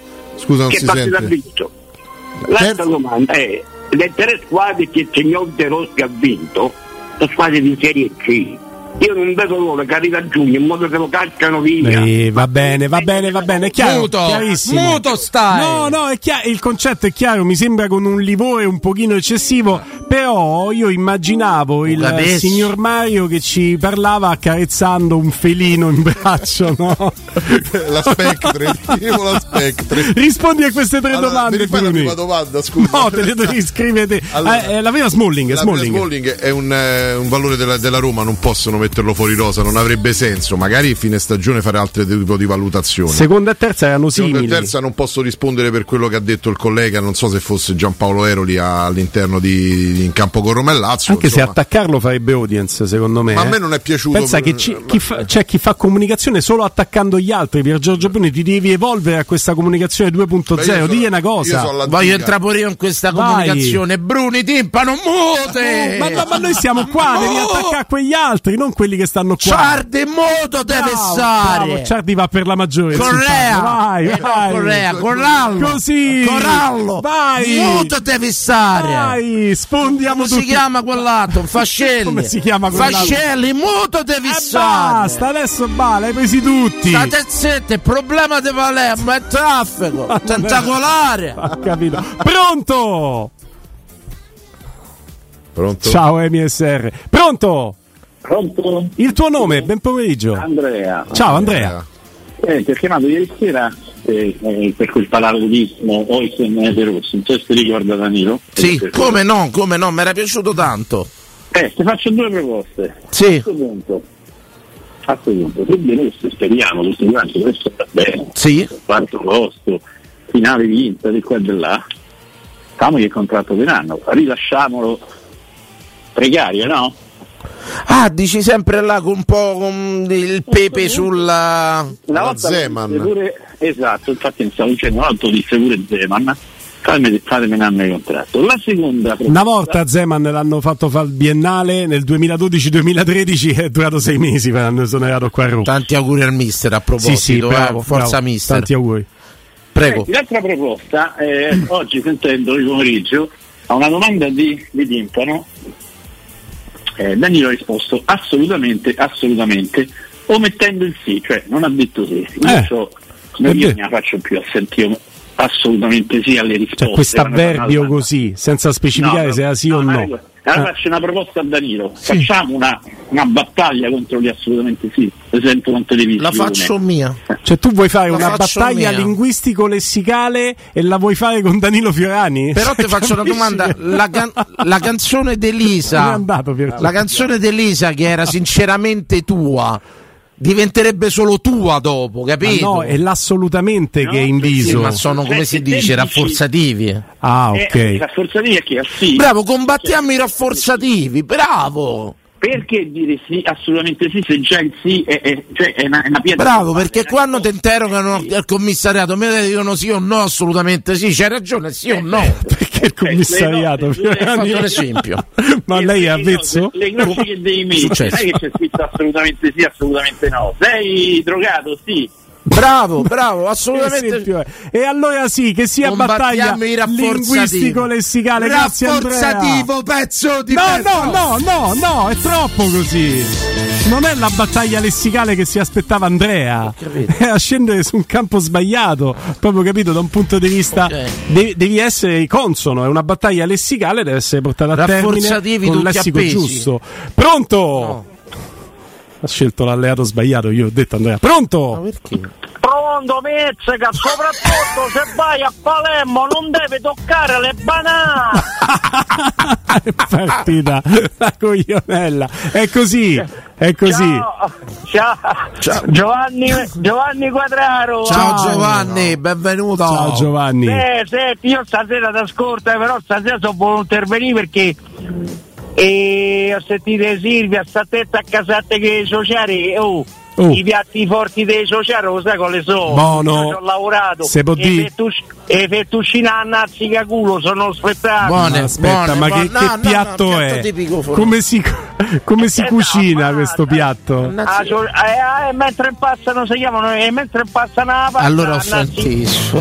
Speaker 3: Scusa, non
Speaker 13: che
Speaker 3: si
Speaker 13: partita ha
Speaker 3: sente.
Speaker 13: vinto? L'altra domanda è: le tre squadre che il signor De Rossi ha vinto sono squadre di Serie C. Io non vedo l'ora che arriva a giugno in modo che lo cacciano via.
Speaker 1: Eh, va bene, va bene, va bene, è chiaro,
Speaker 7: Muto,
Speaker 1: chiarissimo.
Speaker 7: muto stai.
Speaker 1: No, no, è chiaro, il concetto è chiaro, mi sembra con un livore un pochino eccessivo, però io immaginavo il
Speaker 7: Capisci?
Speaker 1: signor Mario che ci parlava accarezzando un felino in braccio, no?
Speaker 3: La Spectre, io la Spectre.
Speaker 1: Rispondi a queste tre
Speaker 3: Allora,
Speaker 1: domande,
Speaker 3: mi rifai la
Speaker 1: Bruni.
Speaker 3: prima domanda, scusa.
Speaker 1: No, te le devi scrivere te.
Speaker 3: Allora,
Speaker 1: eh, eh, la prima Smalling,
Speaker 3: La
Speaker 1: Smalling.
Speaker 3: Smalling è un, eh, un valore della, della Roma, non possono metterlo fuori rosa, non avrebbe senso. Magari fine stagione fare altro tipo di valutazioni.
Speaker 1: Seconda e terza erano
Speaker 3: Seconda
Speaker 1: simili.
Speaker 3: e terza non posso rispondere per quello che ha detto il collega, non so se fosse Giampaolo Eroli all'interno di in campo con Roma e Lazio.
Speaker 1: Anche
Speaker 3: insomma.
Speaker 1: se attaccarlo farebbe audience, secondo me.
Speaker 3: Ma a
Speaker 1: eh.
Speaker 3: me non è piaciuto.
Speaker 1: Pensa
Speaker 3: per-
Speaker 1: che ci- chi fa, c'è chi fa comunicazione solo attaccando gli altri. Pier Giorgio Bruni, ti devi evolvere a questa comunicazione due punto
Speaker 3: Beh, io
Speaker 1: zero.
Speaker 3: sono-
Speaker 1: Digli una cosa.
Speaker 3: io sono la-
Speaker 7: Voglio entrare pure io in questa
Speaker 1: Vai.
Speaker 7: comunicazione. Bruni, timpano, mute!
Speaker 1: Ma, ma- ma noi siamo qua, devi attaccare quegli altri, non quelli che stanno qua.
Speaker 7: Ciardi, moto deve
Speaker 1: Bravo,
Speaker 7: stare.
Speaker 1: bravo, Ciardi va per la maggiore.
Speaker 7: Correa,
Speaker 1: vai,
Speaker 7: Eh, no,
Speaker 1: vai.
Speaker 7: Correa, Corallo,
Speaker 1: Così.
Speaker 7: Corallo,
Speaker 1: Vai.
Speaker 7: muto devi stare.
Speaker 1: Vai, sfondiamo
Speaker 7: Come
Speaker 1: tutti.
Speaker 7: si chiama quell'altro? Fascelli.
Speaker 1: Come si chiama quell'altro?
Speaker 7: Fascelli, muto devi
Speaker 1: Eh,
Speaker 7: stare.
Speaker 1: basta, adesso va, l'hai presi tutti.
Speaker 7: State zitti, il problema di Palermo è traffico tentacolare.
Speaker 1: Ho capito. Pronto?
Speaker 3: Pronto?
Speaker 1: Ciao M S R. Pronto?
Speaker 14: Pronto?
Speaker 1: Il tuo nome, ben pomeriggio.
Speaker 14: Andrea.
Speaker 1: Ciao Andrea.
Speaker 14: Eh, ti ho chiamato ieri sera eh, eh, per quel parallelismo Olsen e De Rossi, non so se ti ricorda Danilo.
Speaker 7: Sì,
Speaker 14: Eh,
Speaker 7: come no, come no, mi era piaciuto tanto.
Speaker 14: Eh, ti faccio due proposte.
Speaker 7: Sì.
Speaker 14: A questo punto, a questo punto, tu De Rossi speriamo tutti quanti, questo va bene.
Speaker 7: Sì.
Speaker 14: Quarto posto, finale vinta di qua e di là. Facciamo che contratto per anno, rilasciamolo precario, no?
Speaker 7: Ah, dici sempre là con un po' con il pepe sulla
Speaker 14: Una volta lo disse pure, esatto, infatti mi stavo dicendo, una volta lo disse pure Zeman, fatemi, fatemi un anno di contratto. La seconda
Speaker 1: Una volta Zeman l'hanno fatto fare il biennale nel duemiladodici duemilatredici è durato sei mesi quando sono arrivato qua a Roma.
Speaker 7: Tanti auguri al mister a proposito,
Speaker 1: Sì, sì, bravo,
Speaker 7: eh, forza
Speaker 1: bravo,
Speaker 7: mister.
Speaker 1: tanti auguri.
Speaker 7: Prego.
Speaker 14: Senti, l'altra proposta, eh, oggi sentendo il pomeriggio, a una domanda di, di Timpano, eh, Danilo ha risposto assolutamente, assolutamente, omettendo il sì, cioè non ha detto sì. Io,
Speaker 1: Eh,
Speaker 14: so, io non la faccio più a sentire assolutamente sì alle risposte.
Speaker 1: Cioè questo
Speaker 14: quando fanno una
Speaker 1: avverbio
Speaker 14: domanda.
Speaker 1: così, senza specificare
Speaker 14: No, no,
Speaker 1: se era sì o
Speaker 14: no,
Speaker 1: no.
Speaker 14: Allora allora
Speaker 1: Eh.
Speaker 14: faccio una proposta a Danilo, facciamo una, una battaglia contro gli assolutamente sì, presento in televisione.
Speaker 7: La faccio mia.
Speaker 1: Cioè tu vuoi fare
Speaker 7: La
Speaker 1: una
Speaker 7: faccio
Speaker 1: battaglia
Speaker 7: mia.
Speaker 1: linguistico-lessicale e la vuoi fare con Danilo Fiorani?
Speaker 7: Però ti faccio una
Speaker 1: Capisci?
Speaker 7: domanda, la, can- la canzone
Speaker 1: Non è
Speaker 7: d'Elisa,
Speaker 1: andato, Pier-
Speaker 7: la canzone d'Elisa che era sinceramente tua, diventerebbe solo tua dopo,
Speaker 1: Ah,
Speaker 7: capito?
Speaker 1: no, è l'assolutamente che è in
Speaker 7: Sì,
Speaker 1: viso.
Speaker 7: ma sono come si dice, rafforzativi.
Speaker 1: Ah, ok.
Speaker 14: Eh, rafforzativi è che sì.
Speaker 7: Bravo, combattiamo i rafforzativi, bravo!
Speaker 14: Perché dire sì, assolutamente sì, se già il sì è, è, cioè è, una, è una pietra.
Speaker 7: Bravo, perché quando ti interrogano al commissariato mi dicono sì o no, assolutamente sì, c'hai ragione, sì o no.
Speaker 1: Perché il commissariato?
Speaker 14: le- le-
Speaker 1: Fiorani?
Speaker 7: Faccio un esempio.
Speaker 1: Ma lei è avvezzo?
Speaker 14: Le notifiche dei mail, non
Speaker 7: Successo.
Speaker 14: è che c'è scritto assolutamente sì, assolutamente no. Sei drogato? Sì.
Speaker 7: Bravo, bravo,
Speaker 1: Che
Speaker 7: assolutamente.
Speaker 1: esempio è? E allora sì, che sia battaglia
Speaker 7: Combattiamo i rafforzativi.
Speaker 1: linguistico-lessicale. Grazie Andrea.
Speaker 7: Rafforzativo, pezzo di
Speaker 1: No,
Speaker 7: pezzo.
Speaker 1: no, no, no, no, è troppo così. Non è la battaglia lessicale che si aspettava Andrea. È a scendere su un campo sbagliato. Proprio capito, da un punto di vista.
Speaker 7: Ok.
Speaker 1: de- devi essere consono. È una battaglia lessicale, deve essere portata a termine
Speaker 7: Rafforzativi
Speaker 1: con un
Speaker 7: tutti
Speaker 1: lessico
Speaker 7: appesi.
Speaker 1: giusto. Pronto? Ha scelto l'alleato sbagliato, io ho detto Andrea. Pronto?
Speaker 7: Perché?
Speaker 17: Pronto Mezzica, soprattutto se vai a Palermo non devi toccare le banane.
Speaker 1: È partita la coglionella. È così, è così.
Speaker 17: Ciao, ciao. Giovanni, Giovanni Quadraro.
Speaker 7: Ciao Giovanni, benvenuto.
Speaker 1: Ciao Giovanni.
Speaker 17: Eh, senti, io stasera ti ascolto, eh, però stasera sono voluto intervenire perché e ho sentito Silvia, sta attenta a casate che i sociali, oh,
Speaker 1: Oh.
Speaker 17: I piatti forti dei sociali, lo sai quali sono?
Speaker 1: Buono.
Speaker 17: Io ci ho lavorato.
Speaker 1: Se può
Speaker 17: e
Speaker 1: dire.
Speaker 17: fettuc- e fettuccine a nazzicaculo sono spettacolo.
Speaker 1: Buone, aspetta, buone, ma buone. che, che no, piatto no, no, è? Tipico, come si, come si eh, cucina no, questo piatto?
Speaker 17: Ah, so, eh, eh, mentre impazzano si chiamano e mentre impazzano la pasta.
Speaker 7: Allora ho sentito.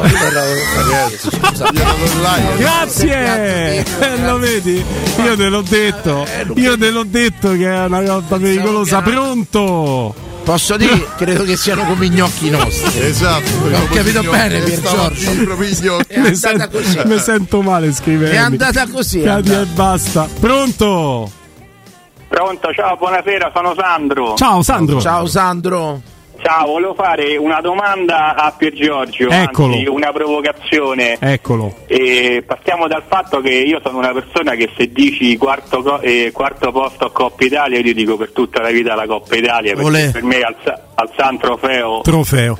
Speaker 1: Grazie. Eh, lo vedi? Io te l'ho detto. Io te l'ho detto che è una cosa pericolosa. Pronto?
Speaker 7: Posso dire, credo che siano come i gnocchi nostri.
Speaker 3: Esatto.
Speaker 7: Ho capito bene, Pier Giorgio.
Speaker 1: Mi sento, mi sento male scrivere.
Speaker 7: È andata così.
Speaker 1: Cadi e basta. Pronto?
Speaker 16: Pronto, ciao, buonasera, sono Sandro.
Speaker 1: Ciao Sandro.
Speaker 7: Ciao Sandro.
Speaker 16: Ciao, volevo fare una domanda a Pier Giorgio,
Speaker 1: Eccolo.
Speaker 16: anzi una provocazione.
Speaker 1: Eccolo.
Speaker 16: E partiamo dal fatto che io sono una persona che se dici quarto, co- eh, quarto posto a Coppa Italia, io dico per tutta la vita la Coppa Italia, perché
Speaker 7: Olè.
Speaker 16: per me alza, alza un trofeo.
Speaker 1: Trofeo.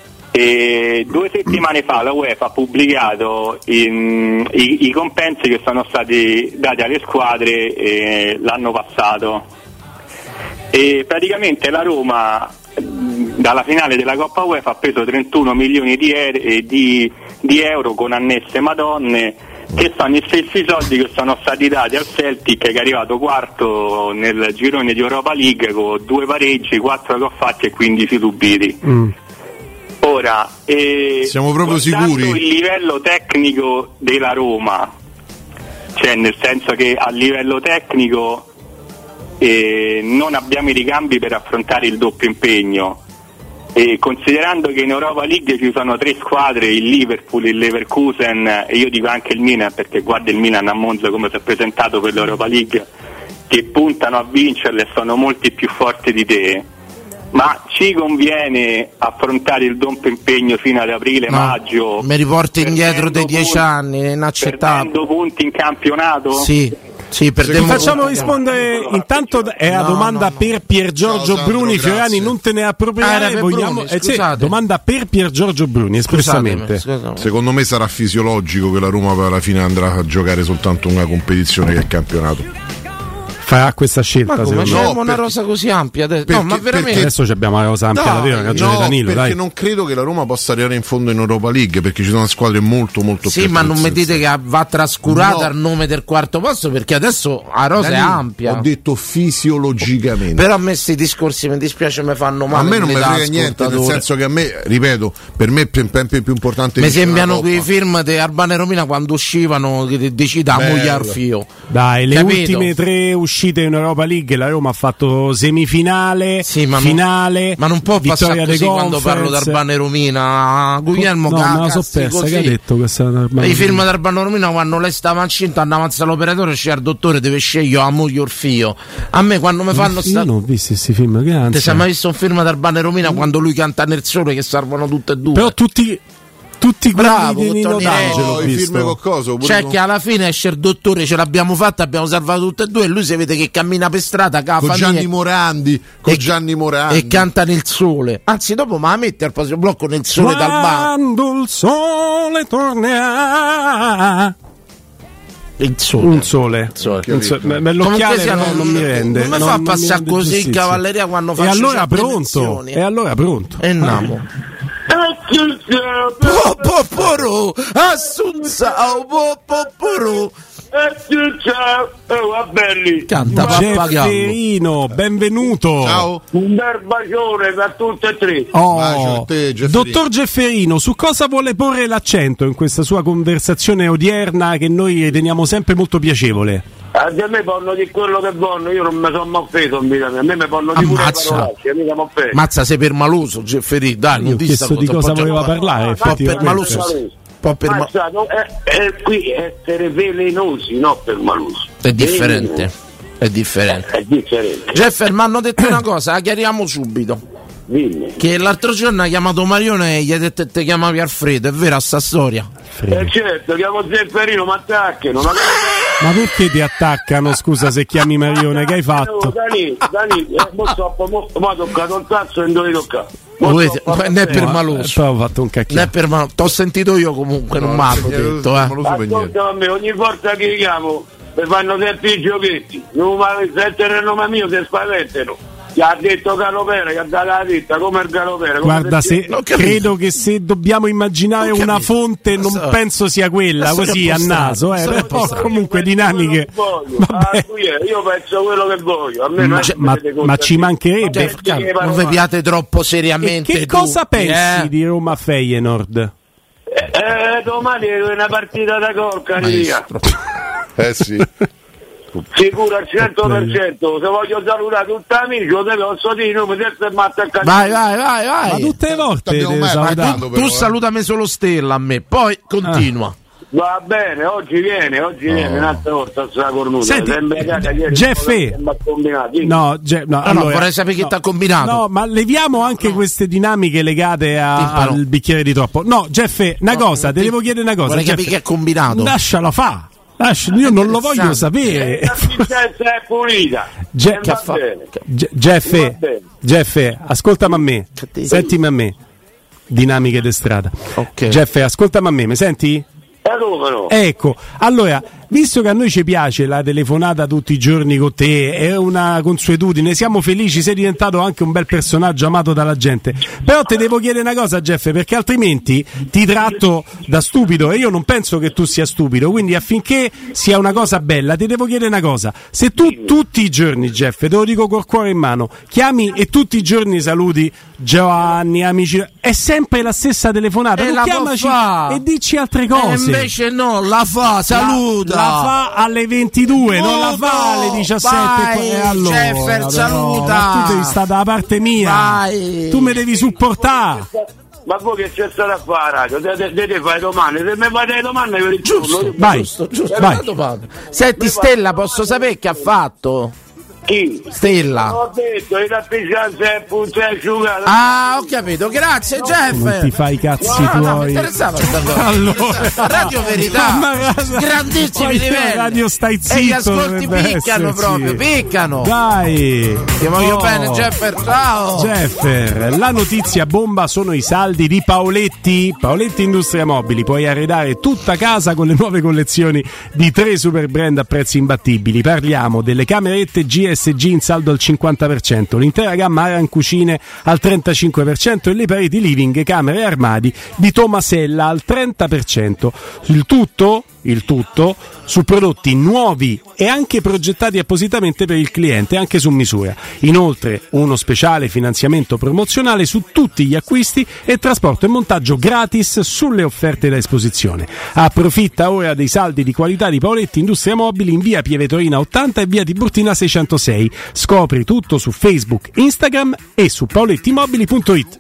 Speaker 16: E due settimane fa la UEFA ha pubblicato in, i, i compensi che sono stati dati alle squadre eh, l'anno passato. E praticamente la Roma dalla finale della Coppa UEFA ha preso trentuno milioni di, er- di, di euro con annesse madonne, che sono gli stessi soldi che sono stati dati al Celtic, che è arrivato quarto nel girone di Europa League con due pareggi, quattro che ho fatti e quindici subiti. Mm. Ora, eh,
Speaker 3: siamo proprio sicuri?
Speaker 16: Il livello tecnico della Roma, cioè nel senso che a livello tecnico e non abbiamo i ricambi per affrontare il doppio impegno, e considerando che in Europa League ci sono tre squadre, il Liverpool, il Leverkusen e io dico anche il Milan, perché guarda il Milan a Monza come si è presentato per l'Europa League, che puntano a vincerle e sono molti più forti di te, ma ci conviene affrontare il doppio impegno fino ad aprile-maggio?
Speaker 7: No, mi riporti indietro dei dieci anni, è inaccettabile.
Speaker 16: Perdendo punti in campionato?
Speaker 7: Sì. Sì,
Speaker 1: Ti facciamo rispondere intanto è la
Speaker 7: no,
Speaker 1: domanda
Speaker 7: no, no.
Speaker 1: per Pier Giorgio
Speaker 3: Ciao,
Speaker 1: Bruni.
Speaker 3: Sandro,
Speaker 1: Fiorani, non te ne appropriare,
Speaker 7: ah,
Speaker 1: vogliamo
Speaker 7: Bruni,
Speaker 1: eh, sì, domanda per Pier Giorgio Bruni espressamente.
Speaker 7: Scusatemi,
Speaker 3: secondo me sarà fisiologico che la Roma poi alla fine andrà a giocare soltanto una competizione che è il campionato.
Speaker 1: Farà questa scelta,
Speaker 7: ma come
Speaker 1: secondo
Speaker 7: abbiamo
Speaker 1: me.
Speaker 7: una rosa così ampia adesso?
Speaker 3: Perché,
Speaker 7: no, ma veramente
Speaker 1: adesso abbiamo una rosa ampia,
Speaker 3: dai,
Speaker 1: davvero, una ragione
Speaker 3: no,
Speaker 1: Danilo,
Speaker 3: perché
Speaker 1: dai.
Speaker 3: non credo che la Roma possa arrivare in fondo in Europa League, perché ci sono squadre molto molto
Speaker 7: sì,
Speaker 3: più
Speaker 7: ma non mi dite che va trascurata
Speaker 3: no.
Speaker 7: al nome del quarto posto, perché adesso la rosa
Speaker 3: Danilo,
Speaker 7: è ampia.
Speaker 3: Ho detto fisiologicamente.
Speaker 7: Però a me questi discorsi mi dispiace, mi fanno male.
Speaker 3: A me non mi frega niente, nel senso che a me, ripeto, per me è sempre più importante.
Speaker 7: Mi sembrano quei film di Arbana e Romina quando uscivano che decida a moglie al fio.
Speaker 1: Dai, le
Speaker 7: Capito?
Speaker 1: ultime tre uscite in Europa League la Roma ha fatto semifinale,
Speaker 7: sì, ma
Speaker 1: finale,
Speaker 7: non, ma non può passare così quando parlo d'Arbana e Romina. Guglielmo
Speaker 1: no,
Speaker 7: Ca-
Speaker 1: me la so persa, che ha detto questa
Speaker 7: I film d'Arbana e Romina, quando lei stava incinta andava all'operatore, c'è il dottore, deve scegliere a moglie o il figlio. A me quando mi fanno sta...
Speaker 1: io non ho visto questi film, che ansia.
Speaker 7: Ti sei mai visto un film d'Arbana e Romina quando lui canta nel sole che salvano tutte e due?
Speaker 1: Però tutti tutti
Speaker 7: bravo,
Speaker 1: quelli di Nino D'Angelo,
Speaker 3: oh, i film con coso,
Speaker 7: cioè
Speaker 3: con...
Speaker 7: che alla fine esce il dottore, ce l'abbiamo fatta, abbiamo salvato tutte e due e lui si vede che cammina per strada
Speaker 3: con Gianni Morandi, con e, Gianni Morandi
Speaker 7: e canta nel sole. Anzi, dopo ma la mette al prossimo blocco nel sole
Speaker 1: quando
Speaker 7: dal bar.
Speaker 1: Quando il sole tornerà.
Speaker 7: Il sole.
Speaker 1: Un sole.
Speaker 7: Il sole.
Speaker 1: Un sole. Me l'occhiale non, non, non mi rende.
Speaker 7: Non mi fa passare così in cavalleria quando faccio
Speaker 1: e allora pronto. E allora pronto.
Speaker 7: E andiamo. Poporo assunzao poporo canta
Speaker 1: Gefferino, benvenuto.
Speaker 3: Ciao.
Speaker 17: Un bel bacione per tutte e tre.
Speaker 1: Oh,
Speaker 3: te,
Speaker 1: dottor Gefferino, su cosa vuole porre l'accento in questa sua conversazione odierna che noi riteniamo sempre molto piacevole?
Speaker 17: A me parlano di quello che vogliono, io non mi sono mai offeso in vita mia, a me mi parlano di pure parolacce, mica mi offeso.
Speaker 7: Mazza, sei permaloso, Gefferino, dai, non
Speaker 1: ho chiesto di cosa voleva parlare, effettivamente.
Speaker 17: Mazza, no, è, è qui essere velenosi, no permalosi.
Speaker 7: È differente, è differente.
Speaker 17: È differente.
Speaker 7: Jeffer, mi hanno detto una cosa, la chiariamo subito.
Speaker 17: Dimmi.
Speaker 7: Che l'altro giorno ha chiamato Marione e gli ha detto che ti chiamavi Alfredo, è vera sta storia?
Speaker 17: Eh certo, chiamo Zefferino, ma attacchino. Ma...
Speaker 1: ma perché ti attaccano, scusa, se chiami Marione, che hai fatto?
Speaker 17: Dani, Dani, eh, mo troppo, mo mi ha toccato il cazzo e non devi toccare.
Speaker 7: Ne è per maloso.
Speaker 1: Poi ho fatto un cacchino.
Speaker 7: Ne è per maloso. T'ho sentito io comunque, non, non mi hanno detto. Eh.
Speaker 17: Ascolta a me, ogni volta che chiamo mi fanno sempre i giochetti. Non mi sentire il nome mio, si spaventano.
Speaker 13: Gli ha detto Caropera, gli ha dato la ditta come il Caropera.
Speaker 1: Guarda, se, credo che se dobbiamo immaginare una fonte non so. penso sia quella, so così a naso, eh, però comunque dinamiche.
Speaker 13: Ah, io penso quello che voglio. A me
Speaker 1: ma, ma, ma ci mancherebbe.
Speaker 7: Cioè, non vi piate troppo seriamente.
Speaker 1: E che
Speaker 7: tu,
Speaker 1: cosa pensi
Speaker 7: eh?
Speaker 1: di Roma Feyenoord?
Speaker 13: Eh, eh, domani è una partita da corca via.
Speaker 3: Eh sì.
Speaker 13: Sicuro al cento per cento. Se voglio salutare tutti gli amici, lo posso dire, non mi devo attaccare.
Speaker 7: Vai, vai, vai, vai.
Speaker 1: Ma tutte le volte
Speaker 7: tu, tu salutami solo Stella a me, poi continua.
Speaker 13: Ah. Va bene, oggi viene, oggi oh. viene un'altra volta sulla cornuta.
Speaker 1: Senti, Geffe, no, ge- no,
Speaker 7: no,
Speaker 1: allora,
Speaker 7: no, vorrei sapere chi
Speaker 1: no,
Speaker 7: ti ha combinato.
Speaker 1: No, ma leviamo anche no. queste dinamiche legate a, al bicchiere di troppo. No, Geffe, una no, cosa, ti devo chiedere una cosa.
Speaker 7: Vorrei capire chi ha combinato.
Speaker 1: Lasciala fa. Lascia, io non lo voglio sapere.
Speaker 13: La è pulita.
Speaker 1: Ge- che fa? Ge- Geffe, Geffe, ascoltami a me. Sentimi a me. Dinamiche di strada.
Speaker 7: Okay.
Speaker 1: Geffe, ascoltami a me, mi senti? Ecco, allora, visto che a noi ci piace la telefonata tutti i giorni con te, è una consuetudine, siamo felici, sei diventato anche un bel personaggio amato dalla gente. Però te devo chiedere una cosa, Jeff, perché altrimenti ti tratto da stupido e io non penso che tu sia stupido, quindi affinché sia una cosa bella ti devo chiedere una cosa. Se tu tutti i giorni, Jeff, te lo dico col cuore in mano, chiami e tutti i giorni saluti Giovanni, amici, è sempre la stessa telefonata,
Speaker 7: e
Speaker 1: non
Speaker 7: la
Speaker 1: chiamaci
Speaker 7: fa.
Speaker 1: e dici altre cose.
Speaker 7: E invece no, la fa, saluta.
Speaker 1: La, la fa alle ventidue, no, non la fa alle diciassette.
Speaker 7: Vai,
Speaker 1: e allora,
Speaker 7: Jeffer,
Speaker 1: però,
Speaker 7: saluta.
Speaker 1: tu devi stare dalla parte mia.
Speaker 7: Vai.
Speaker 1: Tu mi devi supportare.
Speaker 13: Ma voi che c'è stato a fare la radio? Deve fare domande, se mi fate le domande ve le giusto.
Speaker 1: Vai,
Speaker 7: giusto, giusto.
Speaker 1: vai.
Speaker 7: Senti Stella, posso sapere che ha fatto?
Speaker 13: Chi?
Speaker 7: Stella.
Speaker 13: Ho detto, il rappresentante è punto asciugato.
Speaker 7: Ah, ho capito, grazie no, Jeff.
Speaker 1: Non ti fai i cazzi
Speaker 7: no,
Speaker 1: tuoi.
Speaker 7: No, mi interessava questa cosa.
Speaker 1: Allora,
Speaker 7: Radio Verità. Grandissimi livelli.
Speaker 1: Radio stai zitto.
Speaker 7: E gli ascolti piccano proprio, sì. piccano.
Speaker 1: Dai.
Speaker 7: Ti voglio oh. bene, Jeffer. Ciao.
Speaker 1: Jeffer, la notizia bomba sono i saldi di Paoletti. Paoletti Industria Mobili. Puoi arredare tutta casa con le nuove collezioni di tre super brand a prezzi imbattibili. Parliamo delle camerette G S G in saldo al cinquanta per cento, l'intera gamma Aran Cucine al trentacinque per cento e le pareti living, camere e armadi di Tomasella al trenta per cento. Il tutto, il tutto su prodotti nuovi e anche progettati appositamente per il cliente, anche su misura. Inoltre uno speciale finanziamento promozionale su tutti gli acquisti e trasporto e montaggio gratis sulle offerte da esposizione. Approfitta ora dei saldi di qualità di Paoletti Industria Mobili in via Pieve Torina ottanta e via Tiburtina seicentosei. Scopri tutto su Facebook, Instagram e su paolettimobili punto it.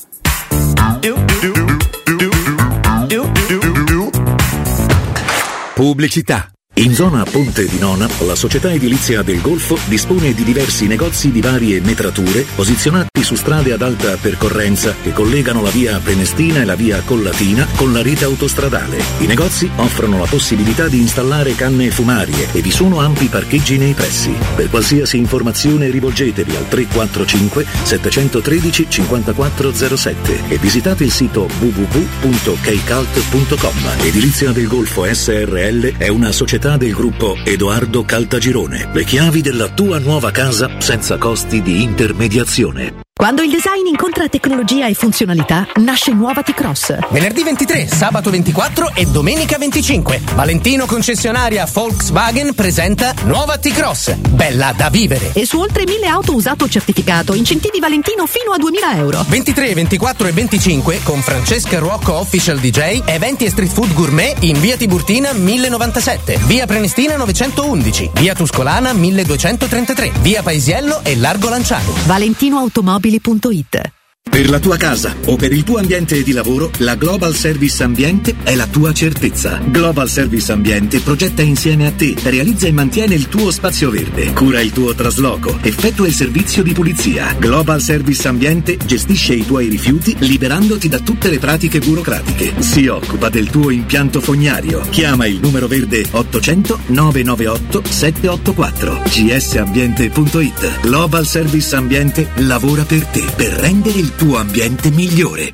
Speaker 4: Pubblicità. In zona Ponte di Nona, la società edilizia del Golfo dispone di diversi negozi di varie metrature posizionati su strade ad alta percorrenza che collegano la via Prenestina e la via Collatina con la rete autostradale. I negozi offrono la possibilità di installare canne fumarie e vi sono ampi parcheggi nei pressi. Per qualsiasi informazione rivolgetevi al tre quattro cinque sette uno tre cinque zero sette e visitate il sito w w w punto keicalt punto com. Edilizia del Golfo S R L è una società del gruppo Edoardo Caltagirone. Le chiavi della tua nuova casa senza costi di intermediazione.
Speaker 18: Quando il design incontra tecnologia e funzionalità, nasce nuova T-Cross.
Speaker 19: Venerdì ventitré, sabato ventiquattro e domenica venticinque. Valentino concessionaria Volkswagen presenta nuova T-Cross. Bella da vivere.
Speaker 18: E su oltre mille auto usato certificato, incentivi Valentino fino a duemila euro.
Speaker 19: ventitré, ventiquattro e venticinque con Francesca Ruocco Official D J, eventi e street food gourmet in via Tiburtina mille novantasette, via Prenestina novecentoundici, via Tuscolana milleduecentotrentatré, via Paesiello e Largo Lanciani.
Speaker 18: Valentino Automobili punto it.
Speaker 4: Per la tua casa o per il tuo ambiente di lavoro, la Global Service Ambiente è la tua certezza. Global Service Ambiente progetta insieme a te, realizza e mantiene il tuo spazio verde, cura il tuo trasloco, effettua il servizio di pulizia. Global Service Ambiente gestisce i tuoi rifiuti liberandoti da tutte le pratiche burocratiche. Si occupa del tuo impianto fognario. Chiama il numero verde ottocento nove nove otto sette otto quattro. g s ambiente punto it. Global Service Ambiente lavora per te, per rendere il tuo ambiente migliore.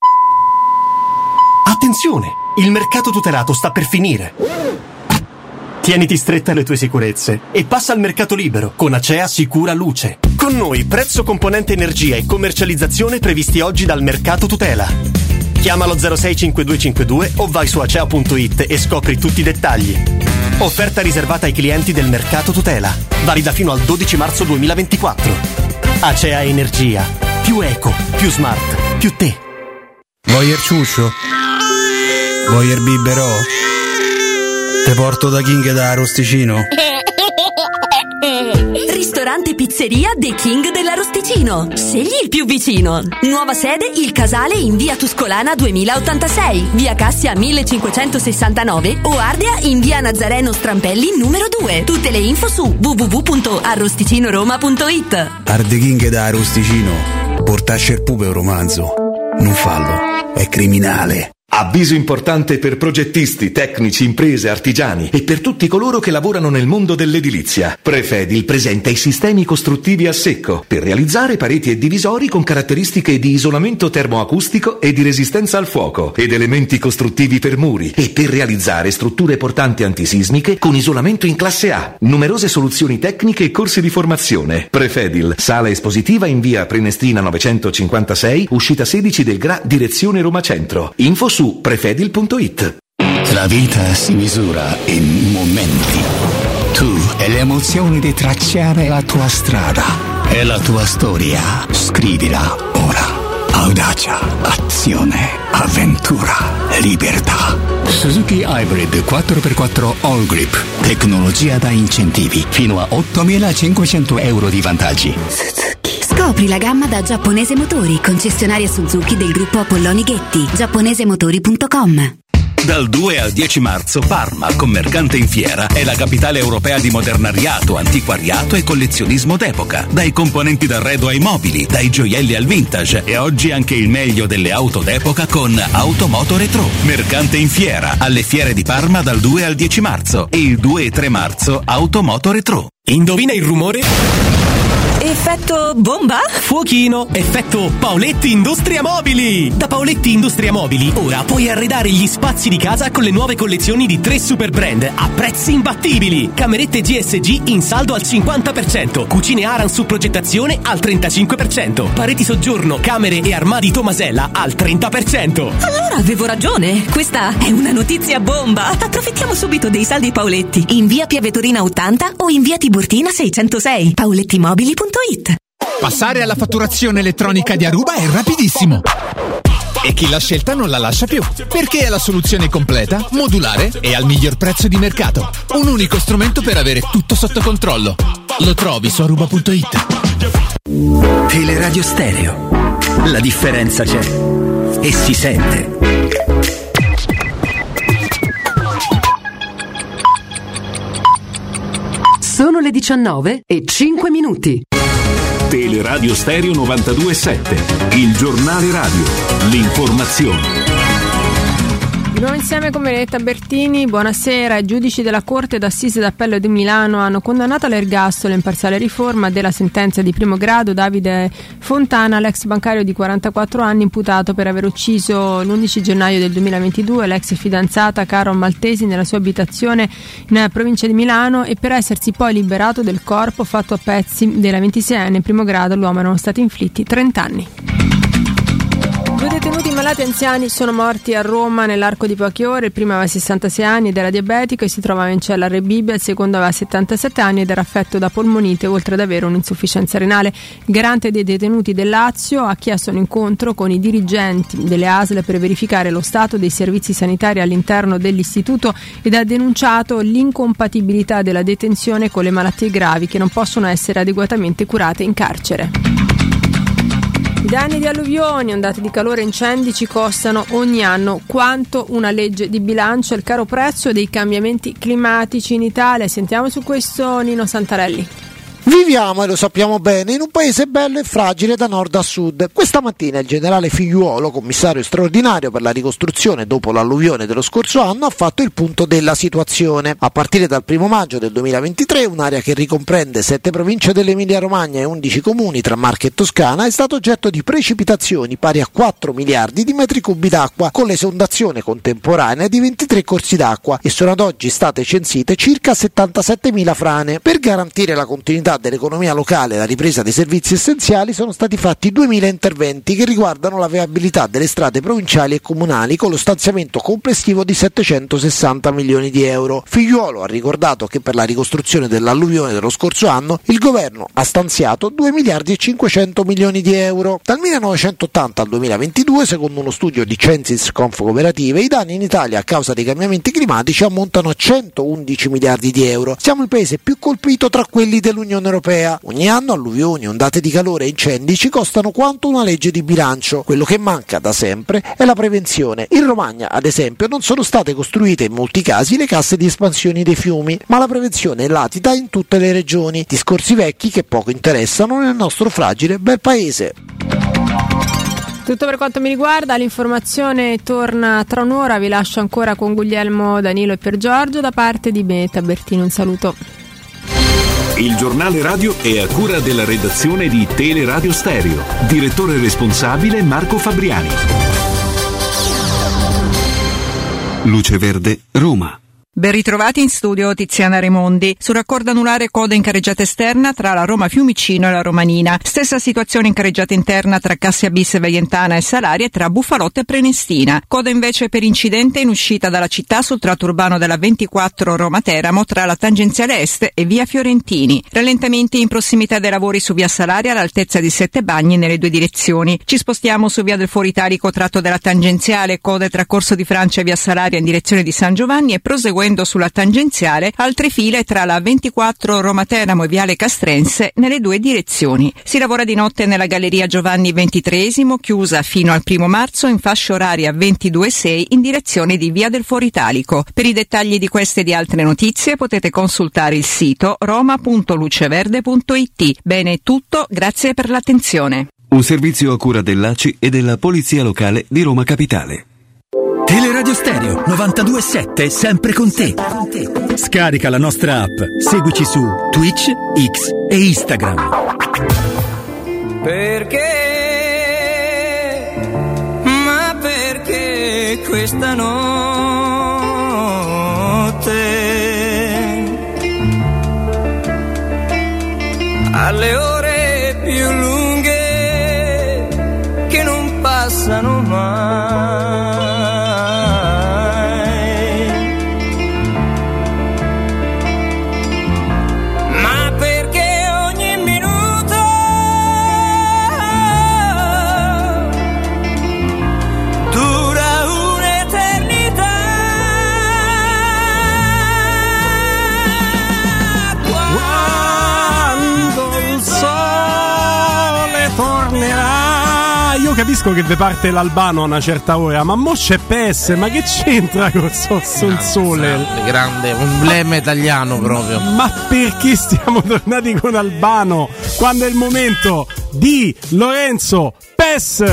Speaker 20: Attenzione! Il mercato tutelato sta per finire. Tieniti stretta alle tue sicurezze e passa al mercato libero con Acea Sicura Luce. Con noi prezzo, componente energia e commercializzazione previsti oggi dal Mercato Tutela. Chiamalo zero sei cinquantadue cinquantadue o vai su acea punto it e scopri tutti i dettagli. Offerta riservata ai clienti del Mercato Tutela, valida fino al dodici marzo duemilaventiquattro. Acea Energia, più eco, più smart, più te.
Speaker 6: Voyer ciuscio? Voyer biberò? Te porto da King da Arosticino?
Speaker 11: Ristorante Pizzeria The King dell'Arosticino. Scegli il più vicino. Nuova sede Il Casale in via Tuscolana duemilaottantasei, via Cassia millecinquecentosessantanove o Ardea in via Nazareno Strampelli numero due. Tutte le info su w w w punto arrosticinoroma punto it.
Speaker 6: Arde King da Arosticino. Portasce il pupe un romanzo. Non fallo, è criminale.
Speaker 5: Avviso importante per progettisti, tecnici, imprese, artigiani e per tutti coloro che lavorano nel mondo dell'edilizia. Prefedil presenta i sistemi costruttivi a secco per realizzare pareti e divisori con caratteristiche di isolamento termoacustico e di resistenza al fuoco ed elementi costruttivi per muri e per realizzare strutture portanti antisismiche con isolamento in classe A. Numerose soluzioni tecniche e corsi di formazione. Prefedil, sala espositiva in via Prenestina novecentocinquantasei, uscita sedici del Gra, direzione Roma Centro. Info su prefedil punto it.
Speaker 22: La vita si misura in momenti. Tu e le emozioni di tracciare la tua strada e la tua storia. Scrivila ora. Audacia, azione, avventura, libertà. Suzuki Hybrid quattro per quattro All Grip. Tecnologia da incentivi. Fino a ottomilacinquecento euro di vantaggi.
Speaker 15: Scopri la gamma da Giapponese Motori, concessionaria Suzuki del gruppo Apolloni Ghetti. giapponesemotori punto com.
Speaker 4: Dal due al dieci marzo Parma, commercante in fiera, è la capitale europea di modernariato, antiquariato e collezionismo d'epoca. Dai componenti d'arredo ai mobili, dai gioielli al vintage e oggi anche il meglio delle auto d'epoca con Automoto Retro. Mercante in fiera, alle fiere di Parma dal due al dieci marzo e il due e tre marzo Automoto Retro.
Speaker 20: Indovina il rumore?
Speaker 9: Effetto bomba?
Speaker 20: Fuochino, effetto Paoletti Industria Mobili. Da Paoletti Industria Mobili ora puoi arredare gli spazi di casa con le nuove collezioni di tre super brand a prezzi imbattibili. Camerette G S G in saldo al cinquanta per cento, cucine Aran su progettazione al trentacinque per cento, pareti soggiorno, camere e armadi Tomasella al trenta per cento.
Speaker 9: Allora avevo ragione, questa è una notizia bomba. Approfittiamo subito dei saldi Paoletti in via Piavetorina ottanta o in via Tiburtina seicentosei. paolettimobili punto it.
Speaker 23: Passare alla fatturazione elettronica di Aruba è rapidissimo. E chi l'ha scelta non la lascia più, perché è la soluzione completa, modulare e al miglior prezzo di mercato. Un unico strumento per avere tutto sotto controllo. Lo trovi su aruba punto it.
Speaker 24: Teleradio Stereo. La differenza c'è e si sente.
Speaker 18: Sono le diciannove e cinque minuti.
Speaker 4: Teleradio Stereo novantadue e sette, il giornale radio, l'informazione.
Speaker 25: Di nuovo insieme con Benedetta Bertini, buonasera. I giudici della Corte d'Assise d'Appello di Milano hanno condannato all'ergastolo in parziale riforma della sentenza di primo grado Davide Fontana, l'ex bancario di quarantaquattro anni imputato per aver ucciso l'undici gennaio del duemilaventidue l'ex fidanzata Carol Maltesi nella sua abitazione in provincia di Milano e per essersi poi liberato del corpo fatto a pezzi della ventiseienne in primo grado. L'uomo erano stati inflitti trenta anni. Due detenuti malati anziani sono morti a Roma nell'arco di poche ore. Il primo aveva sessantasei anni ed era diabetico e si trovava in cella a Rebibbia. Il secondo aveva settantasette anni ed era affetto da polmonite, oltre ad avere un'insufficienza renale. Il garante dei detenuti del Lazio ha chiesto un incontro con i dirigenti delle A S L per verificare lo stato dei servizi sanitari all'interno dell'istituto ed ha denunciato l'incompatibilità della detenzione con le malattie gravi che non possono essere adeguatamente curate in carcere. I danni di alluvioni, ondate di calore e incendi ci costano ogni anno quanto una legge di bilancio. Il caro prezzo dei cambiamenti climatici in Italia. Sentiamo su questo Nino Santarelli.
Speaker 26: Viviamo, e lo sappiamo bene, in un paese bello e fragile da nord a sud. Questa mattina il generale Figliuolo, commissario straordinario per la ricostruzione dopo l'alluvione dello scorso anno, ha fatto il punto della situazione. A partire dal primo maggio del duemilaventitré, un'area che ricomprende sette province dell'Emilia Romagna e undici comuni tra Marche e Toscana è stato oggetto di precipitazioni pari a quattro miliardi di metri cubi d'acqua, con l'esondazione contemporanea di ventitré corsi d'acqua, e sono ad oggi state censite circa settantasettemila frane. Per garantire la continuità l'attività dell'economia locale e la ripresa dei servizi essenziali sono stati fatti duemila interventi che riguardano la viabilità delle strade provinciali e comunali con lo stanziamento complessivo di settecentosessanta milioni di euro. Figliuolo ha ricordato che per la ricostruzione dell'alluvione dello scorso anno il governo ha stanziato due miliardi e cinquecento milioni di euro. Dal millenovecentottanta al duemilaventidue, secondo uno studio di Censis Confcooperative, i danni in Italia a causa dei cambiamenti climatici ammontano a centoundici miliardi di euro. Siamo il paese più colpito tra quelli dell'Unione Europea. Ogni anno alluvioni, ondate di calore e incendi ci costano quanto una legge di bilancio. Quello che manca da sempre è la prevenzione. In Romagna, ad esempio, non sono state costruite in molti casi le casse di espansione dei fiumi, ma la prevenzione è latita in tutte le regioni. Discorsi vecchi che poco interessano nel nostro fragile bel paese.
Speaker 25: Tutto per quanto mi riguarda, l'informazione torna tra un'ora, vi lascio ancora con Guglielmo, Danilo e Piergiorgio da parte di Benetta Bertini, un saluto.
Speaker 2: Il giornale radio è a cura della redazione di Teleradio Stereo, direttore responsabile Marco Fabriani.
Speaker 8: Luce Verde, Roma.
Speaker 10: Ben ritrovati in studio Tiziana Raimondi. Sul raccordo anulare coda in carreggiata esterna tra la Roma Fiumicino e la Romanina. Stessa situazione in carreggiata interna tra Cassia Bis e Veientana e Salaria e tra Buffalotta e Prenestina. Coda invece per incidente in uscita dalla città sul tratto urbano della ventiquattro Roma Teramo tra la tangenziale est e via Fiorentini. Rallentamenti in prossimità dei lavori su via Salaria all'altezza di Sette Bagni nelle due direzioni. Ci spostiamo su via del Foro Italico tratto della tangenziale, code tra Corso di Francia e via Salaria in direzione di San Giovanni e proseguendo sulla tangenziale altre file tra la ventiquattro Roma Teramo e viale Castrense nelle due direzioni. Si lavora di notte nella galleria Giovanni ventitreesimo, chiusa fino al primo marzo in fascia oraria ventidue sei in direzione di via del Foro Italico. Per i dettagli di queste e di altre notizie potete consultare il sito roma punto luceverde punto it. Bene, è tutto, grazie per l'attenzione.
Speaker 8: Un servizio a cura dell'A C I e della Polizia Locale di Roma Capitale.
Speaker 24: Teleradio Stereo novantadue virgola sette, sempre con te. Scarica la nostra app, seguici su Twitch, X e Instagram.
Speaker 12: Perché? Ma perché questa notte alle ore più lunghe che non passano mai?
Speaker 1: Capisco che vi parte l'Albano a una certa ora, ma mo c'è P E S, ma che c'entra con il sole?
Speaker 7: Grande, un emblema italiano proprio.
Speaker 1: Ma perché stiamo tornati con Albano quando è il momento di Lorenzo P E S?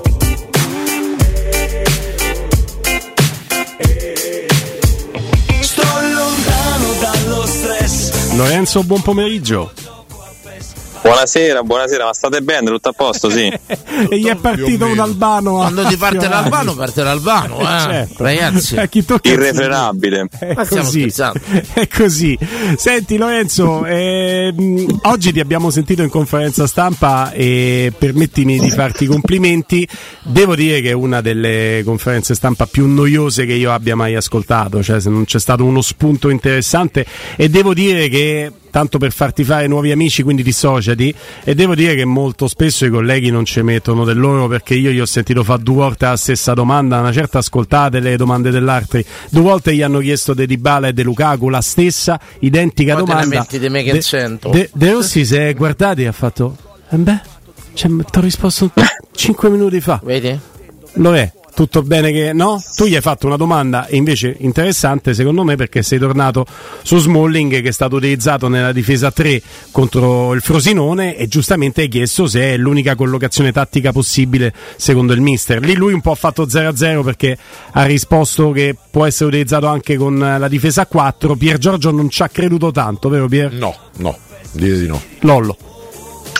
Speaker 12: Sto lontano dallo stress.
Speaker 1: Lorenzo, buon pomeriggio.
Speaker 14: Buonasera, buonasera, ma state bene? Tutto a posto, sì?
Speaker 1: E gli è partito un albano.
Speaker 7: Quando ti parte l'albano, parte l'albano, eh,
Speaker 1: certo.
Speaker 7: Ragazzi.
Speaker 1: Eh, chi tocca
Speaker 14: irrefrenabile.
Speaker 1: È così. È così. Senti Lorenzo, ehm, oggi ti abbiamo sentito in conferenza stampa e permettimi di farti i complimenti. Devo dire che è una delle conferenze stampa più noiose che io abbia mai ascoltato, cioè se non c'è stato uno spunto interessante, e devo dire che tanto per farti fare nuovi amici, quindi dissociati, e devo dire che molto spesso i colleghi non ci mettono del loro, perché io gli ho sentito fare due volte la stessa domanda, una certa ascoltate le domande dell'altri, due volte gli hanno chiesto De Dybala e De Lukaku la stessa identica
Speaker 7: Poi
Speaker 1: domanda.
Speaker 7: te ne metti di me che
Speaker 1: De,
Speaker 7: cento.
Speaker 1: De, De Rossi si è guardati e ha fatto eh beh, cioè, ti ho risposto cinque minuti fa.
Speaker 7: Vedi?
Speaker 1: Lo è. Tutto bene che no? Tu gli hai fatto una domanda invece interessante secondo me, perché sei tornato su Smalling, che è stato utilizzato nella difesa tre contro il Frosinone, e giustamente hai chiesto se è l'unica collocazione tattica possibile secondo il mister. Lì lui un po' ha fatto zero a zero perché ha risposto che può essere utilizzato anche con la difesa a quattro. Piergiorgio non ci ha creduto tanto, vero Pier?
Speaker 3: No, no, dire di no.
Speaker 1: Lollo.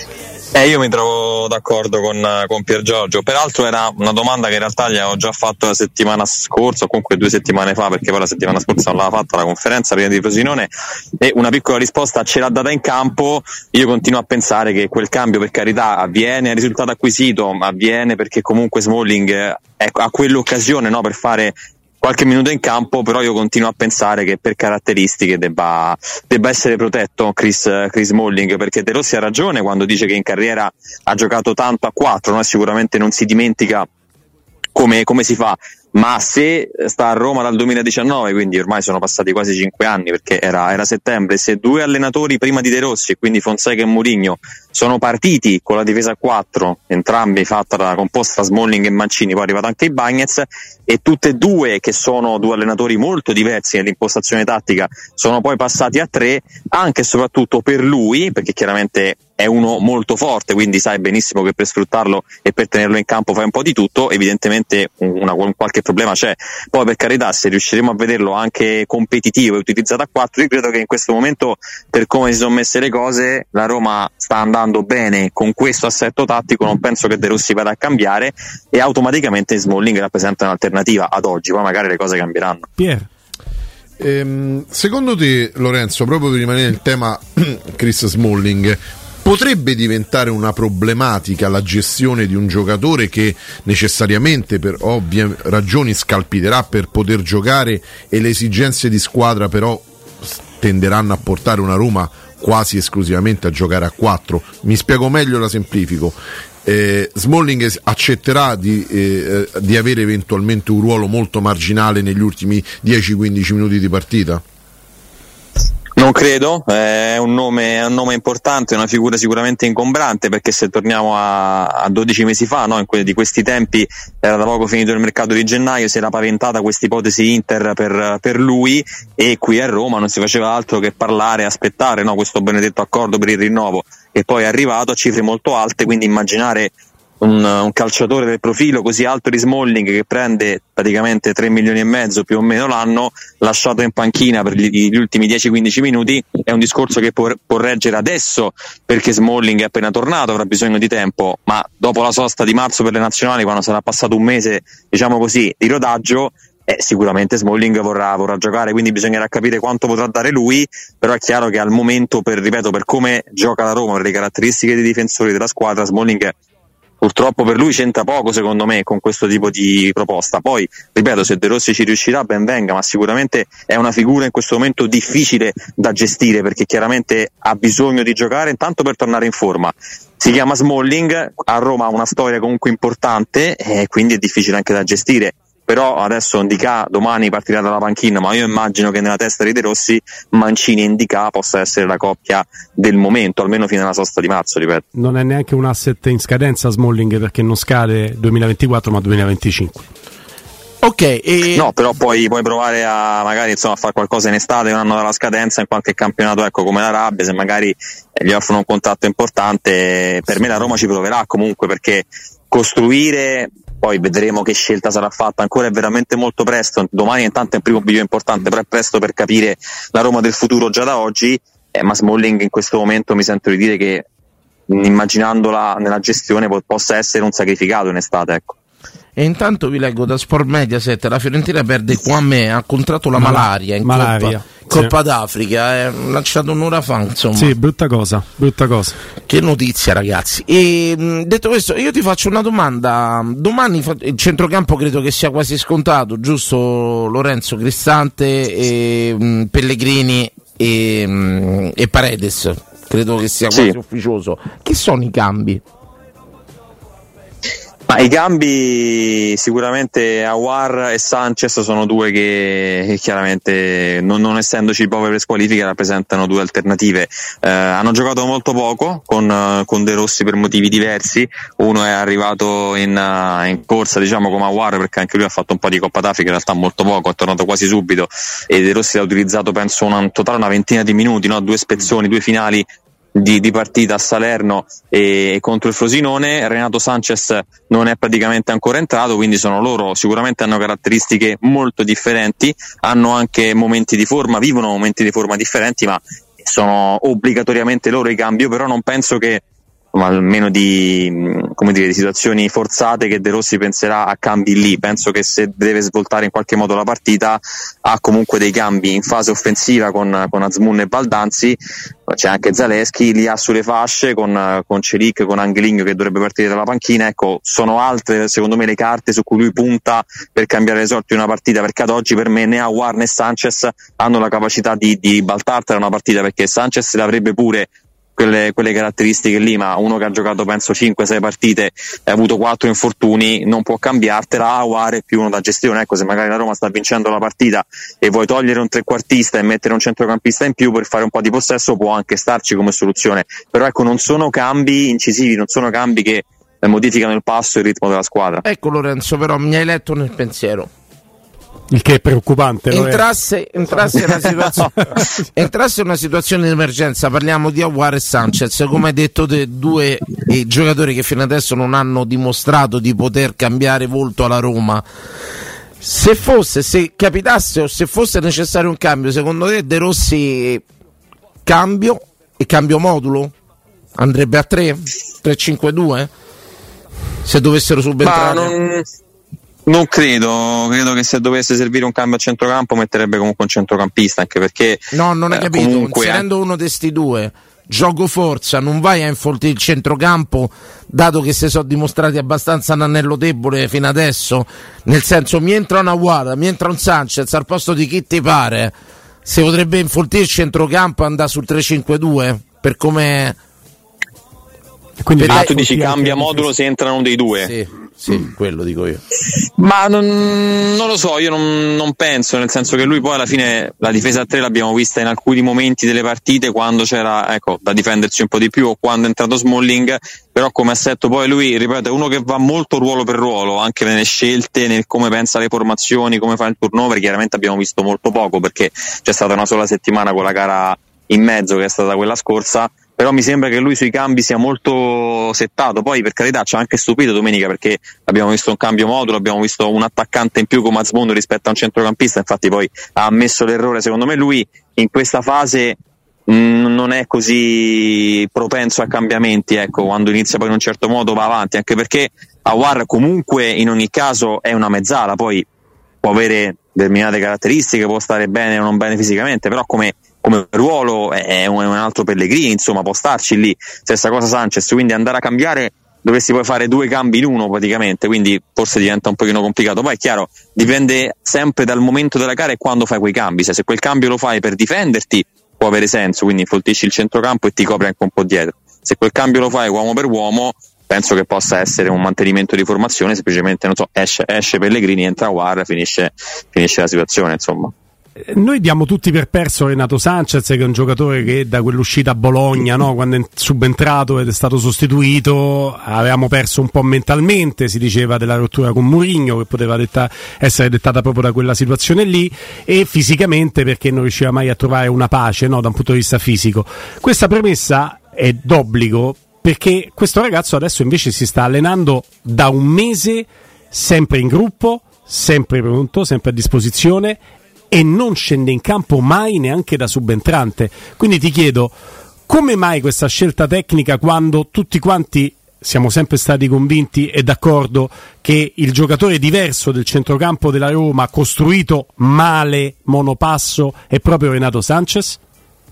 Speaker 14: Eh, io mi trovo d'accordo con, con Pier Giorgio. Peraltro era una domanda che in realtà gli avevo già fatto la settimana scorsa, o comunque due settimane fa, perché poi la settimana scorsa non l'aveva fatta la conferenza prima di Frosinone, e una piccola risposta ce l'ha data in campo. Io continuo a pensare che quel cambio, per carità, avviene, è risultato acquisito, ma avviene perché comunque Smalling è, ha quell'occasione, no, per fare qualche minuto in campo, però io continuo a pensare che per caratteristiche debba, debba essere protetto Chris, Chris Smalling, perché De Rossi ha ragione quando dice che in carriera ha giocato tanto a quattro, no? Sicuramente non si dimentica come, come si fa, ma se sta a Roma dal duemiladiciannove, quindi ormai sono passati quasi cinque anni, perché era, era settembre, se due allenatori prima di De Rossi, quindi Fonseca e Mourinho, sono partiti con la difesa a quattro, entrambi fatta da, composta da Smalling e Mancini, poi è arrivato anche Ibañez, e tutte e due, che sono due allenatori molto diversi nell'impostazione tattica, sono poi passati a tre, anche e soprattutto per lui, perché chiaramente è uno molto forte, quindi sai benissimo che per sfruttarlo e per tenerlo in campo fai un po' di tutto, evidentemente una, un qualche problema c'è. Poi per carità, se riusciremo a vederlo anche competitivo e utilizzato a quattro, io credo che in questo momento, per come si sono messe le cose, la Roma sta andando bene con questo assetto tattico, non penso che De Rossi vada a cambiare, e automaticamente Smalling rappresenta un'alternativa ad oggi, poi magari le cose cambieranno.
Speaker 1: Pier.
Speaker 3: Ehm, secondo te, Lorenzo, proprio per rimanere nel tema Chris Smalling, potrebbe diventare una problematica la gestione di un giocatore che necessariamente per ovvie ragioni scalpiterà per poter giocare, e le esigenze di squadra però tenderanno a portare una Roma quasi esclusivamente a giocare a quattro? Mi spiego meglio, la semplifico. Eh, Smalling accetterà di, eh, di avere eventualmente un ruolo molto marginale negli ultimi dieci quindici minuti di partita?
Speaker 14: Non credo, è un nome, è un nome importante, è una figura sicuramente ingombrante, perché se torniamo a, a dodici mesi fa, no, in que- di questi tempi era da poco finito il mercato di gennaio, si era paventata questa ipotesi Inter per, per lui, e qui a Roma non si faceva altro che parlare e aspettare, no, questo benedetto accordo per il rinnovo, che poi è arrivato a cifre molto alte, quindi immaginare Un, un calciatore del profilo così alto di Smalling, che prende praticamente tre milioni e mezzo più o meno l'anno, lasciato in panchina per gli, gli ultimi dieci quindici minuti, è un discorso che può, può reggere adesso, perché Smalling è appena tornato, avrà bisogno di tempo, ma dopo la sosta di marzo per le nazionali, quando sarà passato un mese, diciamo così, di rodaggio, eh, sicuramente Smalling vorrà, vorrà giocare, quindi bisognerà capire quanto potrà dare lui, però è chiaro che al momento, per, ripeto, per come gioca la Roma, per le caratteristiche dei difensori della squadra, Smalling purtroppo per lui c'entra poco, secondo me, con questo tipo di proposta. Poi, ripeto, se De Rossi ci riuscirà, ben venga, ma sicuramente è una figura in questo momento difficile da gestire, perché chiaramente ha bisogno di giocare intanto per tornare in forma. Si chiama Smalling, a Roma ha una storia comunque importante, e quindi è difficile anche da gestire. Però adesso Ndicà domani partirà dalla panchina, ma io immagino che nella testa di De Rossi Mancini e Ndicà possa essere la coppia del momento, almeno fino alla sosta di marzo, ripeto.
Speaker 1: Non è neanche un asset in scadenza Smalling, perché non scade duemilaventiquattro ma duemilaventicinque.
Speaker 7: Ok, e...
Speaker 14: no, però poi puoi provare a magari insomma a fare qualcosa in estate, un anno dalla scadenza, in qualche campionato, ecco, come la Rabbia, se magari gli offrono un contratto importante. Per me la Roma ci proverà comunque, perché costruire, poi vedremo che scelta sarà fatta, ancora è veramente molto presto, domani intanto è un primo biglio importante, però è presto per capire la Roma del futuro già da oggi, eh, ma Smalling in questo momento mi sento di dire che, immaginandola nella gestione, po- possa essere un sacrificato in estate, ecco.
Speaker 7: E intanto vi leggo da Sport Mediaset, la Fiorentina perde Kwame, ha contratto la Mal- malaria in
Speaker 1: malaria,
Speaker 7: Coppa, Coppa
Speaker 1: sì.
Speaker 7: d'Africa, è lanciato un'ora fa, insomma.
Speaker 1: Sì, brutta cosa, brutta cosa.
Speaker 7: Che notizia, ragazzi. E mh, detto questo, io ti faccio una domanda. Domani fa- il centrocampo credo che sia quasi scontato, giusto, Lorenzo? Cristante, e, mh, Pellegrini e, mh, e Paredes, credo che sia quasi
Speaker 14: sì.
Speaker 7: ufficioso. Chi sono i cambi?
Speaker 14: Ma i cambi sicuramente Aouar e Sanchez sono due che, che chiaramente non, non essendoci prove per squalifica rappresentano due alternative. Eh, hanno giocato molto poco con, con De Rossi per motivi diversi, uno è arrivato in, in corsa diciamo come Aouar, perché anche lui ha fatto un po' di Coppa d'Africa, in realtà molto poco, è tornato quasi subito, e De Rossi l'ha utilizzato penso una, un totale una ventina di minuti, no? Due spezzoni, due finali Di, di partita a Salerno e, e contro il Frosinone. Renato Sanchez non è praticamente ancora entrato, quindi sono loro, sicuramente hanno caratteristiche molto differenti, hanno anche momenti di forma, vivono momenti di forma differenti, ma sono obbligatoriamente loro i cambi. Io però non penso che ma almeno di, come dire, di situazioni forzate che De Rossi penserà a cambi lì. Penso che se deve svoltare in qualche modo la partita ha comunque dei cambi in fase offensiva con, con Azmoun e Baldanzi, c'è anche Zaleschi, li ha sulle fasce con, con Celic, con Angeligno che dovrebbe partire dalla panchina. Ecco, sono altre secondo me le carte su cui lui punta per cambiare le sorti di una partita, perché ad oggi per me né Aouar né Sanchez hanno la capacità di, di ribaltartela una partita, perché Sanchez l'avrebbe pure Quelle, quelle caratteristiche lì, ma uno che ha giocato penso cinque sei partite e ha avuto quattro infortuni non può cambiartela. Aouar è più uno da gestione. Ecco, se magari la Roma sta vincendo la partita e vuoi togliere un trequartista e mettere un centrocampista in più per fare un po' di possesso, può anche starci come soluzione, però ecco, non sono cambi incisivi, non sono cambi che modificano il passo e il ritmo della squadra.
Speaker 7: Ecco Lorenzo, però mi hai letto nel pensiero.
Speaker 1: Il che è preoccupante.
Speaker 7: Entrasse, entrasse, una situazione, entrasse una situazione di emergenza, parliamo di Aouar e Sanchez, come hai detto te, due eh, giocatori che fino adesso non hanno dimostrato di poter cambiare volto alla Roma. Se fosse, se capitasse o se fosse necessario un cambio, secondo te De Rossi cambio e cambio modulo? Andrebbe a tre? tre cinque due? Se dovessero subentrare?
Speaker 14: Ma non... Non credo, credo che se dovesse servire un cambio a centrocampo metterebbe comunque un centrocampista, anche perché
Speaker 7: no, non hai
Speaker 14: eh,
Speaker 7: capito,
Speaker 14: comunque
Speaker 7: inserendo uno di sti due, gioco forza, non vai a infoltire il centrocampo, dato che si sono dimostrati abbastanza un anello debole fino adesso, nel senso, mi entra una Aouar, mi entra un Sanchez al posto di chi ti pare, si potrebbe infoltire il centrocampo e andare sul tre cinque due per come...
Speaker 14: Quindi ah, tu dici cambia modulo se entrano uno dei due?
Speaker 7: Sì, sì, quello dico io.
Speaker 14: Ma non, non lo so, io non, non penso, nel senso che lui poi alla fine la difesa a tre l'abbiamo vista in alcuni momenti delle partite quando c'era, ecco, da difendersi un po' di più o quando è entrato Smalling, però come assetto poi lui, ripeto, è uno che va molto ruolo per ruolo, anche nelle scelte, nel come pensa alle formazioni, come fa il turnover. Chiaramente abbiamo visto molto poco perché c'è stata una sola settimana con la gara in mezzo che è stata quella scorsa, però mi sembra che lui sui cambi sia molto settato. Poi per carità ci ha anche stupito domenica, perché abbiamo visto un cambio modulo, abbiamo visto un attaccante in più come Azmoun rispetto a un centrocampista, infatti poi ha ammesso l'errore. Secondo me lui in questa fase mh, non è così propenso a cambiamenti, ecco, quando inizia poi in un certo modo va avanti, anche perché Aouar comunque in ogni caso è una mezzala, poi può avere determinate caratteristiche, può stare bene o non bene fisicamente, però come come ruolo è un, un altro Pellegrini, insomma può starci lì. Stessa cosa Sanchez, quindi andare a cambiare dovresti poi fare due cambi in uno praticamente, quindi forse diventa un pochino complicato. Poi è chiaro, dipende sempre dal momento della gara e quando fai quei cambi. Se, se quel cambio lo fai per difenderti può avere senso, quindi infoltisci il centrocampo e ti copri anche un po' dietro. Se quel cambio lo fai uomo per uomo, penso che possa essere un mantenimento di formazione, semplicemente non so, esce, esce Pellegrini, entra Aouar, finisce, finisce la situazione, insomma.
Speaker 1: Noi diamo tutti per perso Renato Sanchez, che è un giocatore che da quell'uscita a Bologna, no, quando è subentrato ed è stato sostituito, avevamo perso un po' mentalmente. Si diceva della rottura con Mourinho, che poteva detta, essere dettata proprio da quella situazione lì, e fisicamente perché non riusciva mai a trovare una pace, no, da un punto di vista fisico. Questa premessa è d'obbligo, perché questo ragazzo adesso invece si sta allenando da un mese, sempre in gruppo, sempre pronto, sempre a disposizione, e non scende in campo mai neanche da subentrante. Quindi ti chiedo, come mai questa scelta tecnica, quando tutti quanti siamo sempre stati convinti e d'accordo che il giocatore diverso del centrocampo della Roma, costruito male, monopasso, è proprio Renato Sanchez?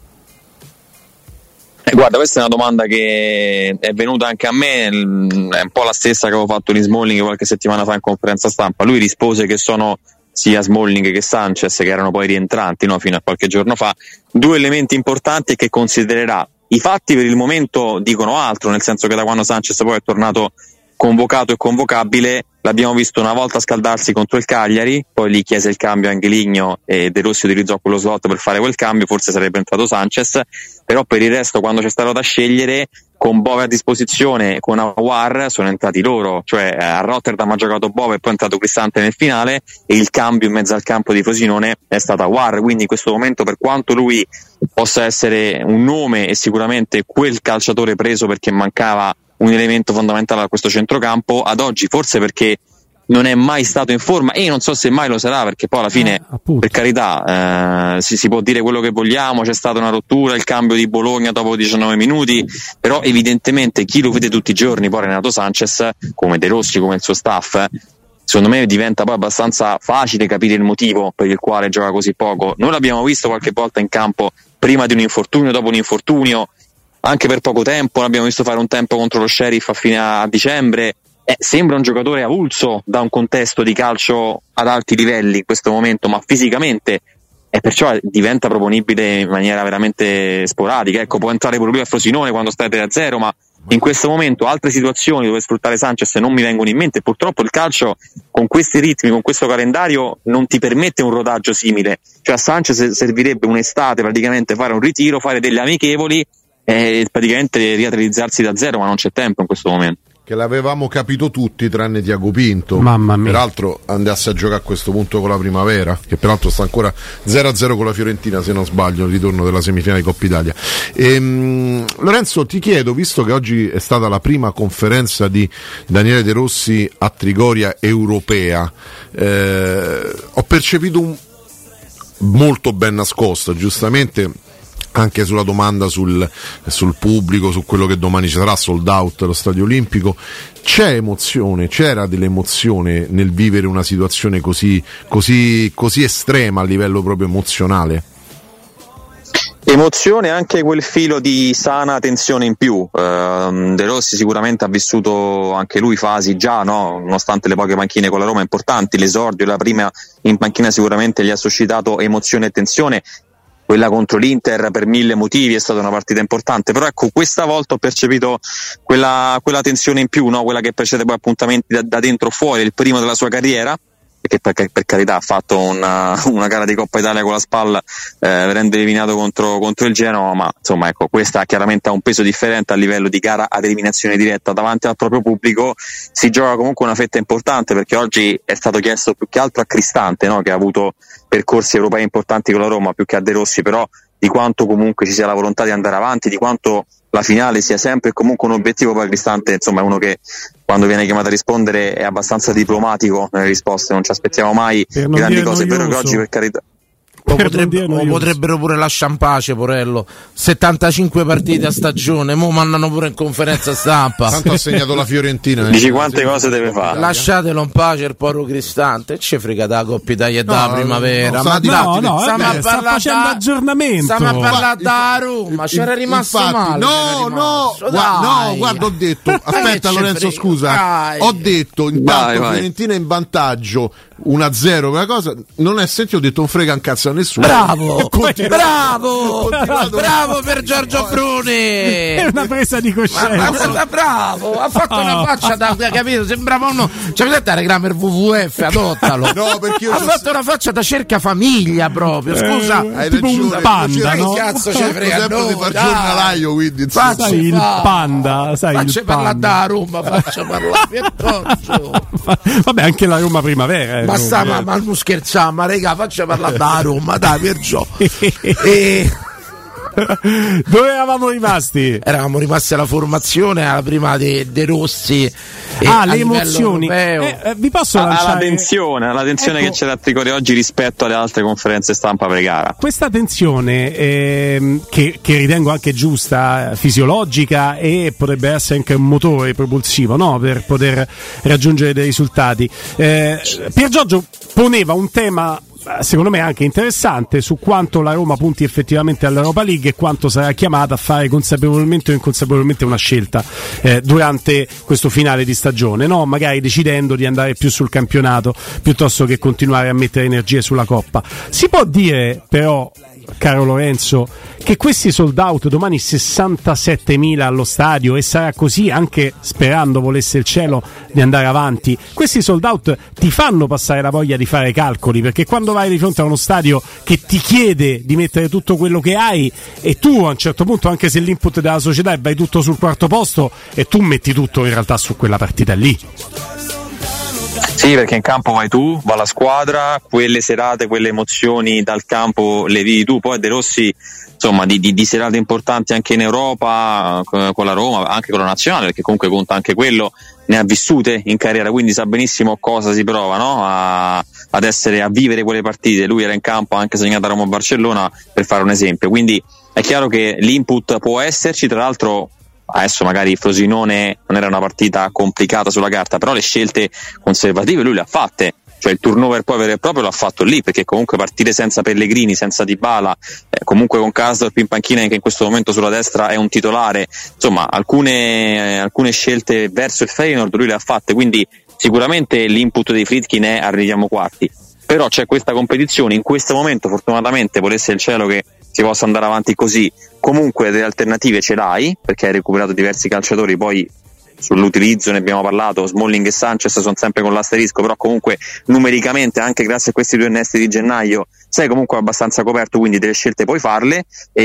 Speaker 14: Eh, guarda, questa è una domanda che è venuta anche a me, è un po' la stessa che avevo fatto di Smalling qualche settimana fa in conferenza stampa. Lui rispose che sono sia Smalling che Sanchez, che erano poi rientranti, no, fino a qualche giorno fa, due elementi importanti, che considererà. I fatti per il momento dicono altro, nel senso che da quando Sanchez poi è tornato convocato e convocabile, l'abbiamo visto una volta scaldarsi contro il Cagliari, poi gli chiese il cambio Angeligno e De Rossi utilizzò quello slot per fare quel cambio, forse sarebbe entrato Sanchez, però per il resto quando c'è stato da scegliere, con Bove a disposizione, con Aouar, sono entrati loro, cioè a Rotterdam ha giocato Bove e poi è entrato Cristante nel finale, e il cambio in mezzo al campo di Frosinone è stato Aouar. Quindi in questo momento, per quanto lui possa essere un nome e sicuramente quel calciatore preso perché mancava un elemento fondamentale a questo centrocampo, ad oggi, forse perché non è mai stato in forma e non so se mai lo sarà, perché poi alla fine,
Speaker 1: eh,
Speaker 14: per carità, eh, si, si può dire quello che vogliamo, c'è stata una rottura, il cambio di Bologna dopo diciannove minuti, però evidentemente chi lo vede tutti i giorni, poi Renato Sanchez, come De Rossi, come il suo staff, eh, secondo me diventa poi abbastanza facile capire il motivo per il quale gioca così poco. Noi l'abbiamo visto qualche volta in campo prima di un infortunio, dopo un infortunio, anche per poco tempo, l'abbiamo visto fare un tempo contro lo Sheriff a fine a dicembre. Eh, sembra un giocatore avulso da un contesto di calcio ad alti livelli in questo momento, ma fisicamente, e perciò diventa proponibile in maniera veramente sporadica. Ecco, può entrare pure lui a Frosinone quando stai tre a zero, ma in questo momento altre situazioni dove sfruttare Sanchez non mi vengono in mente. Purtroppo il calcio con questi ritmi, con questo calendario, non ti permette un rodaggio simile. Cioè a Sanchez servirebbe un'estate praticamente, fare un ritiro, fare delle amichevoli e praticamente riattivizzarsi da zero, ma non c'è tempo in questo momento.
Speaker 3: Che l'avevamo capito tutti tranne Tiago Pinto.
Speaker 1: Mamma mia.
Speaker 3: Peraltro andasse a giocare a questo punto con la Primavera, che peraltro sta ancora zero a zero con la Fiorentina, se non sbaglio, il ritorno della semifinale di Coppa Italia. Ehm, Lorenzo, ti chiedo, visto che oggi è stata la prima conferenza di Daniele De Rossi a Trigoria europea, eh, ho percepito un molto ben nascosta, giustamente, anche sulla domanda sul, sul pubblico, su quello che domani ci sarà, sold out allo Stadio Olimpico. C'è emozione, c'era dell'emozione nel vivere una situazione così, così, così estrema a livello proprio emozionale?
Speaker 14: Emozione, anche quel filo di sana tensione in più. uh, De Rossi sicuramente ha vissuto anche lui fasi già, no? Nonostante le poche panchine con la Roma importanti, l'esordio, la prima in panchina sicuramente gli ha suscitato emozione e tensione. Quella contro l'Inter per mille motivi è stata una partita importante, però ecco, questa volta ho percepito quella, quella tensione in più, no? Quella che precede poi appuntamenti da, da dentro fuori, il primo della sua carriera, che per, per carità ha fatto una, una gara di Coppa Italia con la spalla, eh, venendo eliminato contro, contro il Genoa, ma insomma ecco, questa chiaramente ha un peso differente a livello di gara ad eliminazione diretta davanti al proprio pubblico. Si gioca comunque una fetta importante, perché oggi è stato chiesto più che altro a Cristante, no? Che ha avuto percorsi europei importanti con la Roma, più che a De Rossi, però di quanto comunque ci sia la volontà di andare avanti, di quanto la finale sia sempre comunque un obiettivo. Poi Cristante insomma è uno che quando viene chiamato a rispondere è abbastanza diplomatico nelle risposte, non ci aspettiamo mai grandi cose. È vero che oggi, per carità,
Speaker 7: O, potrebbe, o potrebbero pure lasciare in pace, Porello. settantacinque partite a stagione, mo mandano pure in conferenza stampa.
Speaker 3: Tanto ha segnato la Fiorentina.
Speaker 14: Dici quante cose deve fare.
Speaker 7: Lasciatelo in pace il povero Cristante. Ci frega da Coppa Italia e no, da primavera.
Speaker 3: No,
Speaker 7: ma
Speaker 3: no,
Speaker 7: da,
Speaker 3: no,
Speaker 1: no,
Speaker 7: stiamo
Speaker 1: vabbè,
Speaker 7: a
Speaker 1: sta
Speaker 7: parlare
Speaker 1: facendo
Speaker 7: da,
Speaker 1: aggiornamento.
Speaker 7: Stiamo a parlare da Roma. C'era rimasto
Speaker 3: infatti,
Speaker 7: male.
Speaker 3: No, no, gua- no, guarda, ho detto. Aspetta, Lorenzo,
Speaker 7: frega,
Speaker 3: scusa.
Speaker 7: dai.
Speaker 3: Ho detto intanto
Speaker 14: vai, vai.
Speaker 3: Fiorentina in vantaggio uno a zero, quella cosa non è sentito, ho detto un frega un cazzo a nessuno.
Speaker 7: Bravo.
Speaker 3: Continua-
Speaker 7: Bravo,
Speaker 3: continuato-
Speaker 7: bravo per Giorgio Bruni.
Speaker 1: È una presa di coscienza.
Speaker 7: Ma, ma, bravo, ha fatto una faccia da, capito? Sembrava uno. Cioè, vedete la Kramer W W F, adottalo.
Speaker 3: No, perché io
Speaker 7: ha
Speaker 3: so-
Speaker 7: fatto una faccia da cerca famiglia proprio. Scusa,
Speaker 1: Eh,
Speaker 3: Hai
Speaker 1: tipo un
Speaker 3: ragione,
Speaker 1: panda,
Speaker 3: io
Speaker 1: no?
Speaker 3: ci-
Speaker 7: cazzo ci
Speaker 3: cerco
Speaker 7: frega
Speaker 3: sempre
Speaker 7: noi,
Speaker 3: di far
Speaker 7: dai.
Speaker 3: giornalaio, quindi insomma.
Speaker 7: Faccia
Speaker 1: Sai il
Speaker 7: fa.
Speaker 1: panda, sai
Speaker 7: faccia
Speaker 1: il
Speaker 7: parlare
Speaker 1: panda.
Speaker 7: da Roma, faccia parlare Piettorcio.
Speaker 1: Vabbè, anche la Roma Primavera. eh,
Speaker 7: Ma sta,
Speaker 1: Roma.
Speaker 7: ma, ma non scherziamo, ma raga, faccia parlare da Roma, dai, perciò. E
Speaker 1: Dove eravamo rimasti?
Speaker 7: eravamo rimasti alla formazione, alla prima De, De Rossi. E
Speaker 1: Ah,
Speaker 7: a
Speaker 1: le
Speaker 7: livello
Speaker 1: emozioni.
Speaker 7: europeo.
Speaker 1: Eh, eh, vi posso
Speaker 14: alla
Speaker 1: lanciare
Speaker 14: tensione, alla tensione
Speaker 1: Ecco.
Speaker 14: che c'è da Trigoria oggi rispetto alle altre conferenze stampa pre-gara.
Speaker 1: questa tensione ehm, che, che ritengo anche giusta, fisiologica, e potrebbe essere anche un motore propulsivo, no? Per poter raggiungere dei risultati. Eh, Pier Giorgio poneva un tema secondo me anche interessante su quanto la Roma punti effettivamente all'Europa League e quanto sarà chiamata a fare consapevolmente o inconsapevolmente una scelta eh, durante questo finale di stagione, no? Magari decidendo di andare più sul campionato piuttosto che continuare a mettere energie sulla Coppa. Si può dire però, caro Lorenzo, che questi sold out domani sessantasettemila allo stadio, e sarà così anche, sperando volesse il cielo, di andare avanti. Questi sold out ti fanno passare la voglia di fare calcoli, perché quando vai di fronte a uno stadio che ti chiede di mettere tutto quello che hai, e tu a un certo punto, anche se l'input della società è vai tutto sul quarto posto, e tu metti tutto in realtà su quella partita lì.
Speaker 14: Sì, perché in campo vai tu, va la squadra, quelle serate, quelle emozioni dal campo le vivi tu, poi De Rossi insomma di, di, di serate importanti anche in Europa con la Roma, anche con la nazionale, perché comunque conta anche quello, ne ha vissute in carriera, quindi sa benissimo cosa si prova, no? a, ad essere, a vivere quelle partite. Lui era in campo anche segnato a Roma-Barcellona, per fare un esempio, quindi è chiaro che l'input può esserci. Tra l'altro adesso magari Frosinone non era una partita complicata sulla carta, però le scelte conservative lui le ha fatte, cioè il turnover poi vero e proprio l'ha fatto lì, perché comunque partire senza Pellegrini, senza Dybala, eh, comunque con Karsdorp in panchina che in questo momento sulla destra è un titolare, insomma alcune, eh, alcune scelte verso il Feyenoord lui le ha fatte, quindi sicuramente l'input dei Friedkin è arriviamo quarti, però c'è questa competizione in questo momento, fortunatamente volesse il cielo che si possa andare avanti così, comunque delle alternative ce l'hai, perché hai recuperato diversi calciatori, poi sull'utilizzo ne abbiamo parlato, Smalling e Sanchez sono sempre con l'asterisco, però comunque numericamente anche grazie a questi due innesti di gennaio sei comunque abbastanza coperto, quindi delle scelte puoi farle,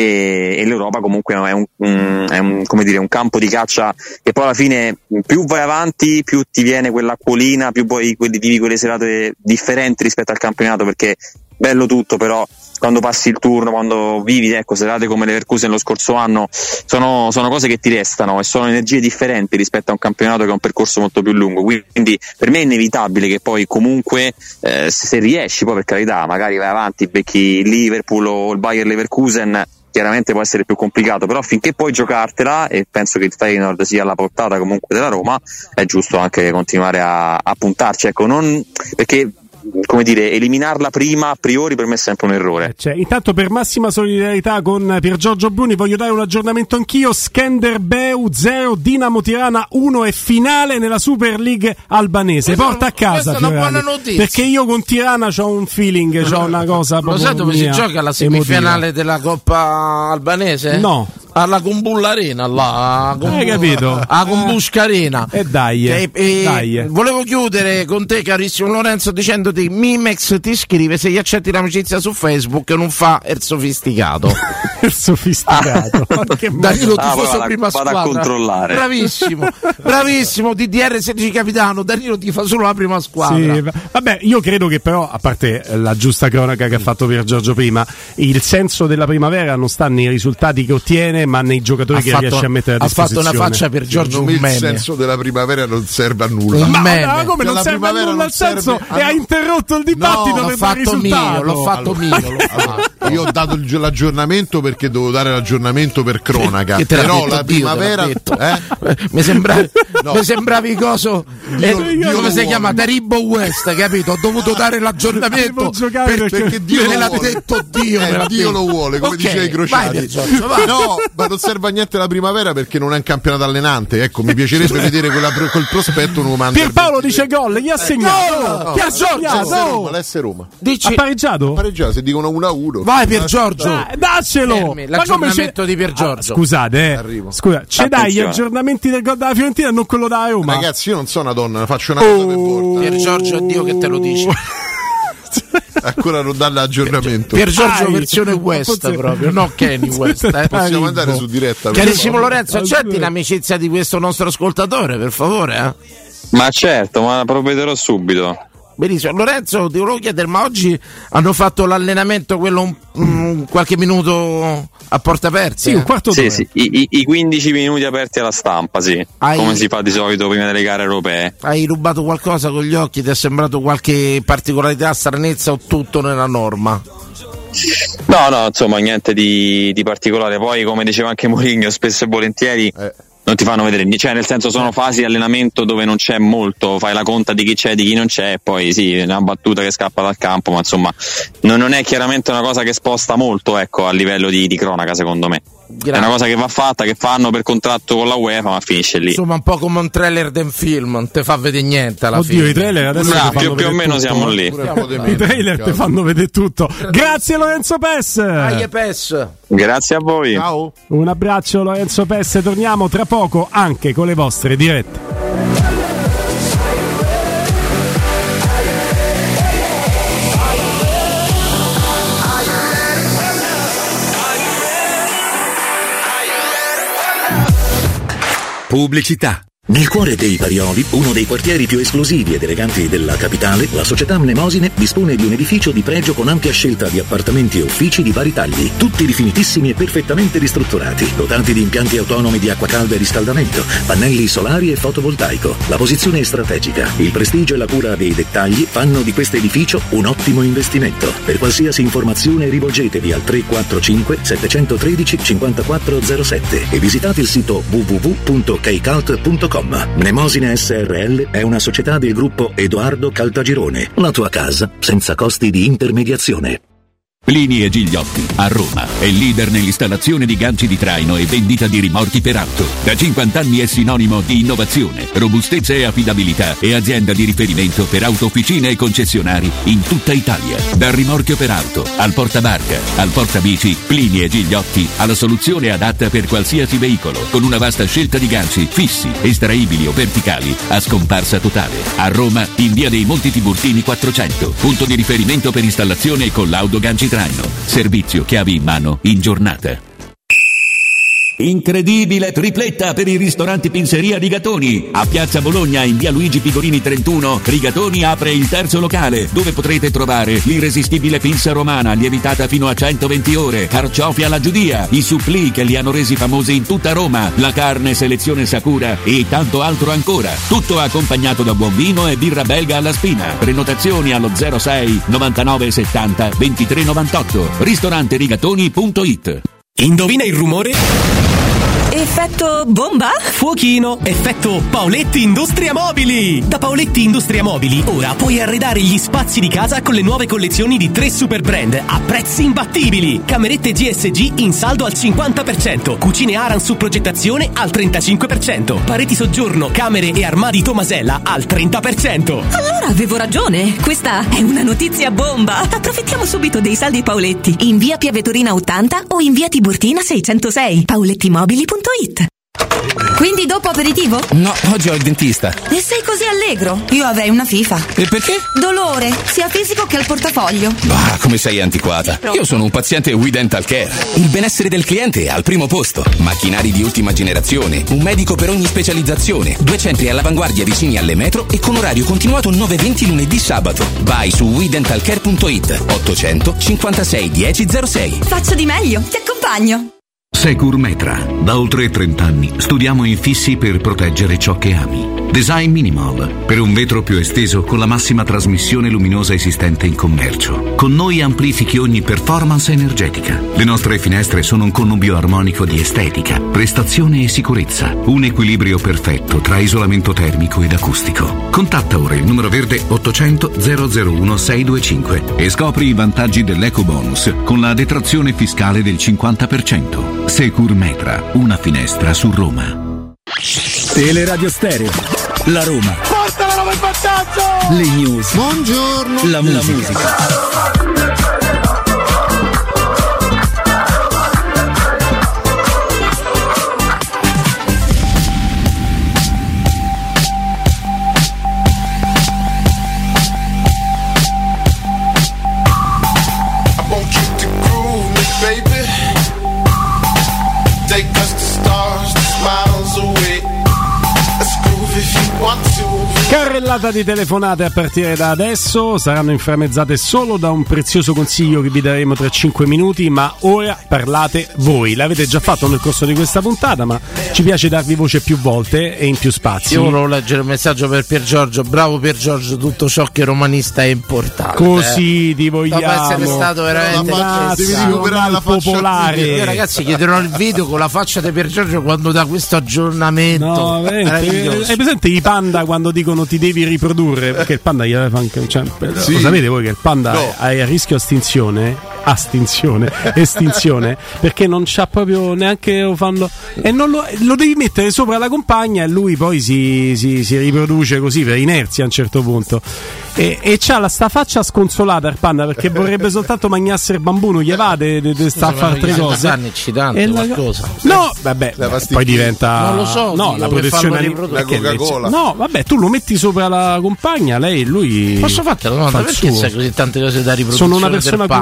Speaker 14: e, e l'Europa comunque è un, un, è un, come dire, un campo di caccia che poi alla fine più vai avanti più ti viene quell'acquolina, più poi vivi quelle serate differenti rispetto al campionato, perché bello tutto, però quando passi il turno, quando vivi, ecco, serate come Leverkusen lo scorso anno, sono, sono cose che ti restano e sono energie differenti rispetto a un campionato che è un percorso molto più lungo, quindi per me è inevitabile che poi comunque eh, se riesci, poi per carità magari vai avanti, becchi il Liverpool o il Bayer Leverkusen, chiaramente può essere più complicato, però finché puoi giocartela, e penso che il Feyenoord sia alla portata comunque della Roma, è giusto anche continuare a, a puntarci, ecco, non perché, come dire, eliminarla prima a priori per me è sempre un errore.
Speaker 1: Cioè, intanto per massima solidarietà con Pier Giorgio Bruni voglio dare un aggiornamento anch'io. Skanderbeu zero, Dinamo Tirana uno e finale nella Super League albanese.
Speaker 7: Questa
Speaker 1: Porta a casa,
Speaker 7: questa è una
Speaker 1: Fiorani,
Speaker 7: buona notizia,
Speaker 1: perché io con Tirana c'ho un feeling, c'ho una cosa
Speaker 7: lo sai dove si gioca la semifinale emotiva della Coppa albanese?
Speaker 1: No,
Speaker 7: alla Kumbulla Arena, là, Kumbulla,
Speaker 1: hai capito?
Speaker 7: A Kumbuska Arena.
Speaker 1: E dai,
Speaker 7: e, e
Speaker 1: dai.
Speaker 7: Volevo chiudere con te, carissimo Lorenzo, dicendoti: Mimex ti scrive se gli accetti l'amicizia su Facebook non fa il sofisticato.
Speaker 1: Il sofisticato.
Speaker 7: Danilo tifoso
Speaker 14: ah,
Speaker 7: prima
Speaker 14: vado
Speaker 7: squadra.
Speaker 14: a controllare.
Speaker 7: Bravissimo, bravissimo. D D R sedici capitano. Danilo ti fa solo la prima squadra.
Speaker 1: Sì, vabbè, io credo che però, a parte la giusta cronaca che ha fatto Pier Giorgio prima, il senso della primavera non sta nei risultati che ottiene, ma nei giocatori
Speaker 7: ha
Speaker 1: che
Speaker 7: fatto,
Speaker 1: riesce a mettere a disposizione.
Speaker 7: Ha fatto una faccia per Giorgio un meme.
Speaker 3: Il senso della primavera non serve a nulla.
Speaker 1: Ma,
Speaker 7: meme.
Speaker 1: ma come non
Speaker 3: la
Speaker 1: serve a nulla il senso?
Speaker 3: A...
Speaker 1: E ha interrotto il dibattito
Speaker 7: no,
Speaker 1: per
Speaker 7: dare risultato. Mio, l'ho fatto
Speaker 3: allora,
Speaker 7: mio. L'ho fatto.
Speaker 3: Io ho dato il, l'aggiornamento perché dovevo dare l'aggiornamento per cronaca.
Speaker 7: Che te
Speaker 3: però
Speaker 7: la
Speaker 3: la primavera
Speaker 7: eh? mi, sembravi, no. mi sembravi coso
Speaker 3: Dio,
Speaker 7: eh,
Speaker 3: Dio
Speaker 7: come si
Speaker 3: vuole.
Speaker 7: chiama? Taribo West, capito? Ho dovuto dare l'aggiornamento per,
Speaker 3: perché, perché Dio
Speaker 7: me
Speaker 3: lo
Speaker 7: l'ha
Speaker 3: vuole.
Speaker 7: detto Dio,
Speaker 3: eh,
Speaker 7: me l'ha
Speaker 3: Dio
Speaker 7: detto.
Speaker 3: lo vuole, come
Speaker 7: Okay,
Speaker 3: diceva i Crociati.
Speaker 7: Giorgio, vai.
Speaker 3: No, ma non serve a niente la primavera perché non è un campionato allenante. Ecco, mi piacerebbe vedere quella, quel prospetto nuovo.
Speaker 1: Pierpaolo dice gol, gli ha segnato.
Speaker 7: Chi ha segnato?
Speaker 3: L'S Roma.
Speaker 1: Dici... Ha pareggiato?
Speaker 3: Ha pareggiato, se dicono uno a uno.
Speaker 7: Vai Pier Giorgio.
Speaker 1: Dai, daccelo.
Speaker 7: Fermi, l'aggiornamento di Pier Giorgio.
Speaker 1: Ah, scusate, eh. Scusa, ci dai gli aggiornamenti del gol della Fiorentina e non quello da Roma?
Speaker 3: Ragazzi, io non sono una donna, faccio una cosa per volta.
Speaker 7: Pier Giorgio, addio che te lo dice.
Speaker 3: Ancora non dà l'aggiornamento.
Speaker 7: Pier Giorgio
Speaker 1: Ai,
Speaker 7: versione West
Speaker 1: forse...
Speaker 7: proprio, no Kenny West. Eh.
Speaker 3: Possiamo andare su diretta.
Speaker 7: Carissimo Lorenzo, accetti l'amicizia di questo nostro ascoltatore, per favore? Eh?
Speaker 14: Ma certo, ma provvederò subito.
Speaker 7: Benissimo, Lorenzo, ti volevo chiedere, ma oggi hanno fatto l'allenamento quello un, um, qualche minuto a porta aperta?
Speaker 1: Sì, un quarto d'ora.
Speaker 14: Sì, sì, i, i quindici minuti aperti alla stampa, sì,
Speaker 7: hai,
Speaker 14: come si fa di solito prima delle gare europee.
Speaker 7: Hai rubato qualcosa con gli occhi? Ti è sembrato qualche particolarità, stranezza o tutto nella norma?
Speaker 14: No, no, insomma, niente di, di particolare. Poi, come diceva anche Mourinho, spesso e volentieri eh. non ti fanno vedere, cioè nel senso sono fasi di allenamento dove non c'è molto, fai la conta di chi c'è e di chi non c'è, e poi sì, una battuta che scappa dal campo, ma insomma non, non è chiaramente una cosa che sposta molto, ecco, a livello di, di cronaca, secondo me. Grazie. È una cosa che va fatta, che fanno per contratto con la UEFA, ma finisce lì.
Speaker 7: Insomma, un po' come un trailer del film, non ti fa vedere niente alla
Speaker 1: Oddio,
Speaker 7: fine.
Speaker 1: I trailer adesso
Speaker 14: Bra, più, più o meno
Speaker 1: tutto,
Speaker 14: siamo lì.
Speaker 1: I trailer ti fanno vedere tutto. Grazie Lorenzo Pes.
Speaker 7: Dai, Pes.
Speaker 14: Grazie a voi.
Speaker 3: Ciao.
Speaker 1: Un abbraccio Lorenzo Pes, torniamo tra poco anche con le vostre dirette.
Speaker 24: Pubblicità.
Speaker 4: Nel cuore dei Parioli, uno dei quartieri più esclusivi ed eleganti della capitale, la società Mnemosine dispone di un edificio di pregio con ampia scelta di appartamenti e uffici di vari tagli, tutti rifinitissimi e perfettamente ristrutturati, dotati di impianti autonomi di acqua calda e riscaldamento, pannelli solari e fotovoltaico. La posizione è strategica, il prestigio e la cura dei dettagli fanno di questo edificio un ottimo investimento. Per qualsiasi informazione rivolgetevi al tre quattro cinque sette uno tre cinque zero sette e visitate il sito w w w punto keycult punto com. Mnemosine S R L è una società del gruppo Edoardo Caltagirone. La tua casa senza costi di intermediazione.
Speaker 11: Plini e Gigliotti, a Roma, è leader nell'installazione di ganci di traino e vendita di rimorchi per auto. Da cinquanta anni è sinonimo di innovazione, robustezza e affidabilità e azienda di riferimento per autofficine e concessionari in tutta Italia. Dal rimorchio per auto, al portabarca, al portabici, Plini e Gigliotti ha la soluzione adatta per qualsiasi veicolo, con una vasta scelta di ganci fissi, estraibili o verticali, a scomparsa totale. A Roma, in via dei Monti Tiburtini quattrocento, punto di riferimento per installazione e collaudo ganci traino. Servizio chiavi in mano in giornata. Incredibile tripletta per i ristoranti Pinzeria Rigatoni. A Piazza Bologna, in via Luigi Pigorini trentuno, Rigatoni apre il terzo locale, dove potrete trovare l'irresistibile pinza romana lievitata fino a centoventi ore, carciofi alla giudia, i supplì che li hanno resi famosi in tutta Roma, la carne selezione Sakura e tanto altro ancora. Tutto accompagnato da buon vino e birra belga alla spina. Prenotazioni allo zero sei novantanove settanta ventitré novantotto. ristorante rigatoni punto it.
Speaker 20: Indovina il rumore?
Speaker 9: Effetto bomba?
Speaker 20: Fuochino! Effetto Paoletti Industria Mobili! Da Paoletti Industria Mobili ora puoi arredare gli spazi di casa con le nuove collezioni di tre super brand a prezzi imbattibili. Camerette G S G in saldo al cinquanta per cento, cucine Aran su progettazione al trentacinque per cento, pareti soggiorno, camere e armadi Tomasella al trenta per cento.
Speaker 9: Allora avevo ragione, questa è una notizia bomba. Approfittiamo subito dei saldi Paoletti in via Piavetorina ottanta o in via Tiburtina seicentosei. paolettimobili punto it. Quindi dopo aperitivo?
Speaker 13: No, oggi ho il dentista.
Speaker 9: E sei così allegro? Io avrei una FIFA.
Speaker 13: E perché?
Speaker 9: Dolore, sia fisico che al portafoglio.
Speaker 13: Bah, come sei antiquata. Io sono un paziente We Dental Care. Il benessere del cliente è al primo posto. Macchinari di ultima generazione, un medico per ogni specializzazione, due centri all'avanguardia vicini alle metro e con orario continuato nove venti lunedì sabato. Vai su we dental care punto it. ottocento cinquantasei dieci zero sei.
Speaker 9: Faccio di meglio, ti accompagno.
Speaker 8: Securmetra. Da oltre trenta anni studiamo infissi per proteggere ciò che ami. Design Minimal, per un vetro più esteso con la massima trasmissione luminosa esistente in commercio. Con noi amplifichi ogni performance energetica. Le nostre finestre sono un connubio armonico di estetica, prestazione e sicurezza. Un equilibrio perfetto tra isolamento termico ed acustico. Contatta ora il numero verde ottocento zero zero uno sei due cinque e scopri i vantaggi dell'eco bonus con la detrazione fiscale del cinquanta per cento. Securmetra, una finestra su Roma.
Speaker 24: Teleradio Stereo, la Roma.
Speaker 26: Porta la Roma in vantaggio!
Speaker 24: Le news.
Speaker 26: Buongiorno.
Speaker 24: La musica. La musica.
Speaker 1: Carrellata di telefonate a partire da adesso, saranno inframmezzate solo da un prezioso consiglio che vi daremo tra cinque minuti, ma ora parlate voi. L'avete già fatto nel corso di questa puntata, ma ci piace darvi voce più volte e in più spazi.
Speaker 7: Io volevo leggere un messaggio per Pier Giorgio. Bravo Pier Giorgio, tutto ciò che romanista è importante.
Speaker 1: Così ti vogliamo.
Speaker 7: Dopo essere stato veramente
Speaker 1: devi recuperare la popolare.
Speaker 7: Io, ragazzi, chiederò il video con la faccia di Pier Giorgio quando dà questo aggiornamento.
Speaker 1: No, hai presente i panda quando dicono ti devi riprodurre? Perché il panda gli aveva anche. Cioè, sì. Lo sapete voi che il panda no. è a rischio estinzione? Astinzione, estinzione, perché non c'ha proprio neanche lo fanno. E non lo, lo devi mettere sopra la compagna e lui poi si, si, si riproduce così per inerzia a un certo punto. E, e c'ha la sta faccia sconsolata il panda perché vorrebbe soltanto mangiarsi il bambù, non gli va de, de, de sta a fare altre cose.
Speaker 7: Anni eccitante, la, qualcosa.
Speaker 1: No, vabbè, poi diventa.
Speaker 7: Non lo so,
Speaker 1: no, la protezione
Speaker 3: la Coca-Cola.
Speaker 1: No, vabbè, tu lo metti sopra la compagna, lei lui.
Speaker 7: Posso farti la domanda? Perché sai così tante cose da riproduzione?
Speaker 1: Sono una persona curiosa.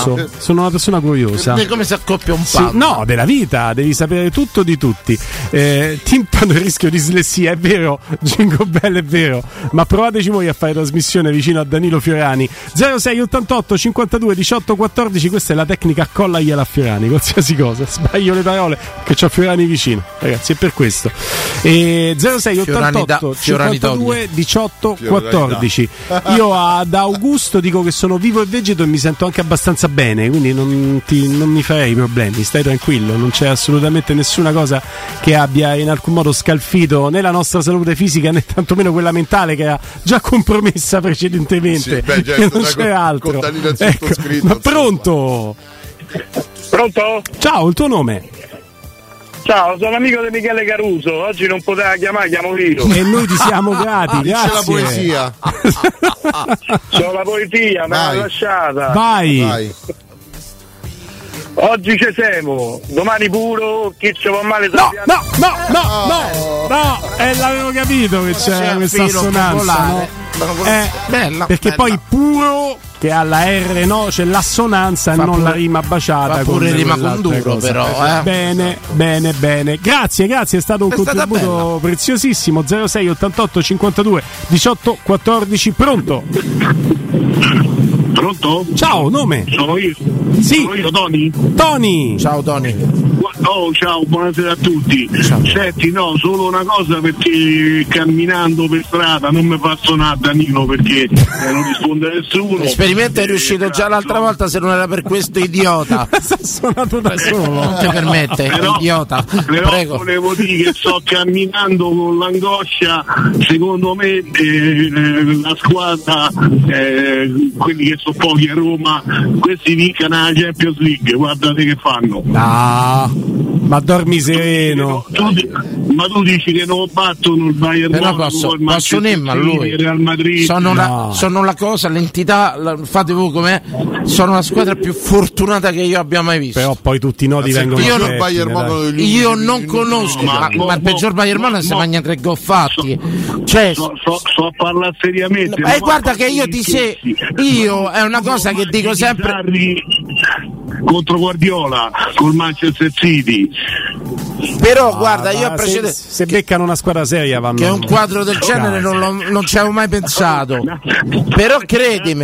Speaker 1: curioso, sono una persona curiosa.
Speaker 7: Di come si accoppia un
Speaker 1: Sì,
Speaker 7: pub.
Speaker 1: no, della vita, devi sapere tutto di tutti. Eh, timpano il rischio di dislessia, è vero, Jingle Bell è vero, ma provateci voi a fare trasmissione vicino a Danilo Fiorani. zero sei ottantotto cinquantadue diciotto quattordici, questa è la tecnica, collagliela a Fiorani, qualsiasi cosa, sbaglio le parole che c'ho Fiorani vicino, ragazzi, è per questo. E zero sei ottantotto cinquantadue diciotto quattordici. Io ad Augusto dico che sono vivo e vegeto e mi sento anche abbastanza bene, quindi non, ti, non mi farei problemi, stai tranquillo, non c'è assolutamente nessuna cosa che abbia in alcun modo scalfito né la nostra salute fisica né tantomeno quella mentale, che era già compromessa precedentemente.
Speaker 3: Sì, beh, certo,
Speaker 1: non c'è altro. Ecco, ma pronto?
Speaker 5: Pronto?
Speaker 1: Ciao, il tuo nome?
Speaker 5: Ciao, sono amico di Michele Caruso, oggi non poteva chiamare, chiamo io.
Speaker 1: E noi ti siamo grati, grazie.
Speaker 3: C'è la poesia.
Speaker 5: C'ho la poesia, me l'ha lasciata.
Speaker 1: Vai.
Speaker 3: Vai.
Speaker 5: Oggi ci siamo, domani puro, chi ci va male
Speaker 1: no, no, no, no, no, no, eh, l'avevo capito che c'era questa assonanza, no? Eh,
Speaker 7: bella,
Speaker 1: perché
Speaker 7: bella.
Speaker 1: poi puro, che ha la R, no, c'è l'assonanza e non
Speaker 7: pure,
Speaker 1: la rima baciata.
Speaker 7: fa pure
Speaker 1: con
Speaker 7: rima con duro,
Speaker 1: cosa.
Speaker 7: però eh.
Speaker 1: Bene, bene, bene, grazie, grazie, è stato un
Speaker 7: è
Speaker 1: contributo preziosissimo. Zero sei ottantotto cinquantadue diciotto quattordici. Pronto?
Speaker 5: Pronto?
Speaker 1: Ciao, nome?
Speaker 5: Sono io.
Speaker 1: Sì.
Speaker 5: Sono io, Tony.
Speaker 1: Tony.
Speaker 7: Ciao Tony.
Speaker 5: Oh, ciao, buonasera a tutti.
Speaker 7: Ciao.
Speaker 5: Senti, no, solo una cosa, perché camminando per strada non mi fa suonare Danilo, perché eh, non risponde nessuno.
Speaker 7: L'esperimento è riuscito
Speaker 5: eh,
Speaker 7: già l'altra volta, se non era per questo idiota.
Speaker 1: Si è suonato da solo.
Speaker 7: Non ti permette,
Speaker 5: però,
Speaker 7: idiota.
Speaker 5: Però
Speaker 7: Prego.
Speaker 5: volevo dire che sto camminando con l'angoscia, secondo me eh, la squadra, eh, quelli che sono pochi a Roma, questi vincano la Champions League, guardate che fanno.
Speaker 1: Ah, ma dormi sereno.
Speaker 5: Tu, tu, ma tu dici che non battono il Bayern
Speaker 7: Però
Speaker 5: Monaco,
Speaker 7: posso,
Speaker 5: il
Speaker 7: posso unirmi a lui.
Speaker 5: il Real Madrid.
Speaker 7: Sono,
Speaker 1: no.
Speaker 7: la, sono la cosa, l'entità, la, fate voi com'è. Sono la squadra più fortunata che io abbia mai visto.
Speaker 1: Però poi tutti i nodi vengono
Speaker 7: io non,
Speaker 1: il
Speaker 3: Bayern Monaco degli
Speaker 7: io
Speaker 3: ultimi-
Speaker 7: non conosco,
Speaker 5: ma-
Speaker 7: ma,
Speaker 5: mo-
Speaker 7: ma il
Speaker 5: mo-
Speaker 7: peggior Bayern Monaco si
Speaker 5: mo-
Speaker 7: mangia tre gol fatti. Cioè,
Speaker 5: So, so, so a parlare seriamente.
Speaker 7: e eh, guarda che io ti sei, io è una cosa che dico sempre.
Speaker 5: Contro Guardiola col Manchester City.
Speaker 7: Però
Speaker 1: Ah,
Speaker 7: guarda, io
Speaker 1: ma
Speaker 7: a precedere
Speaker 1: se, se beccano una squadra seria vanno.
Speaker 7: che un quadro del genere non, l'ho- non ci avevo mai pensato. Però credimi,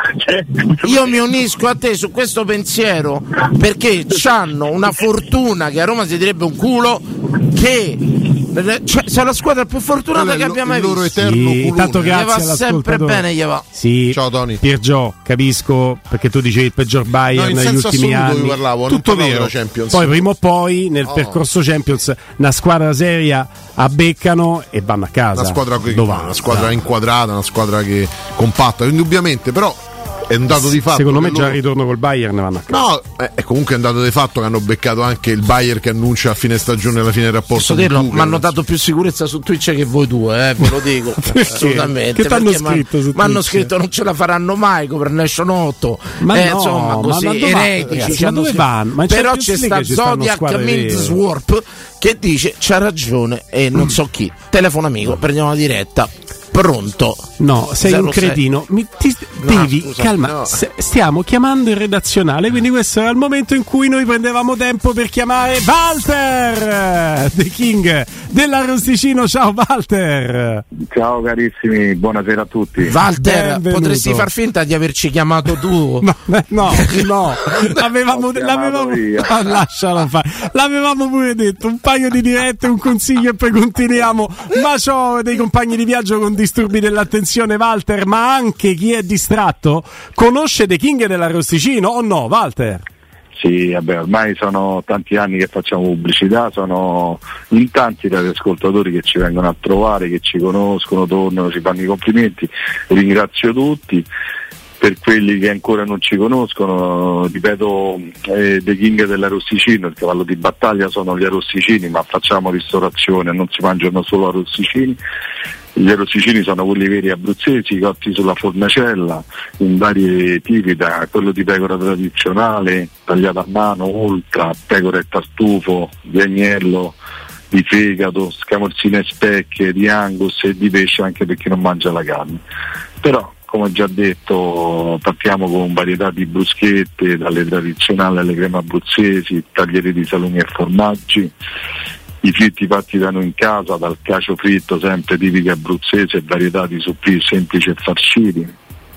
Speaker 7: io mi unisco a te su questo pensiero, perché c'hanno una fortuna che a Roma si direbbe un culo, che cioè, sono la squadra più fortunata
Speaker 3: Quello è
Speaker 7: che
Speaker 3: lo-
Speaker 7: abbia mai
Speaker 3: il loro
Speaker 7: visto.
Speaker 3: eterno
Speaker 1: Sì,
Speaker 3: culone.
Speaker 1: tanto
Speaker 7: Gli va
Speaker 1: grazie
Speaker 7: sempre
Speaker 1: all'ascoltatore.
Speaker 7: bene, gli va.
Speaker 1: Sì,
Speaker 3: Ciao, Tony.
Speaker 1: Piergio, capisco perché tu dicevi il peggior Bayern
Speaker 3: No, in
Speaker 1: negli
Speaker 3: senso
Speaker 1: ultimi
Speaker 3: assoluto
Speaker 1: anni.
Speaker 3: io parlavo, non
Speaker 1: Tutto
Speaker 3: parlavo
Speaker 1: vero.
Speaker 3: della Champions.
Speaker 1: Poi prima o poi nel
Speaker 3: Oh.
Speaker 1: percorso Champions una squadra seria abbeccano e vanno a casa.
Speaker 3: Una squadra, che,
Speaker 1: Dove va?
Speaker 3: una squadra inquadrata, una squadra che compatta, indubbiamente, però è un dato di fatto.
Speaker 1: Secondo me
Speaker 3: che
Speaker 1: già
Speaker 3: loro-
Speaker 1: il ritorno col Bayern vanno a casa.
Speaker 3: No, è, è comunque un dato di fatto che hanno beccato anche il Bayern che annuncia a fine stagione alla fine del rapporto.
Speaker 7: Posso
Speaker 3: con
Speaker 7: dirlo,
Speaker 3: Tuchel.
Speaker 7: mi hanno dato più sicurezza su Twitch che voi due, eh, ve lo dico. Assolutamente.
Speaker 1: Che t'hanno
Speaker 7: perché m'han-
Speaker 1: scritto su
Speaker 7: m'hanno
Speaker 1: Twitch?
Speaker 7: scritto non ce la faranno mai con Nation otto.
Speaker 1: Ma
Speaker 7: eh,
Speaker 1: no,
Speaker 7: insomma,
Speaker 1: ma-
Speaker 7: così
Speaker 1: ma dove-
Speaker 7: eretici.
Speaker 1: ragazzi,
Speaker 7: ci
Speaker 1: ma
Speaker 7: hanno
Speaker 1: dove
Speaker 7: scritto.
Speaker 1: vanno? Ma in
Speaker 7: Però
Speaker 1: Champions
Speaker 7: c'è sta
Speaker 1: League ci stanno
Speaker 7: Zodiac
Speaker 1: squadre vere.
Speaker 7: Mindswarp che dice c'ha ragione e non so chi. Telefono amico, prendiamo la diretta. Pronto?
Speaker 1: No, sei
Speaker 7: zero
Speaker 1: un
Speaker 7: sei.
Speaker 1: cretino. Mi, ti,
Speaker 7: No,
Speaker 1: devi,
Speaker 7: scusa,
Speaker 1: calma.
Speaker 7: no.
Speaker 1: s- Stiamo chiamando il redazionale, quindi questo era il momento in cui noi prendevamo tempo per chiamare Walter, The King dell'Arrosticino. Ciao Walter.
Speaker 5: Ciao carissimi, buonasera a tutti.
Speaker 7: Walter,
Speaker 1: Benvenuto.
Speaker 7: potresti far finta di averci chiamato tu?
Speaker 1: No, eh, no, no. Avevamo,
Speaker 5: Ho chiamato
Speaker 1: l'avevamo,
Speaker 5: via.
Speaker 1: ah, lascialo fare. L'avevamo pure detto, un paio di dirette, un consiglio e poi continuiamo. Ma c'ho dei compagni di viaggio con disturbi dell'attenzione, Walter, ma anche chi è distratto conosce The King dell'Arrosticino o no, Walter?
Speaker 5: Sì, vabbè, ormai sono tanti anni che facciamo pubblicità, sono in tanti dagli ascoltatori che ci vengono a trovare, che ci conoscono, tornano, ci fanno i complimenti, ringrazio tutti. Per quelli che ancora non ci conoscono, ripeto, eh, The King dell'Arrosticino, il cavallo di battaglia sono gli arrosticini, ma facciamo ristorazione, non si mangiano solo arrosticini. Gli arrosticini sono quelli veri abruzzesi, cotti sulla fornacella, in vari tipi, da quello di pecora tradizionale, tagliata a mano, ultra, pecora e tartufo, di agnello, di fegato, scamorzine e specchie, di angus e di pesce, anche per chi non mangia la carne. Però come già detto partiamo con varietà di bruschette, dalle tradizionali alle creme abruzzesi, taglieri di salumi e formaggi, i fritti fatti da noi in casa, dal cacio fritto sempre tipico abruzzese e varietà di supplì semplici e farciti,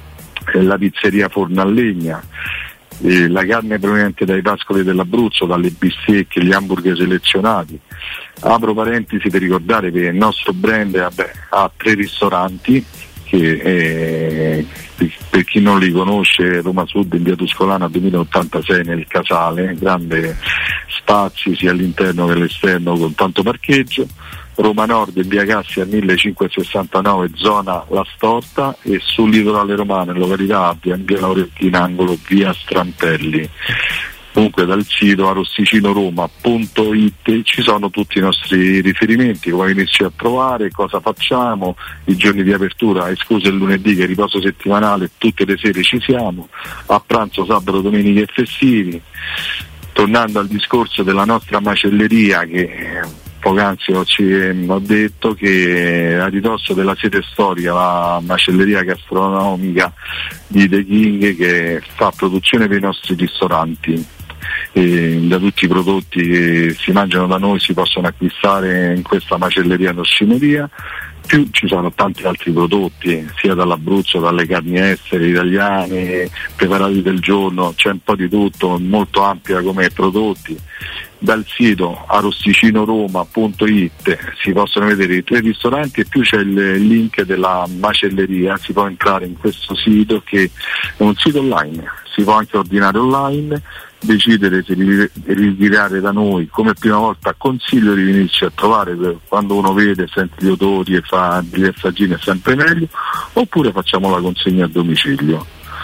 Speaker 5: e la pizzeria forno a legna, e la carne proveniente dai pascoli dell'Abruzzo, dalle bistecche, gli hamburger selezionati. Apro parentesi per ricordare che il nostro brand vabbè, ha tre ristoranti che eh, per chi non li conosce, Roma Sud in via Tuscolana duemilaottantasei nel Casale, grande spazi sia all'interno che all'esterno con tanto parcheggio, Roma Nord in via Cassia millecinquecentosessantanove zona La Storta, e sul litorale romano in località Appia in via Laurentina angolo via Strampelli. Comunque dal sito arrosticinoroma punto it ci sono tutti i nostri riferimenti, come inizi a trovare, cosa facciamo, i giorni di apertura, escluso il lunedì che è riposo settimanale, tutte le sere ci siamo, a pranzo sabato, domenica e festivi. Tornando al discorso della nostra macelleria, che poc'anzi ho, ci, ho detto che a ridosso della sede storica, la macelleria gastronomica di The King, che fa produzione per i nostri ristoranti, e da tutti i prodotti che si mangiano da noi si possono acquistare in questa macelleria d'Oscineria, più ci sono tanti altri prodotti sia dall'Abruzzo, dalle carni estere italiane, preparati del giorno, c'è un po' di tutto, molto ampia come prodotti. Dal sito arrosticinoroma punto it si possono vedere i tre ristoranti e più c'è il link della macelleria, si può entrare in questo sito che è un sito online, si può anche ordinare online, decidere se ritirare da noi. Come prima volta consiglio di venirci a trovare, quando uno vede, sente gli odori e fa degli assaggini è sempre meglio, oppure facciamo la consegna a domicilio.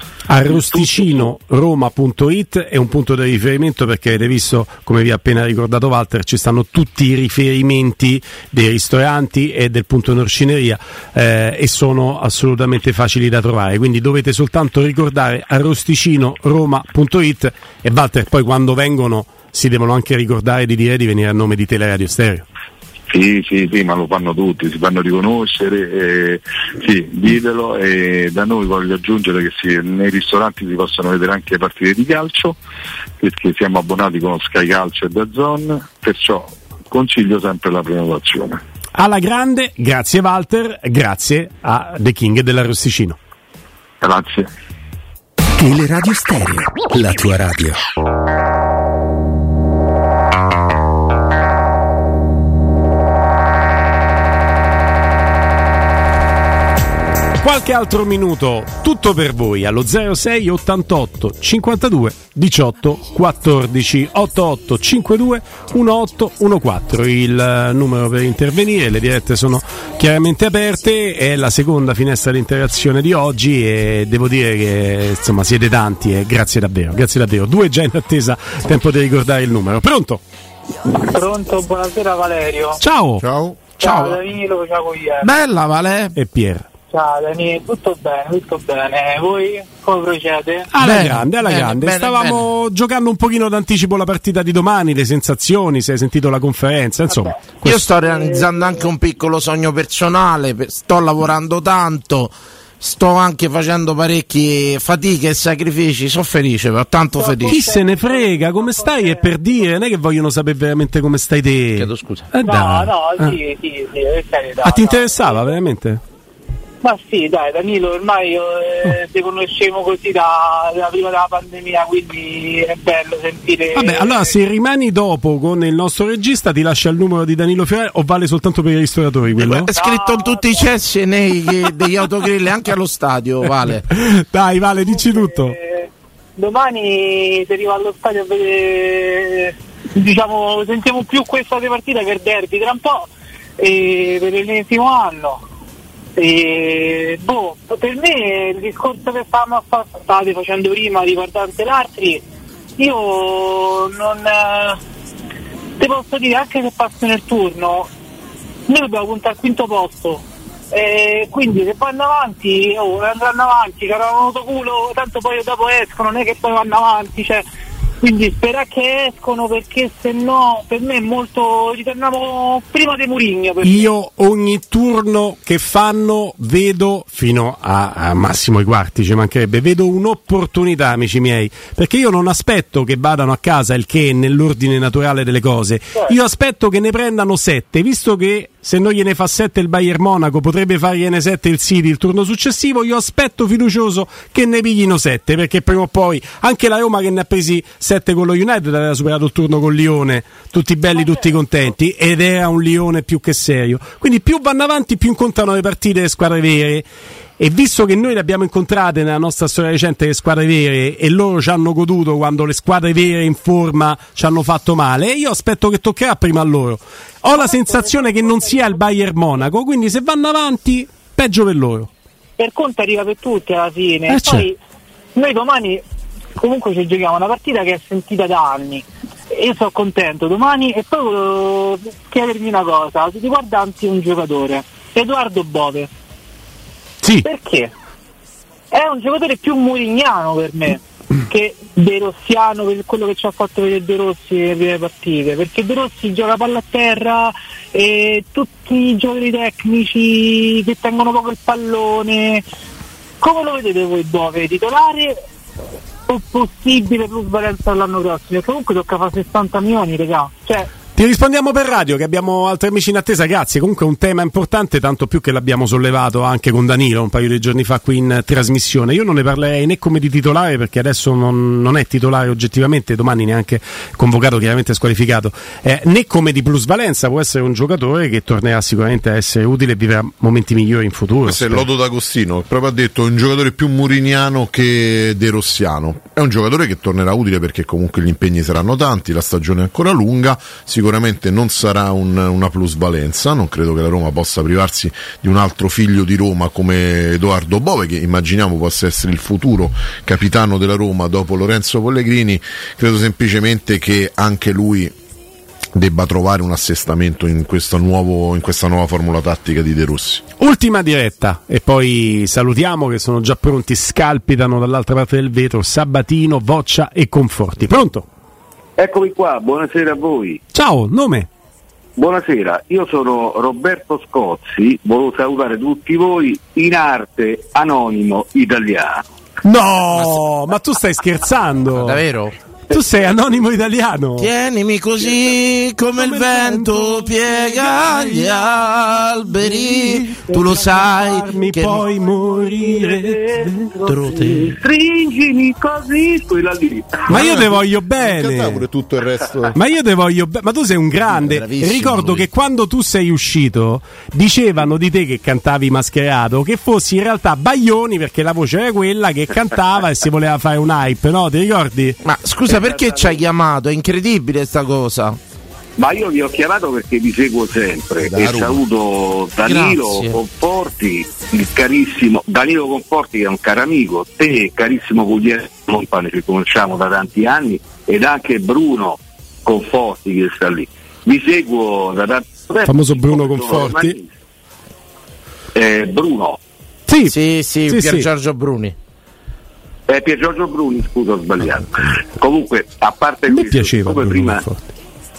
Speaker 1: Arrosticinoroma punto it è un punto di riferimento, perché avete visto, come vi ha appena ricordato Walter, ci stanno tutti i riferimenti dei ristoranti e del punto d'orcineria eh, e sono assolutamente facili da trovare, quindi dovete soltanto ricordare arrosticinoroma punto it, e Walter poi quando vengono si devono anche ricordare di dire di venire a nome di Teleradio Stereo.
Speaker 5: Sì, sì, sì, ma lo fanno tutti, si fanno riconoscere, eh, sì, ditelo, e da noi voglio aggiungere che sì, nei ristoranti si possono vedere anche le partite di calcio, perché siamo abbonati con Sky Calcio e DAZN, perciò consiglio sempre la prenotazione.
Speaker 1: Alla grande, grazie Walter, grazie a The King dell'Arrosticino.
Speaker 5: Grazie.
Speaker 24: Teleradio Stereo, la tua radio.
Speaker 1: Qualche altro minuto, tutto per voi allo zero sei ottantotto cinquantadue diciotto quattordici ottantotto cinquantadue diciotto quattordici, il numero per intervenire. Le dirette sono chiaramente aperte, è la seconda finestra di interazione di oggi e devo dire che insomma siete tanti e grazie davvero, grazie davvero. Due già in attesa, tempo di ricordare il numero. Pronto?
Speaker 6: Pronto, buonasera Valerio.
Speaker 1: Ciao.
Speaker 3: Ciao.
Speaker 6: Ciao Danilo, ciao Guglielmo.
Speaker 7: Bella Vale.
Speaker 1: E Pier.
Speaker 6: Ciao Dani, tutto bene, tutto bene. Voi come procede?
Speaker 1: Alla
Speaker 6: bene,
Speaker 1: grande, alla
Speaker 6: bene,
Speaker 1: grande.
Speaker 6: bene,
Speaker 1: Stavamo bene. giocando un pochino d'anticipo la partita di domani, le sensazioni, se hai sentito la conferenza, insomma.
Speaker 7: Io sto realizzando anche un piccolo sogno personale, sto lavorando tanto, sto anche facendo parecchie fatiche e sacrifici, sono felice, però tanto felice.
Speaker 1: Chi se ne frega, come stai è per dire, non è che vogliono sapere veramente come stai te.
Speaker 7: Chiedo scusa.
Speaker 1: Eh,
Speaker 6: no,
Speaker 1: dai.
Speaker 6: no,
Speaker 1: eh.
Speaker 6: sì, sì, sì, per carità.
Speaker 1: Ah, ti interessava veramente?
Speaker 6: Ma sì, dai Danilo, ormai io, eh, ti conoscevo così da, da prima della pandemia, quindi è bello sentire.
Speaker 1: Vabbè, allora se rimani dopo con il nostro regista ti lascia il numero di Danilo Ferrari, o vale soltanto per i ristoratori quello?
Speaker 7: È scritto in tutti i cessi nei, degli autogrill, anche allo stadio, Vale.
Speaker 1: Dai Vale, dici tutto.
Speaker 6: Eh, domani si arriva allo stadio a vedere, diciamo, sentiamo più questa partita che il derby tra un po', e per l'ennesimo anno. E, boh, per me il discorso che stavamo state facendo prima riguardante l'altri, io non eh, ti posso dire, anche se passano il turno noi dobbiamo puntare al quinto posto, e quindi se vanno avanti oh, andranno avanti, che avevano avuto culo, tanto poi dopo escono, non è che poi vanno avanti, cioè Quindi spera che escono, perché se no per me è molto, ritorniamo prima di Mourinho.
Speaker 1: Io ogni turno che fanno vedo, fino a, a massimo i quarti ci mancherebbe, vedo un'opportunità, amici miei, perché io non aspetto che vadano a casa il che nell'ordine naturale delle cose, io aspetto che ne prendano sette, visto che se non gliene fa sette il Bayern Monaco potrebbe fargliene sette il City il turno successivo, io aspetto fiducioso che ne piglino sette, perché prima o poi anche la Roma, che ne ha presi sette con lo United, aveva superato il turno con Lione, tutti belli, tutti contenti, ed era un Lione più che serio. Quindi più vanno avanti, più incontrano le partite le squadre vere, e visto che noi le abbiamo incontrate nella nostra storia recente le squadre vere e loro ci hanno goduto quando le squadre vere in forma ci hanno fatto male, io aspetto che toccherà prima a loro. Ho la sensazione che non sia il Bayern Monaco, quindi se vanno avanti peggio per loro.
Speaker 6: Per conto arriva per tutti alla fine.
Speaker 1: Eh,
Speaker 6: e
Speaker 1: certo.
Speaker 6: Poi noi domani comunque ci giochiamo una partita che è sentita da anni. Io sono contento domani, e poi volevo chiedermi una cosa, riguardanti un giocatore, Edoardo Bove.
Speaker 1: Sì.
Speaker 6: Perché? È un giocatore più murignano per me che De Rossiano, per quello che ci ha fatto vedere De Rossi nelle prime partite, perché De Rossi gioca palla a terra e tutti i giocatori tecnici che tengono poco il pallone. Come lo vedete voi Bove? Titolare o possibile plusvalenza l'anno prossimo? Perché comunque tocca fare sessanta milioni, raga. Cioè,
Speaker 1: ti rispondiamo per radio, che abbiamo altri amici in attesa, grazie. Comunque è un tema importante, tanto più che l'abbiamo sollevato anche con Danilo un paio di giorni fa qui in trasmissione. Io non ne parlerei né come di titolare, perché adesso non, non è titolare oggettivamente, domani neanche convocato, chiaramente squalificato, eh, né come di plusvalenza, può essere un giocatore che tornerà sicuramente a essere utile e vivrà momenti migliori in futuro.
Speaker 3: Questo è Lodo D'Agostino, proprio ha detto un giocatore più muriniano che De Rossiano. È un giocatore che tornerà utile perché comunque gli impegni saranno tanti, la stagione è ancora lunga, sicuramente non sarà un, una plusvalenza, non credo che la Roma possa privarsi di un altro figlio di Roma come Edoardo Bove, che immaginiamo possa essere il futuro capitano della Roma dopo Lorenzo Pellegrini. Credo semplicemente che anche lui debba trovare un assestamento in, questo nuovo, in questa nuova formula tattica di De Rossi.
Speaker 1: Ultima diretta e poi salutiamo, che sono già pronti, scalpitano dall'altra parte del vetro Sabatino, Voccia e Conforti. Pronto?
Speaker 15: Eccomi qua, buonasera a voi.
Speaker 1: Ciao, nome?
Speaker 15: Buonasera, io sono Roberto Scozzi, volevo salutare tutti voi, in arte anonimo italiano.
Speaker 1: No, ma tu stai scherzando?
Speaker 7: Ma davvero?
Speaker 1: Tu sei anonimo italiano.
Speaker 7: Tienimi così come, come il vento piega gli alberi, tu lo sai
Speaker 1: mi
Speaker 7: che
Speaker 1: puoi morire dentro te.
Speaker 15: Stringimi così, quella lì.
Speaker 1: Ma io te voglio bene.
Speaker 3: Pure tutto il resto.
Speaker 1: Ma io te voglio bene. Ma tu sei un grande.
Speaker 7: Bravissimo
Speaker 1: Ricordo
Speaker 7: lui.
Speaker 1: che quando tu sei uscito dicevano di te che cantavi mascherato che fossi in realtà Baglioni, perché la voce era quella che cantava e si voleva fare un hype, no? Ti ricordi?
Speaker 7: Ma scusa, perché ci hai chiamato? È incredibile sta cosa.
Speaker 15: Ma io vi ho chiamato perché vi seguo sempre
Speaker 3: Da
Speaker 15: e
Speaker 3: Roma.
Speaker 15: saluto Danilo
Speaker 7: Grazie.
Speaker 15: Conforti, il carissimo Danilo Conforti, che è un caro amico, te carissimo Guglielmo Montane, ci conosciamo da tanti anni, ed anche Bruno Conforti che sta lì. Vi seguo da tanti anni.
Speaker 1: Famoso Bruno Conforti.
Speaker 15: Eh, Bruno.
Speaker 1: Sì,
Speaker 7: sì, sì,
Speaker 1: sì,
Speaker 7: Pier
Speaker 1: sì.
Speaker 7: Giorgio Bruni.
Speaker 15: Eh, Pier Giorgio Bruni, scusa, ho sbagliato. Comunque, a parte
Speaker 1: Mi
Speaker 15: questo,
Speaker 1: piaceva
Speaker 15: come
Speaker 1: Bruno
Speaker 15: prima,
Speaker 1: Conforti.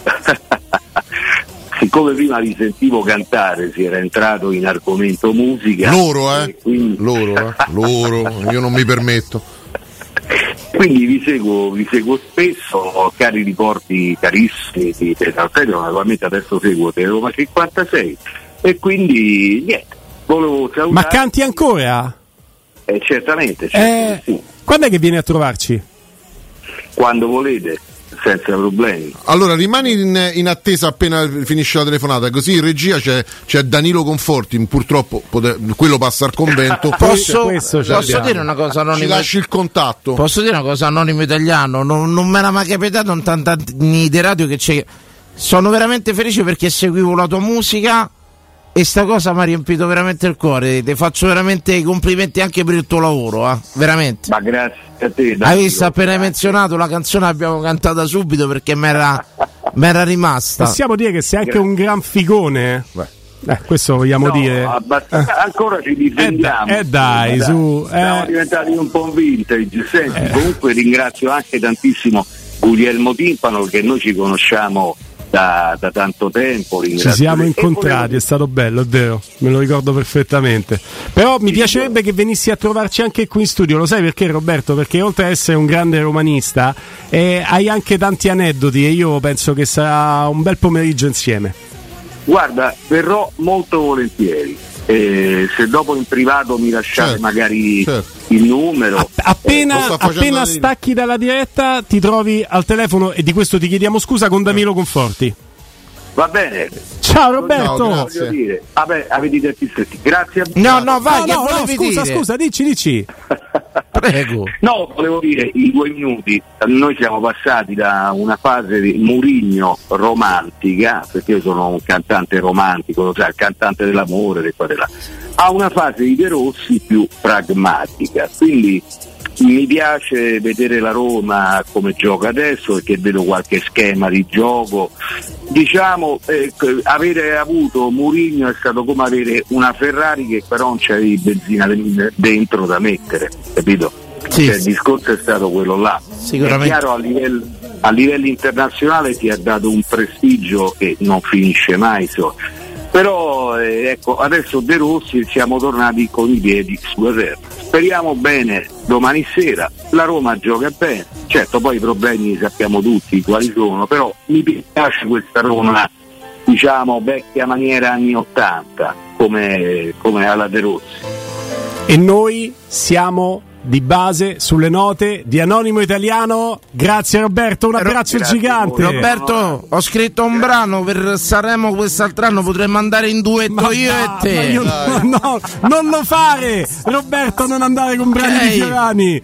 Speaker 15: siccome prima vi sentivo cantare, si era entrato in argomento musica.
Speaker 3: Loro, eh?
Speaker 15: e Quindi,
Speaker 3: Loro, eh? Loro, io non mi permetto.
Speaker 15: quindi vi seguo, vi seguo spesso, ho cari riporti carissimi di Teleradio, naturalmente adesso seguo Roma cinquantasei e quindi niente, volevo salutare.
Speaker 1: Ma canti ancora?
Speaker 15: Eh, certamente,
Speaker 1: Eh,
Speaker 15: certamente sì.
Speaker 1: quando è che vieni a trovarci?
Speaker 15: Quando volete, senza problemi.
Speaker 3: Allora rimani in, in attesa appena finisce la telefonata, così in regia c'è, c'è Danilo Conforti, purtroppo pote- quello passa al convento.
Speaker 7: Posso,
Speaker 1: questo ce
Speaker 7: posso
Speaker 1: l'abbiamo.
Speaker 7: dire una cosa
Speaker 3: Ci
Speaker 7: anonimo?
Speaker 3: lasci il contatto.
Speaker 7: Posso dire una cosa anonimo italiano? Non, non mi era mai capitato in tanti anni di radio che c'è. Sono veramente felice perché seguivo la tua musica e sta cosa mi ha riempito veramente il cuore. Ti faccio veramente i complimenti anche per il tuo lavoro, eh? Veramente.
Speaker 15: Ma grazie a te. Danilo.
Speaker 7: Hai visto, appena hai menzionato la canzone l'abbiamo cantata subito perché mi era rimasta.
Speaker 1: Possiamo dire che sei anche un gran figone?
Speaker 3: Beh.
Speaker 1: Eh, questo vogliamo
Speaker 15: No,
Speaker 1: dire.
Speaker 15: abbastanza- ancora ci difendiamo.
Speaker 1: Eh, dai,
Speaker 15: Insomma,
Speaker 1: su,
Speaker 15: siamo
Speaker 1: eh.
Speaker 15: diventati un po' un vintage. Senti,
Speaker 1: Eh.
Speaker 15: comunque ringrazio anche tantissimo Guglielmo Timpano, che noi ci conosciamo Da, da tanto tempo.
Speaker 1: Ci siamo incontrati, è stato bello, è vero, me lo ricordo perfettamente. Però mi piacerebbe che venissi a trovarci anche qui in studio, lo sai perché, Roberto? Perché oltre ad essere un grande romanista eh, hai anche tanti aneddoti e io penso che sarà un bel pomeriggio insieme.
Speaker 15: Guarda, verrò molto volentieri. Eh, se dopo in privato mi lasciate certo, magari certo. il numero
Speaker 1: App- appena, eh, appena stacchi dalla diretta ti trovi al telefono, e di questo ti chiediamo scusa, con Danilo Conforti.
Speaker 15: Va bene.
Speaker 1: Ciao Roberto.
Speaker 15: No, dire, vabbè, avete i tempi stretti. Grazie a voi.
Speaker 1: No, no, vai, no, no, no, scusa, dire? scusa, dici, dici.
Speaker 7: Prego.
Speaker 15: No, volevo dire, in due minuti noi siamo passati da una fase di Murigno romantica, perché io sono un cantante romantico, lo sai, il cantante dell'amore, del qua, là, a una fase di De Rossi più pragmatica. Quindi mi piace vedere la Roma come gioca adesso, perché vedo qualche schema di gioco. Diciamo, eh, avere avuto Mourinho è stato come avere una Ferrari che però non c'è di benzina dentro da mettere, capito?
Speaker 7: Sì,
Speaker 15: cioè,
Speaker 7: sì.
Speaker 15: Il discorso è stato quello là.
Speaker 7: Sicuramente.
Speaker 15: È chiaro, a livello, a livello internazionale ti ha dato un prestigio che non finisce mai, so. Però eh, ecco, adesso De Rossi siamo tornati con i piedi sulla terra. Speriamo bene domani sera, la Roma gioca bene, certo poi i problemi li sappiamo tutti quali sono, però mi piace questa Roma, diciamo vecchia maniera anni ottanta, come, come alla De Rossi.
Speaker 1: E noi siamo di base sulle note di Anonimo Italiano. Grazie Roberto, un abbraccio gigante.
Speaker 7: Roberto, ho scritto un brano per Sanremo quest'altro anno, potremmo andare in duetto ma io va, e te.
Speaker 1: Io, no, no, non lo fare Roberto, non andare con brani okay. di Fiorani.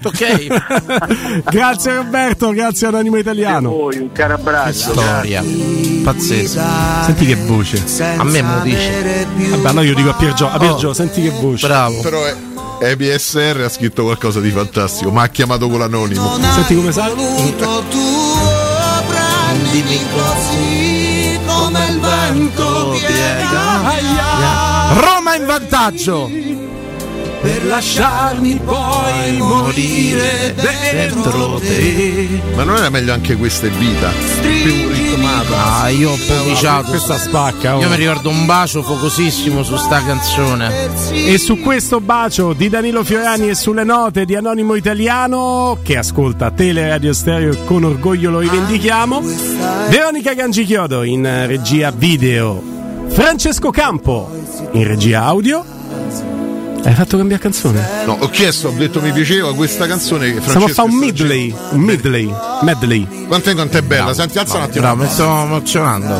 Speaker 7: Ok.
Speaker 1: Grazie Roberto, grazie Anonimo Italiano.
Speaker 15: A voi, un caro abbraccio.
Speaker 7: Storia pazzesca.
Speaker 1: Senti che voce.
Speaker 7: A me me lo dice.
Speaker 1: Vabbè, no, io dico a Piergio, a Piergio, oh. Senti che voce.
Speaker 7: Bravo.
Speaker 3: Però è E B S R ha scritto qualcosa di fantastico, ma ha chiamato con l'anonimo.
Speaker 1: Senti come sa?
Speaker 12: Prendimi così come il vento piega.
Speaker 7: Roma in vantaggio
Speaker 12: per lasciarmi poi morire dentro te.
Speaker 3: Ma non era meglio anche Questa è vita? Più ritmata.
Speaker 7: Ah, io ho pomiciato.
Speaker 1: Questa spacca. Oh.
Speaker 7: Io mi ricordo un bacio focosissimo su sta canzone.
Speaker 1: E su questo bacio di Danilo Fiorani e sulle note di Anonimo Italiano, che ascolta Teleradio Stereo e con orgoglio lo rivendichiamo, Veronica Gangichiodo in regia video, Francesco Campo in regia audio. Hai fatto cambiare canzone?
Speaker 3: No, ho chiesto, ho detto mi piaceva questa canzone che
Speaker 1: Francesco. Stiamo a fare un medley, un medley, medley.
Speaker 3: Quanto è, quanto è bella,
Speaker 7: no,
Speaker 3: senti, alza
Speaker 7: no,
Speaker 3: un attimo.
Speaker 7: No, mi sto emozionando.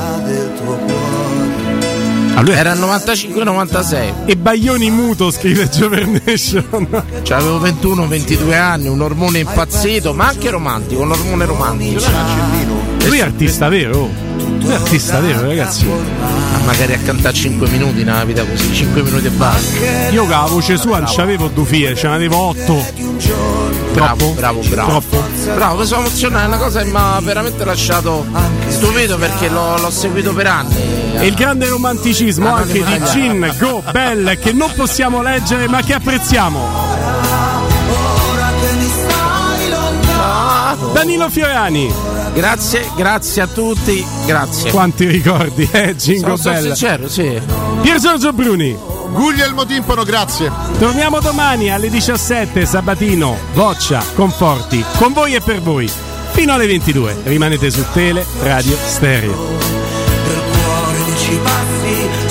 Speaker 1: Allora,
Speaker 7: era il novantacinque novantasei.
Speaker 1: E Baglioni muto, scrive Giovernation.
Speaker 7: Cioè, avevo ventuno ventidue anni, un ormone impazzito, ma anche romantico, un ormone romantico.
Speaker 1: Lui è artista vero? Lui è artista vero, ragazzi?
Speaker 7: Ma magari a cantare cinque minuti nella vita così, cinque minuti e basta.
Speaker 1: Io con la voce sua non c'avevo due fie, ce n'avevo otto.
Speaker 7: Bravo, bravo, bravo.
Speaker 1: Troppo.
Speaker 7: Bravo, mi sono emozionato, è una cosa che mi ha veramente lasciato stupito perché l'ho, l'ho seguito per anni.
Speaker 1: E il grande romanticismo ah, anche di Gin Go Bell, che non possiamo leggere ma che apprezziamo. Danilo Fiorani.
Speaker 7: Grazie, grazie a tutti, grazie.
Speaker 1: Quanti ricordi, eh, Jingo
Speaker 7: Sono
Speaker 1: Bell.
Speaker 7: sincero, sì.
Speaker 1: Pier Giorgio Bruni.
Speaker 3: Guglielmo Timpano, grazie.
Speaker 1: Torniamo domani alle diciassette, sabatino, Voccia, Conforti, con voi e per voi. Fino alle ventidue. Rimanete su Tele Radio Stereo.
Speaker 12: Per cuore ci passi